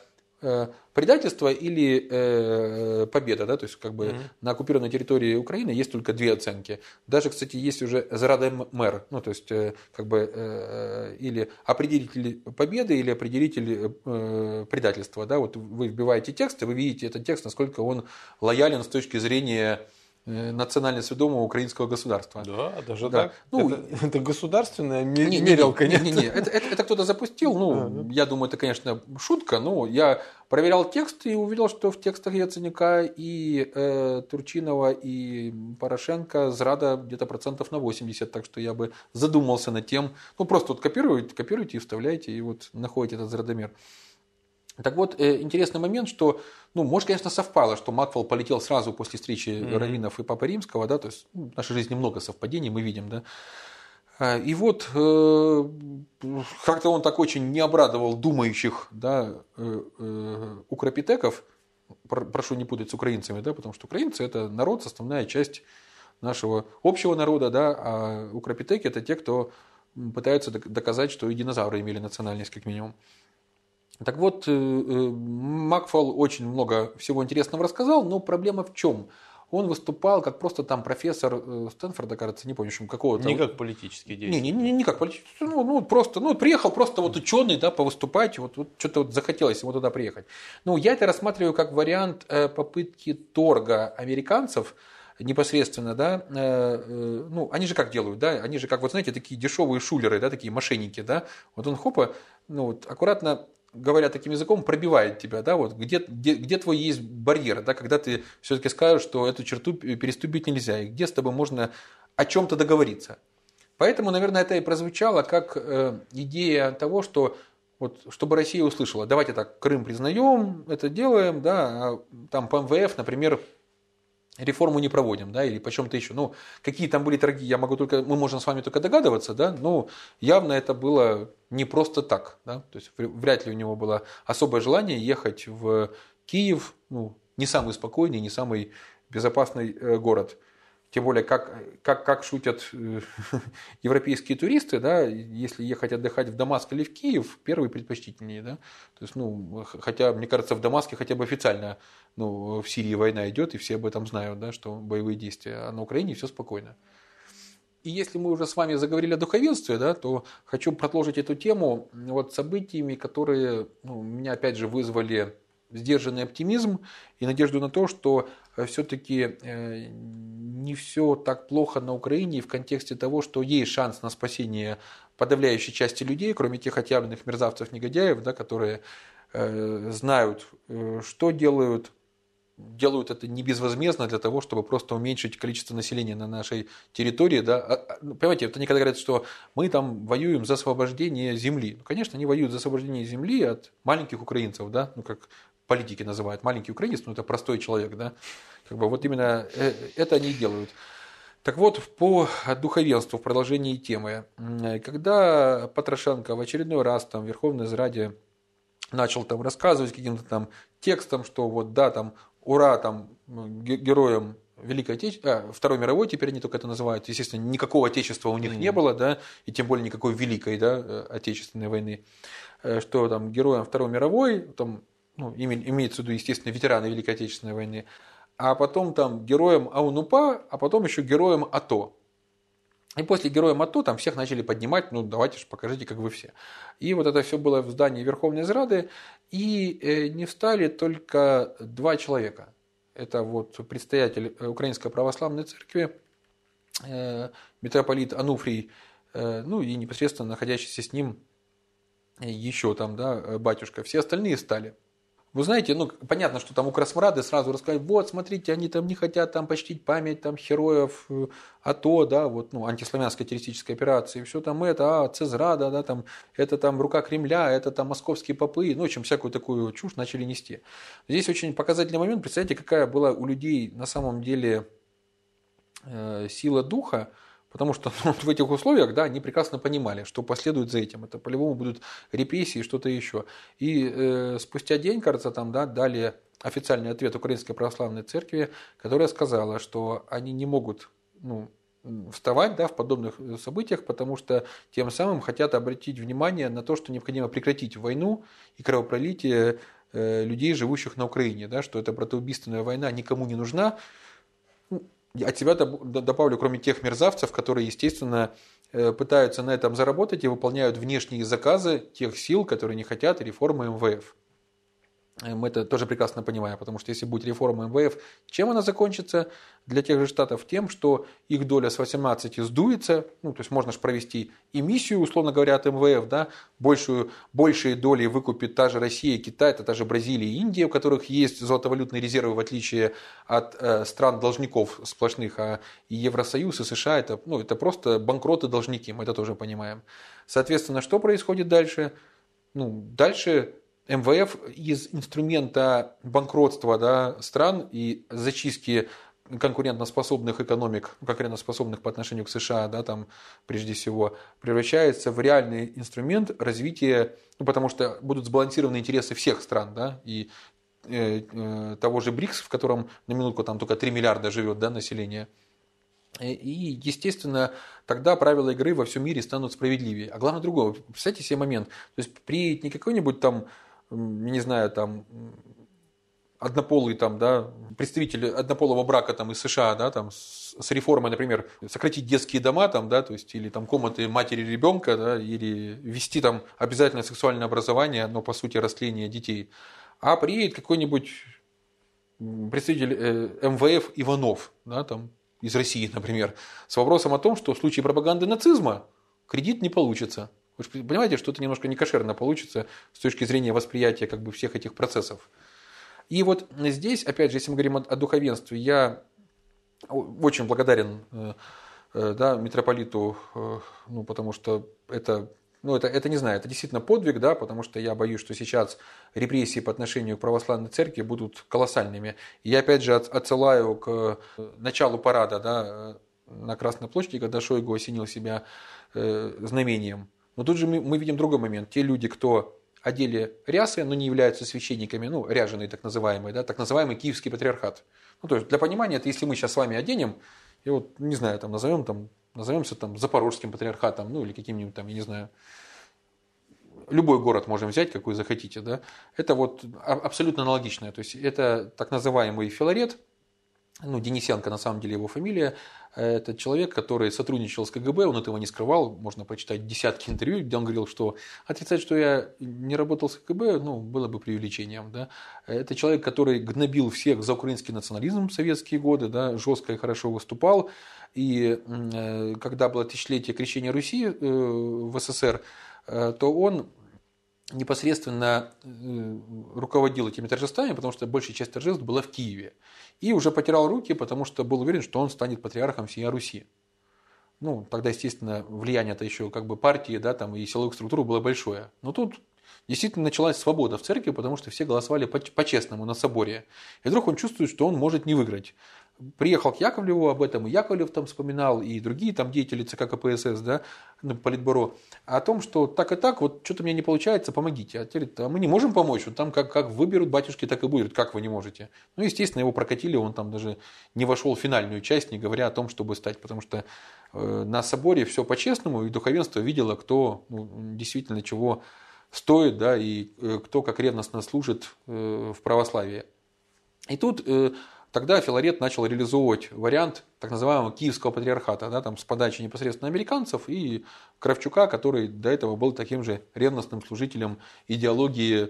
предательство или э, победа, да, то есть как бы Mm-hmm. на оккупированной территории Украины есть только две оценки. Даже, кстати, есть уже Зрада-мер, ну то есть э, как бы э, или определитель победы, или определитель э, предательства, да, вот вы вбиваете текст, и вы видите этот текст, насколько он лоялен с точки зрения национально сведомого украинского государства. Да, даже да. так? Ну, это, это государственная не, не, мерилка, не, не, не, не. Это, это, это кто-то запустил, ну, я думаю, это, конечно, шутка, но я проверял текст и увидел, что в текстах Яценюка и э, Турчинова, и Порошенко зрада где-то процентов на восемьдесят, так что я бы задумался над тем, ну, просто вот копируете, копируете и вставляете, и вот находите этот зрадомер. Так вот, интересный момент, что, ну, может, конечно, совпало, что Макфол полетел сразу после встречи mm-hmm. раввинов и Папы Римского, да, то есть ну, в нашей жизни много совпадений, мы видим, да. И вот э, как-то он так очень не обрадовал думающих, да, э, э, укропитеков, прошу не путать с украинцами, да, потому что украинцы – это народ, составная часть нашего общего народа, да, а укропитеки – это те, кто пытаются доказать, что и динозавры имели национальность, как минимум. Так вот, Макфол очень много всего интересного рассказал, но проблема в чем? Он выступал как просто там профессор Стэнфорда, кажется, не помню, какого-то. Не как политический деятель. Не, не, не, не как политический, ну, ну просто, ну, приехал просто вот ученый, да, повыступать, вот, вот что-то вот захотелось ему туда приехать. Ну, я это рассматриваю как вариант попытки торга американцев непосредственно, да, ну, они же как делают, да, они же как, вот знаете, такие дешевые шулеры, да, такие мошенники, да, вот он хопа, ну, вот аккуратно, говоря таким языком, пробивает тебя, да, вот где, где, где твой есть барьер, да, когда ты все-таки скажешь, что эту черту переступить нельзя, и где с тобой можно о чем-то договориться. Поэтому, наверное, это и прозвучало как э, идея того, что вот, чтобы Россия услышала, давайте так, Крым признаем, это делаем, да, а там по эм вэ эф, например, реформу не проводим, да, или по чем-то еще. Ну, какие там были торги, я могу только, мы можем с вами только догадываться, да, но явно это было не просто так, да, то есть вряд ли у него было особое желание ехать в Киев, ну, не самый спокойный, не самый безопасный город. Тем более, как, как, как шутят европейские туристы, да, если ехать отдыхать в Дамаск или в Киев, первый предпочтительнее. Да? То есть, ну, хотя, мне кажется, в Дамаске хотя бы официально, ну, в Сирии война идет, и все об этом знают, да, что боевые действия, а на Украине все спокойно. И если мы уже с вами заговорили о духовенстве, да, то хочу продолжить эту тему вот событиями, которые, ну, меня опять же вызвали сдержанный оптимизм и надежду на то, что все-таки не все так плохо на Украине в контексте того, что есть шанс на спасение подавляющей части людей, кроме тех отъявленных мерзавцев-негодяев, да, которые знают, что делают, делают это не безвозмездно для того, чтобы просто уменьшить количество населения на нашей территории. Да. Понимаете, это никогда говорят, что мы там воюем за освобождение земли. Ну, конечно, они воюют за освобождение земли от маленьких украинцев, да, ну, как политики называют, маленький украинец, ну, это простой человек, да, как бы вот именно это они и делают. Так вот, по духовенству, в продолжении темы, когда Патрушенко в очередной раз там в Верховной Раде начал там рассказывать каким-то там текстом, что вот да, там, ура, там, героям Великой Отечественной, а, Второй мировой теперь они только это называют, естественно, никакого Отечества у них mm-hmm. не было, да, и тем более никакой Великой, да, Отечественной войны, что там героям Второй мировой, там, ну, имеется в виду, естественно, ветераны Великой Отечественной войны, а потом там героям АУН-УПА, а потом еще героям АТО. И после героям АТО там всех начали поднимать, ну давайте же покажите, как вы все. И вот это все было в здании Верховной Рады, и не встали только два человека. Это вот предстоятель Украинской Православной Церкви, митрополит Ануфрий, ну и непосредственно находящийся с ним еще там, да, батюшка. Все остальные стали. Вы знаете, ну, понятно, что там у Красмрады сразу рассказали, вот, смотрите, они там не хотят там почтить память там героев АТО, да, вот, ну, антиславянской террористической операции, все там это, а, Цезрада, да, там, это там рука Кремля, это там московские попы, ну, в общем, всякую такую чушь начали нести. Здесь очень показательный момент, представляете, какая была у людей на самом деле э, сила духа, потому что ну, в этих условиях, да, они прекрасно понимали, что последует за этим. Это по-любому будут репрессии и что-то еще. И э, спустя день, кажется, там, да, дали официальный ответ Украинской Православной Церкви, которая сказала, что они не могут, ну, вставать, да, в подобных событиях, потому что тем самым хотят обратить внимание на то, что необходимо прекратить войну и кровопролитие людей, живущих на Украине, да, что эта братоубийственная война никому не нужна. От себя добавлю, кроме тех мерзавцев, которые, естественно, пытаются на этом заработать и выполняют внешние заказы тех сил, которые не хотят реформы эм вэ эф. Мы это тоже прекрасно понимаем, потому что если будет реформа эм вэ эф, чем она закончится для тех же штатов? Тем, что их доля с восемнадцати сдуется, ну, то есть можно же провести эмиссию, условно говоря, от эм вэ эф, да, большую, большие доли выкупит та же Россия, Китай, это та же Бразилия и Индия, у которых есть золотовалютные резервы, в отличие от э, стран-должников сплошных, а и Евросоюз, и США, это, ну, это просто банкроты-должники, мы это тоже понимаем. Соответственно, что происходит дальше? Ну, дальше эм вэ эф из инструмента банкротства, да, стран и зачистки конкурентоспособных экономик, конкурентоспособных по отношению к США, да, там, прежде всего, превращается в реальный инструмент развития, ну, потому что будут сбалансированы интересы всех стран, да, и э, э, того же БРИКС, в котором на минутку там только три миллиарда живет, да, население. И, естественно, тогда правила игры во всем мире станут справедливее. А главное другое, представьте себе момент, то есть при не какой-нибудь там, не знаю, там, однополый там, да, представитель однополого брака там, из США, да, там, с, с реформой, например, сократить детские дома, там, да, то есть, или там, комнаты матери ребенка, да, или ввести там обязательное сексуальное образование, но по сути растление детей. А приедет какой-нибудь представитель эм вэ эф Иванов, да, там, из России, например, с вопросом о том, что в случае пропаганды нацизма кредит не получится. Вы же понимаете, что это немножко некошерно получится с точки зрения восприятия как бы всех этих процессов. И вот здесь, опять же, если мы говорим о, о духовенстве, я очень благодарен да, митрополиту, ну, потому что это, ну, это, это, не знаю, это действительно подвиг, да, потому что я боюсь, что сейчас репрессии по отношению к православной церкви будут колоссальными. И я, опять же, отсылаю к началу парада, да, на Красной площади, когда Шойгу осенил себя знамением. Но тут же мы, мы видим другой момент. Те люди, кто одели рясы, но не являются священниками, ну, ряженые так называемые, да, так называемый Киевский патриархат. Ну, то есть, для понимания, это если мы сейчас с вами оденем, и вот, не знаю, там, назовем, там, назовемся там Запорожским патриархатом, ну, или каким-нибудь там, я не знаю, любой город можем взять, какой захотите, да, это вот абсолютно аналогичное. То есть, это так называемый Филарет, ну, Денисенко на самом деле его фамилия, это человек, который сотрудничал с ка гэ бэ, он этого не скрывал, можно прочитать десятки интервью, где он говорил, что отрицать, что я не работал с ка гэ бэ, ну, было бы преувеличением, да. Это человек, который гнобил всех за украинский национализм в советские годы, да, жестко и хорошо выступал, и когда было тысячелетие крещения Руси в эс эс эс эр, то он непосредственно руководил этими торжествами, потому что большая часть торжеств была в Киеве. И уже потирал руки, потому что был уверен, что он станет патриархом всей Руси. Ну, тогда, естественно, влияние-то еще как бы партии, да, там и силовых структур было большое. Но тут действительно началась свобода в церкви, потому что все голосовали по-честному на соборе. И вдруг он чувствует, что он может не выиграть. Приехал к Яковлеву, об этом и Яковлев там вспоминал, и другие там деятели ЦК ка пэ эс эс, да, Политбюро, о том, что так и так, вот что-то мне не получается, помогите. А теперь а мы не можем помочь, вот там как, как выберут батюшки, так и будет, как вы не можете. Ну, естественно, его прокатили, он там даже не вошел в финальную часть, не говоря о том, чтобы стать, потому что э, на соборе все по-честному, и духовенство видело, кто ну, действительно чего стоит, да, и э, кто как ревностно служит э, в православии. И тут... Э, Тогда Филарет начал реализовывать вариант так называемого Киевского патриархата, да, там, с подачи непосредственно американцев и Кравчука, который до этого был таким же ревностным служителем идеологии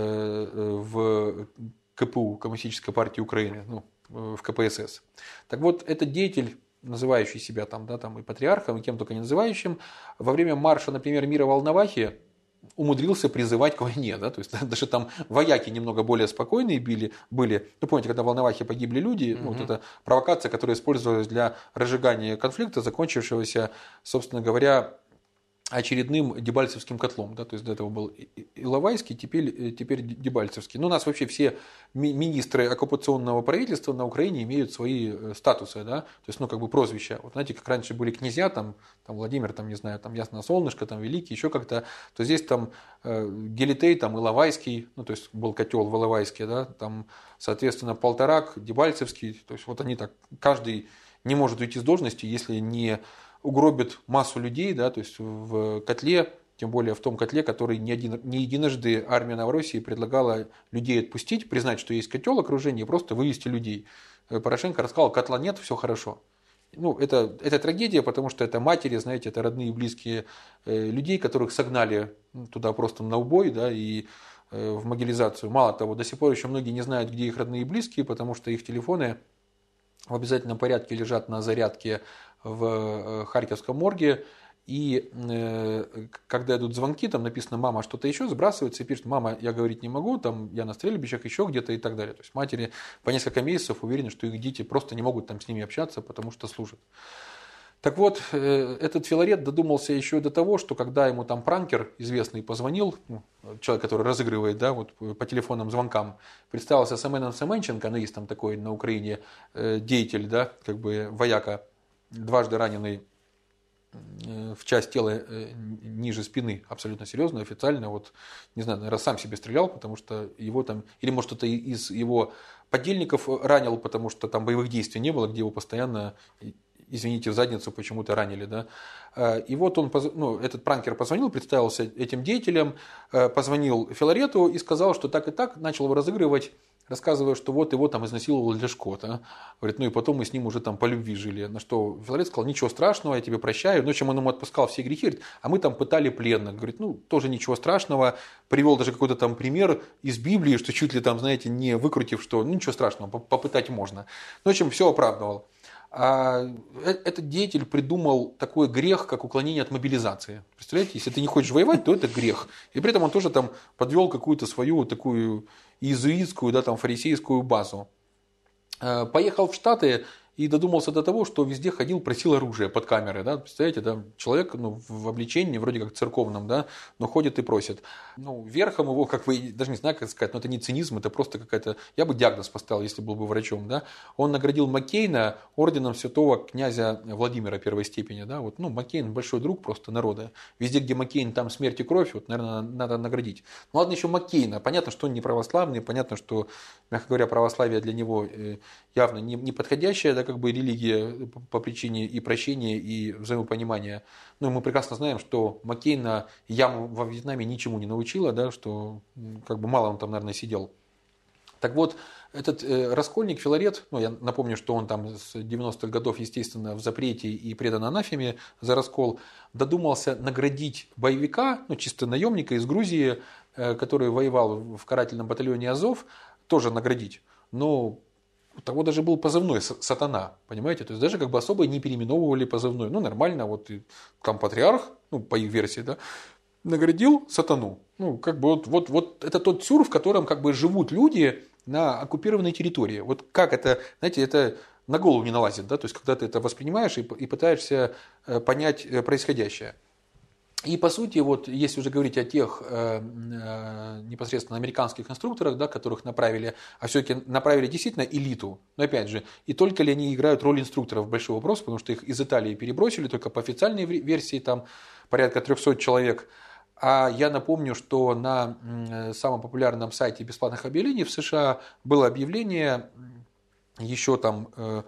э, в ка пэ у, Коммунистической партии Украины, ну, в ка пэ эс эс. Так вот, этот деятель, называющий себя там, да, там, и патриархом, и кем только не называющим, во время марша, например, мира в Волновахе, умудрился призывать к войне, да, то есть даже там вояки немного более спокойные били, были, ну помните, когда в Волновахе погибли люди, mm-hmm. ну, вот эта провокация, которая использовалась для разжигания конфликта, закончившегося, собственно говоря, очередным Дебальцевским котлом, да, то есть до этого был Иловайский, теперь, теперь Дебальцевский. Ну, у нас вообще все ми- министры оккупационного правительства на Украине имеют свои статусы, да, то есть, ну, как бы прозвища. Вот знаете, как раньше были князья, там, там Владимир, там, не знаю, там Ясно Солнышко, там Великий, еще как-то, то здесь там э, Гелитей, там Иловайский, ну, то есть был котел в Иловайске, да, там, соответственно, Полторак, Дебальцевский, то есть вот они так, каждый не может уйти с должности, если не угробит массу людей, да, то есть в котле тем более в том котле, который не, один, не единожды армия Новороссии предлагала людей отпустить, признать, что есть котел окружения, и просто вывести людей. Порошенко рассказал, котла нет, все хорошо. Ну, это, это трагедия, потому что это матери, знаете, это родные и близкие э, людей, которых согнали туда просто на убой, да, и э, в могилизацию. Мало того, до сих пор еще многие не знают, где их родные и близкие, потому что их телефоны в обязательном порядке лежат на зарядке в э, Харьковском морге. И э, когда идут звонки, там написано «мама, что-то еще», сбрасывается и пишет «мама, я говорить не могу, там, я на стрельбищах, еще где-то» и так далее. То есть матери по несколько месяцев уверены, что их дети просто не могут там с ними общаться, потому что служат. Так вот, э, этот Филарет додумался еще до того, что когда ему там пранкер известный позвонил, ну, человек, который разыгрывает, да, вот, по телефонным звонкам, представился Семеном Семенченко, ну есть там такой на Украине э, деятель, да, как бы вояка, дважды раненый в часть тела ниже спины, абсолютно серьезно, официально, вот, не знаю, наверное, сам себе стрелял, потому что его там, или может кто-то из его подельников ранил, потому что там боевых действий не было, где его постоянно, извините, в задницу почему-то ранили, да. И вот он, ну, этот пранкер позвонил, представился этим деятелем, позвонил Филарету и сказал, что так и так, начал его разыгрывать, рассказывая, что вот его там изнасиловал Ляшко. Да? Говорит, ну и потом мы с ним уже там по любви жили. На что Филарет сказал, ничего страшного, я тебе прощаю. Ну, чем он ему отпускал все грехи, говорит, а мы там пытали пленных. Говорит, ну, тоже ничего страшного. Привел даже какой-то там пример из Библии, что чуть ли там, знаете, не выкрутив, что ну, ничего страшного, попытать можно. Ну, в общем, все оправдывал. А этот деятель придумал такой грех, как уклонение от мобилизации. Представляете, если ты не хочешь воевать, то это грех. И при этом он тоже там подвел какую-то свою такую иезуитскую, да, там, фарисейскую базу. Поехал в Штаты и додумался до того, что везде ходил, просил оружие под камеры. Да? Представляете, да? Человек ну, в обличении, вроде как церковном, да? Но ходит и просит. Ну, верхом его, как вы, даже не знаю, как сказать, но это не цинизм, это просто какая-то... Я бы диагноз поставил, если был бы врачом. Да? Он наградил Маккейна орденом святого князя Владимира первой степени. Да? Вот, ну, Маккейн большой друг просто народа. Везде, где Маккейн, там смерть и кровь, вот, наверное, надо наградить. Ну, ладно, еще Маккейна. Понятно, что он не православный, понятно, что, мягко говоря, православие для него явно не подходящее, да, как бы религия по причине и прощения, и взаимопонимания. Ну, мы прекрасно знаем, что Маккейна яму во Вьетнаме ничему не научила, да, что как бы мало он там, наверное, сидел. Так вот, этот э, раскольник Филарет, ну, я напомню, что он там с девяностых годов, естественно, в запрете и предан анафеме за раскол, додумался наградить боевика, ну, чисто наемника из Грузии, э, который воевал в карательном батальоне Азов, тоже наградить. Но у того даже был позывной «Сатана», понимаете? То есть даже как бы особо не переименовывали позывной. Ну, нормально, вот и там патриарх, ну, по их версии, да, наградил сатану. Ну, как бы вот, вот, вот это тот сюр, в котором как бы живут люди на оккупированной территории. Вот как это, знаете, это на голову не налазит, да? То есть когда ты это воспринимаешь и, и пытаешься понять происходящее. И по сути, вот если уже говорить о тех э, э, непосредственно американских инструкторах, да, которых направили, а все-таки направили действительно элиту, но опять же, и только ли они играют роль инструкторов, большой вопрос, потому что их из Италии перебросили, только по официальной версии там порядка триста человек. А я напомню, что на э, самом популярном сайте бесплатных объявлений в США было объявление еще там э,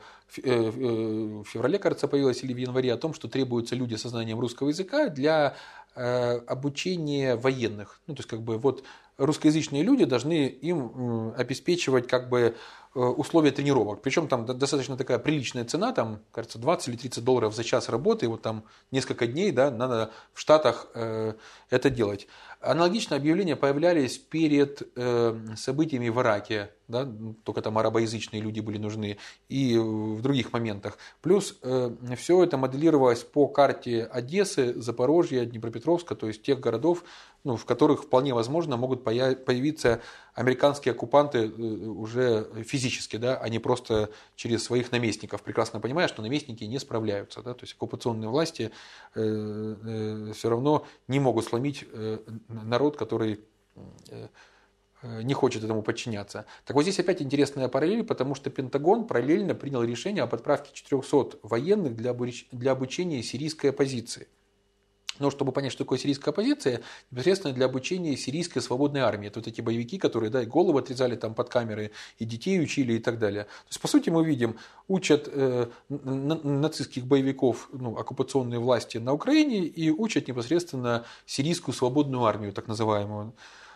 в феврале, кажется, появилось, или в январе, о том, что требуются люди со знанием русского языка для обучения военных. Ну, то есть, как бы, вот русскоязычные люди должны им обеспечивать, как бы, условия тренировок. Причем там достаточно такая приличная цена, там, кажется, двадцать или тридцать долларов за час работы, и вот там несколько дней, да, надо в Штатах э, это делать. Аналогичные объявления появлялись перед э, событиями в Ираке, да, только там арабоязычные люди были нужны, и в других моментах. Плюс э, все это моделировалось по карте Одессы, Запорожья, Днепропетровска, то есть тех городов, ну, в которых вполне возможно могут появиться американские оккупанты уже физически, да, а не просто через своих наместников, прекрасно понимая, что наместники не справляются. Да, то есть оккупационные власти э, э, все равно не могут сломить э, народ, который э, не хочет этому подчиняться. Так вот здесь опять интересная параллель, потому что Пентагон параллельно принял решение об отправке четырехсот военных для обучения сирийской оппозиции. Но чтобы понять, что такое сирийская оппозиция, непосредственно для обучения сирийской свободной армии. Это вот эти боевики, которые, да, и головы отрезали там под камеры, и детей учили и так далее. То есть, по сути, мы видим, учат э, нацистских боевиков, ну, оккупационные власти на Украине и учат непосредственно сирийскую свободную армию, так называемую.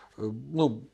Ну,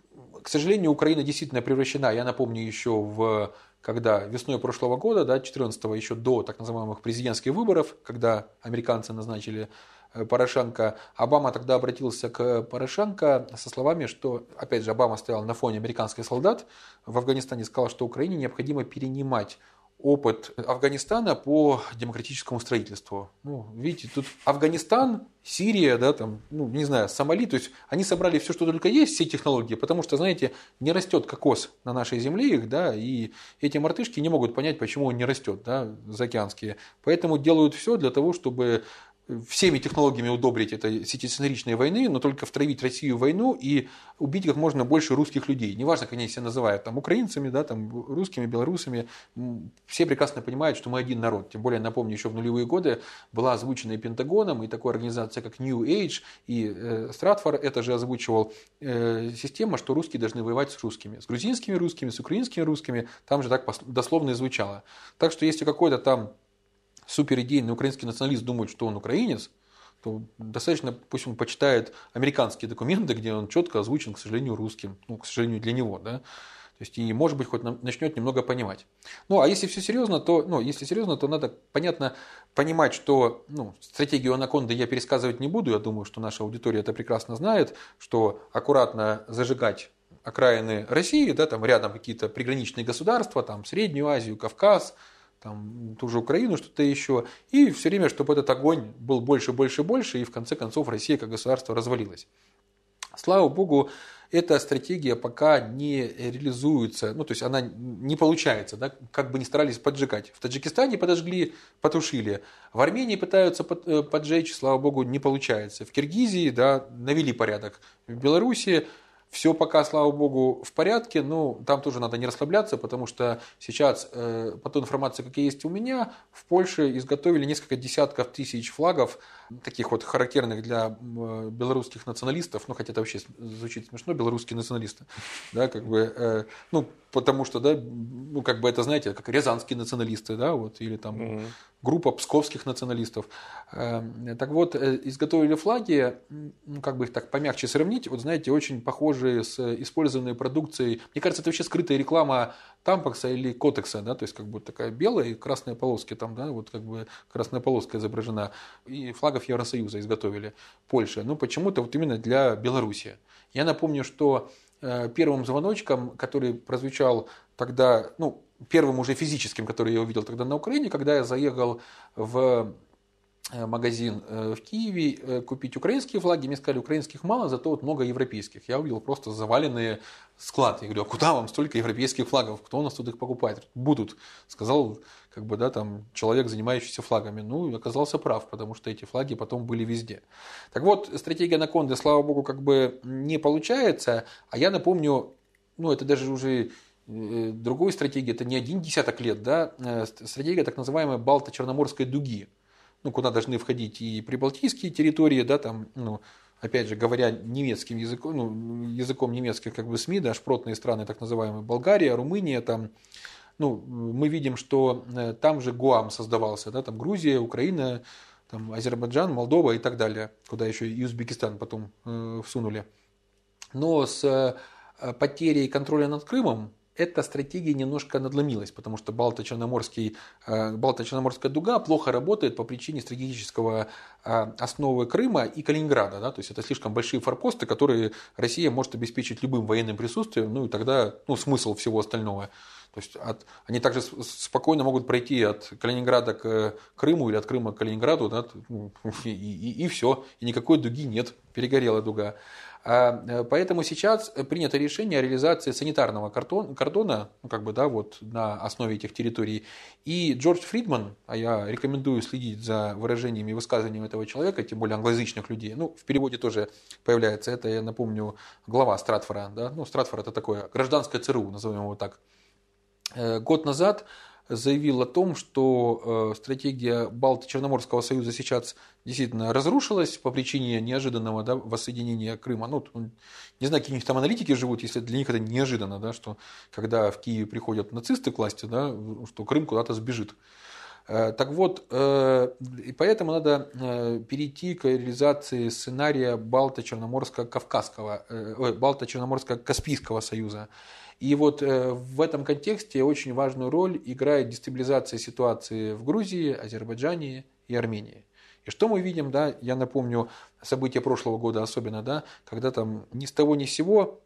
к сожалению, Украина действительно превращена, я напомню, еще в... когда весной прошлого года, да, четырнадцатого, еще до так называемых президентских выборов, когда американцы назначили Порошенко, Обама тогда обратился к Порошенко со словами, что, опять же, Обама стоял на фоне американских солдат в Афганистане, сказал, что Украине необходимо перенимать опыт Афганистана по демократическому строительству. Ну, видите, тут Афганистан, Сирия, да, там, ну, не знаю, Сомали, то есть они собрали все, что только есть, все технологии, потому что, знаете, не растет кокос на нашей земле их, да, и эти мартышки не могут понять, почему он не растет, да, заокеанские. Поэтому делают все для того, чтобы всеми технологиями удобрить это сетицентричной войны, но только втравить Россию в войну и убить как можно больше русских людей. Неважно, как они себя называют, там, украинцами, да, там, русскими, белорусами. Все прекрасно понимают, что мы один народ. Тем более, напомню, еще в нулевые годы была озвучена и Пентагоном, и такой организация, как New Age, и э, Стратфор это же озвучивал э, система, что русские должны воевать с русскими. С грузинскими русскими, с украинскими русскими. Там же так дословно и звучало. Так что, если какой-то там суперидейный украинский националист думает, что он украинец, то достаточно, пусть он почитает американские документы, где он четко озвучен, к сожалению, русским. Ну, к сожалению, для него, да. То есть, и, может быть, хоть начнет немного понимать. Ну, а если все серьезно, то, ну, если серьезно, то надо, понятно, понимать, что, ну, стратегию анаконды я пересказывать не буду. Я думаю, что наша аудитория это прекрасно знает, что аккуратно зажигать окраины России, да, там рядом какие-то приграничные государства, там Среднюю Азию, Кавказ, там, ту же Украину, что-то еще. И все время, чтобы этот огонь был больше, больше, больше, и в конце концов Россия как государство развалилась. Слава богу, эта стратегия пока не реализуется, ну, то есть она не получается, да, как бы ни старались поджигать. В Таджикистане подожгли, потушили. В Армении пытаются поджечь, слава богу, не получается. В Киргизии, да, навели порядок. В Беларуси все пока, слава богу, в порядке, но там тоже надо не расслабляться, потому что сейчас, э, по той информации, какая есть у меня, в Польше изготовили несколько десятков тысяч флагов, таких вот характерных для э, белорусских националистов, ну, хотя это вообще звучит смешно, белорусские националисты, да, как бы, э, ну, потому что, да, ну, как бы это, знаете, как рязанские националисты, да, вот, или там mm-hmm. группа псковских националистов. Э, так вот, э, изготовили флаги, ну, как бы их так помягче сравнить, вот, знаете, очень похожие с использованной продукцией, мне кажется, это вообще скрытая реклама Тампакса или Котекса, да, то есть как бы такая белая и красная полоски там, да, вот как бы красная полоска изображена, и флагов Евросоюза изготовили Польша, ну почему-то вот именно для Беларуси. Я напомню, что э, первым звоночком, который прозвучал тогда, ну первым уже физическим, который я увидел тогда на Украине, когда я заехал в магазин в Киеве купить украинские флаги, мне сказали, украинских мало, зато вот много европейских. Я увидел просто заваленные склады. Я говорю, а куда вам столько европейских флагов? Кто у нас тут их покупает? Будут, сказал как бы, да, там, человек, занимающийся флагами. Ну, и оказался прав, потому что эти флаги потом были везде. Так вот, стратегия анаконды, слава богу, как бы не получается. А я напомню, ну, это даже уже другой стратегии, это не один десяток лет, да, стратегия так называемой Балто-Черноморской дуги. Ну, куда должны входить и прибалтийские территории, да, там, ну, опять же, говоря немецким языком, ну, языком немецких как бы СМИ, да, шпротные страны, так называемые, Болгария, Румыния, там, ну, мы видим, что там же ГУАМ создавался, да, там Грузия, Украина, там Азербайджан, Молдова и так далее, куда еще и Узбекистан потом э, всунули. Но с э, потерей контроля над Крымом эта стратегия немножко надломилась, потому что Балто-Черноморский, Балто-Черноморская дуга плохо работает по причине стратегического основы Крыма и Калининграда. Да? То есть это слишком большие форпосты, которые Россия может обеспечить любым военным присутствием, ну и тогда ну, смысл всего остального. То есть от, они также спокойно могут пройти от Калининграда к Крыму или от Крыма к Калининграду, да? и, и, и все, и никакой дуги нет, перегорела дуга. Поэтому сейчас принято решение о реализации санитарного кордона, ну, как бы, да, вот, на основе этих территорий. И Джордж Фридман, а я рекомендую следить за выражениями и высказываниями этого человека, тем более англоязычных людей, ну, в переводе тоже появляется, это, я напомню, глава Стратфора. Да? Ну, Стратфор это такое гражданское ЦРУ, назовем его так. Год назад заявил о том, что стратегия Балто-Черноморского союза сейчас действительно разрушилась по причине неожиданного, да, воссоединения Крыма. Ну, не знаю, какие у них там аналитики живут, если для них это неожиданно, да, что когда в Киеве приходят нацисты к власти, да, что Крым куда-то сбежит. Так вот, и поэтому надо перейти к реализации сценария Балто-Черноморско-Кавказского, Балто-Черноморско-Каспийского союза. И вот в этом контексте очень важную роль играет дестабилизация ситуации в Грузии, Азербайджане и Армении. И что мы видим, да, я напомню события прошлого года особенно, да, когда там ни с того ни с сего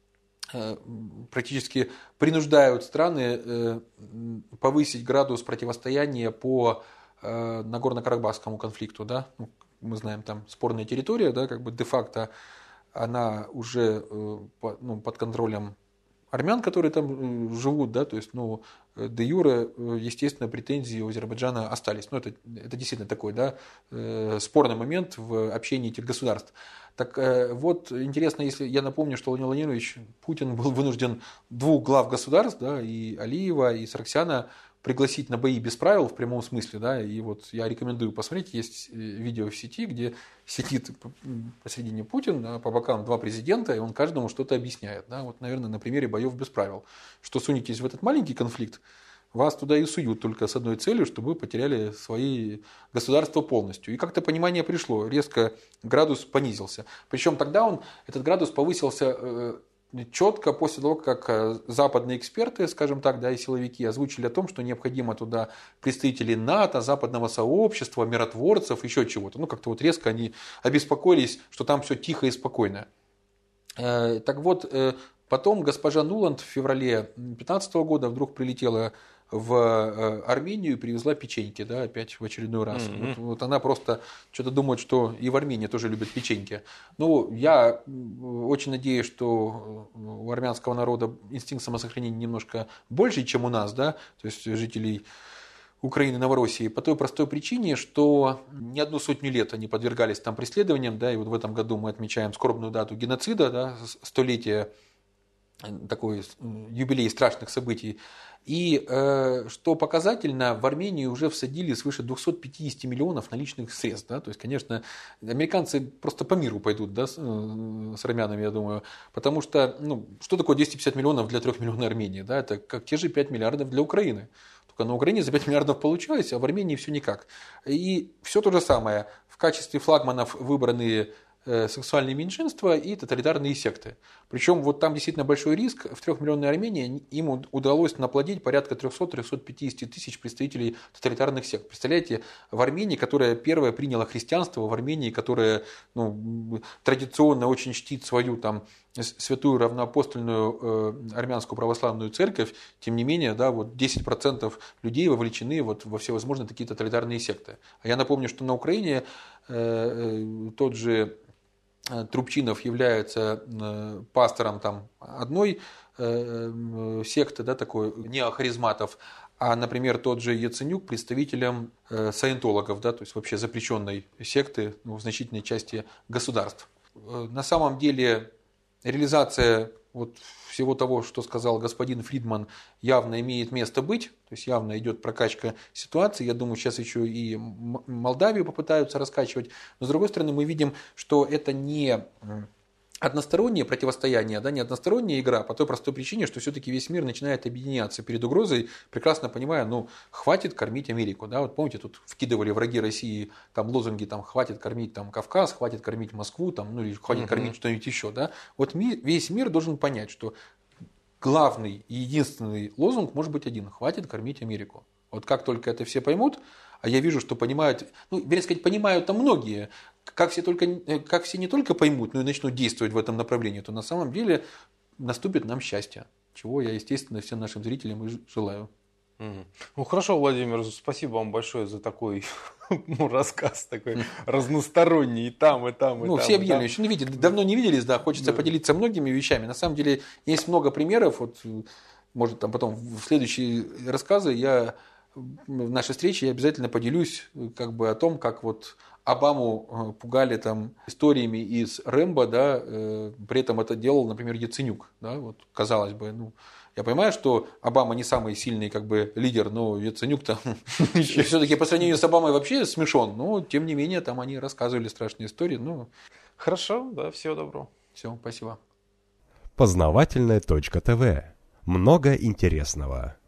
практически принуждают страны повысить градус противостояния по Нагорно-Карабахскому конфликту. Да? Мы знаем, там спорная территория, да, как бы де-факто она уже ну, под контролем армян, которые там живут, да, то есть, ну, де юре, естественно, претензии у Азербайджана остались. Ну, это, это действительно такой, да, спорный момент в общении этих государств. Так вот, интересно, если я напомню, что Владимир Владимирович Путин был вынужден двух глав государств, да, и Алиева, и Сарксяна, пригласить на бои без правил в прямом смысле, да, и вот я рекомендую посмотреть, есть видео в сети, где сидит посередине Путин, а по бокам два президента, и он каждому что-то объясняет, да, вот, наверное, на примере боев без правил, что сунетесь в этот маленький конфликт, вас туда и суют только с одной целью, чтобы вы потеряли свои государства полностью. И как-то понимание пришло, резко градус понизился. Причем тогда он, этот градус повысился четко после того, как западные эксперты, скажем так, да, и силовики озвучили о том, что необходимо туда представителей НАТО, западного сообщества, миротворцев, еще чего-то. Ну, как-то вот резко они обеспокоились, что там все тихо и спокойно. Так вот, потом госпожа Нуланд в феврале две тысячи пятнадцатого года вдруг прилетела в Армению и привезла печеньки, да, опять в очередной раз. Mm-hmm. Вот, вот она просто что-то думает, что и в Армении тоже любят печеньки. Ну, я очень надеюсь, что у армянского народа инстинкт самосохранения немножко больше, чем у нас, да, то есть жителей Украины, Новороссии, по той простой причине, что не одну сотню лет они подвергались там преследованиям, да, и вот в этом году мы отмечаем скорбную дату геноцида, да, столетия, такой юбилей страшных событий. И э, что показательно, в Армении уже всадили свыше двухсот пятидесяти миллионов наличных средств. Да? То есть, конечно, американцы просто по миру пойдут, да, с, с армянами, я думаю. Потому что, ну, что такое двести пятьдесят миллионов для трехмиллионной Армении? Да? Это как те же пять миллиардов для Украины. Только на Украине за пять миллиардов получилось, а в Армении все никак. И все то же самое. В качестве флагманов выбраны сексуальные меньшинства и тоталитарные секты. Причем вот там действительно большой риск. В трехмиллионной Армении им удалось наплодить порядка триста-триста пятьдесят тысяч представителей тоталитарных сект. Представляете, в Армении, которая первая приняла христианство, в Армении, которая, ну, традиционно очень чтит свою там святую равноапостольную э, армянскую православную церковь, тем не менее, да, вот десять процентов людей вовлечены вот во всевозможные такие тоталитарные секты. А я напомню, что на Украине э, э, тот же Трубчинов является пастором там одной секты, да, такой неохаризматов, а, например, тот же Яценюк представителем саентологов, да, то есть вообще запрещенной секты, ну, в значительной части государств. На самом деле реализация вот всего того, что сказал господин Фридман, явно имеет место быть, то есть явно идет прокачка ситуации. Я думаю, сейчас еще и Молдавию попытаются раскачивать. Но с другой стороны, мы видим, что это не одностороннее противостояние, да, не односторонняя игра, по той простой причине, что все-таки весь мир начинает объединяться перед угрозой, прекрасно понимая, ну, хватит кормить Америку. Да? Вот помните, тут вкидывали враги России там лозунги, там, хватит кормить там, Кавказ, хватит кормить Москву, там, ну, или хватит mm-hmm. кормить что-нибудь еще. Да? Вот ми- весь мир должен понять, что главный и единственный лозунг может быть один – хватит кормить Америку. Вот как только это все поймут, а я вижу, что понимают, ну, вернее сказать, понимают там многие, как все, только, как все не только поймут, но и начнут действовать в этом направлении, то на самом деле наступит нам счастье, чего я, естественно, всем нашим зрителям и желаю. Mm. Ну хорошо, Владимир, спасибо вам большое за такой ну, рассказ такой разносторонний, и там, и там, и ну, там. Все объявили, еще не видели, давно не виделись, да, хочется да. поделиться многими вещами. На самом деле есть много примеров, вот, может там потом в следующие рассказы я в нашей встрече я обязательно поделюсь как бы о том, как вот Обаму пугали там историями из Рэмбо, да, э, при этом это делал, например, Яценюк, да, вот, казалось бы, ну, я понимаю, что Обама не самый сильный как бы лидер, но Яценюк там все-таки по сравнению с Обамой вообще смешон, но тем не менее там они рассказывали страшные истории, ну. Хорошо, да, всего доброго. Все, спасибо. Познавательная точка ТВ. Много интересного.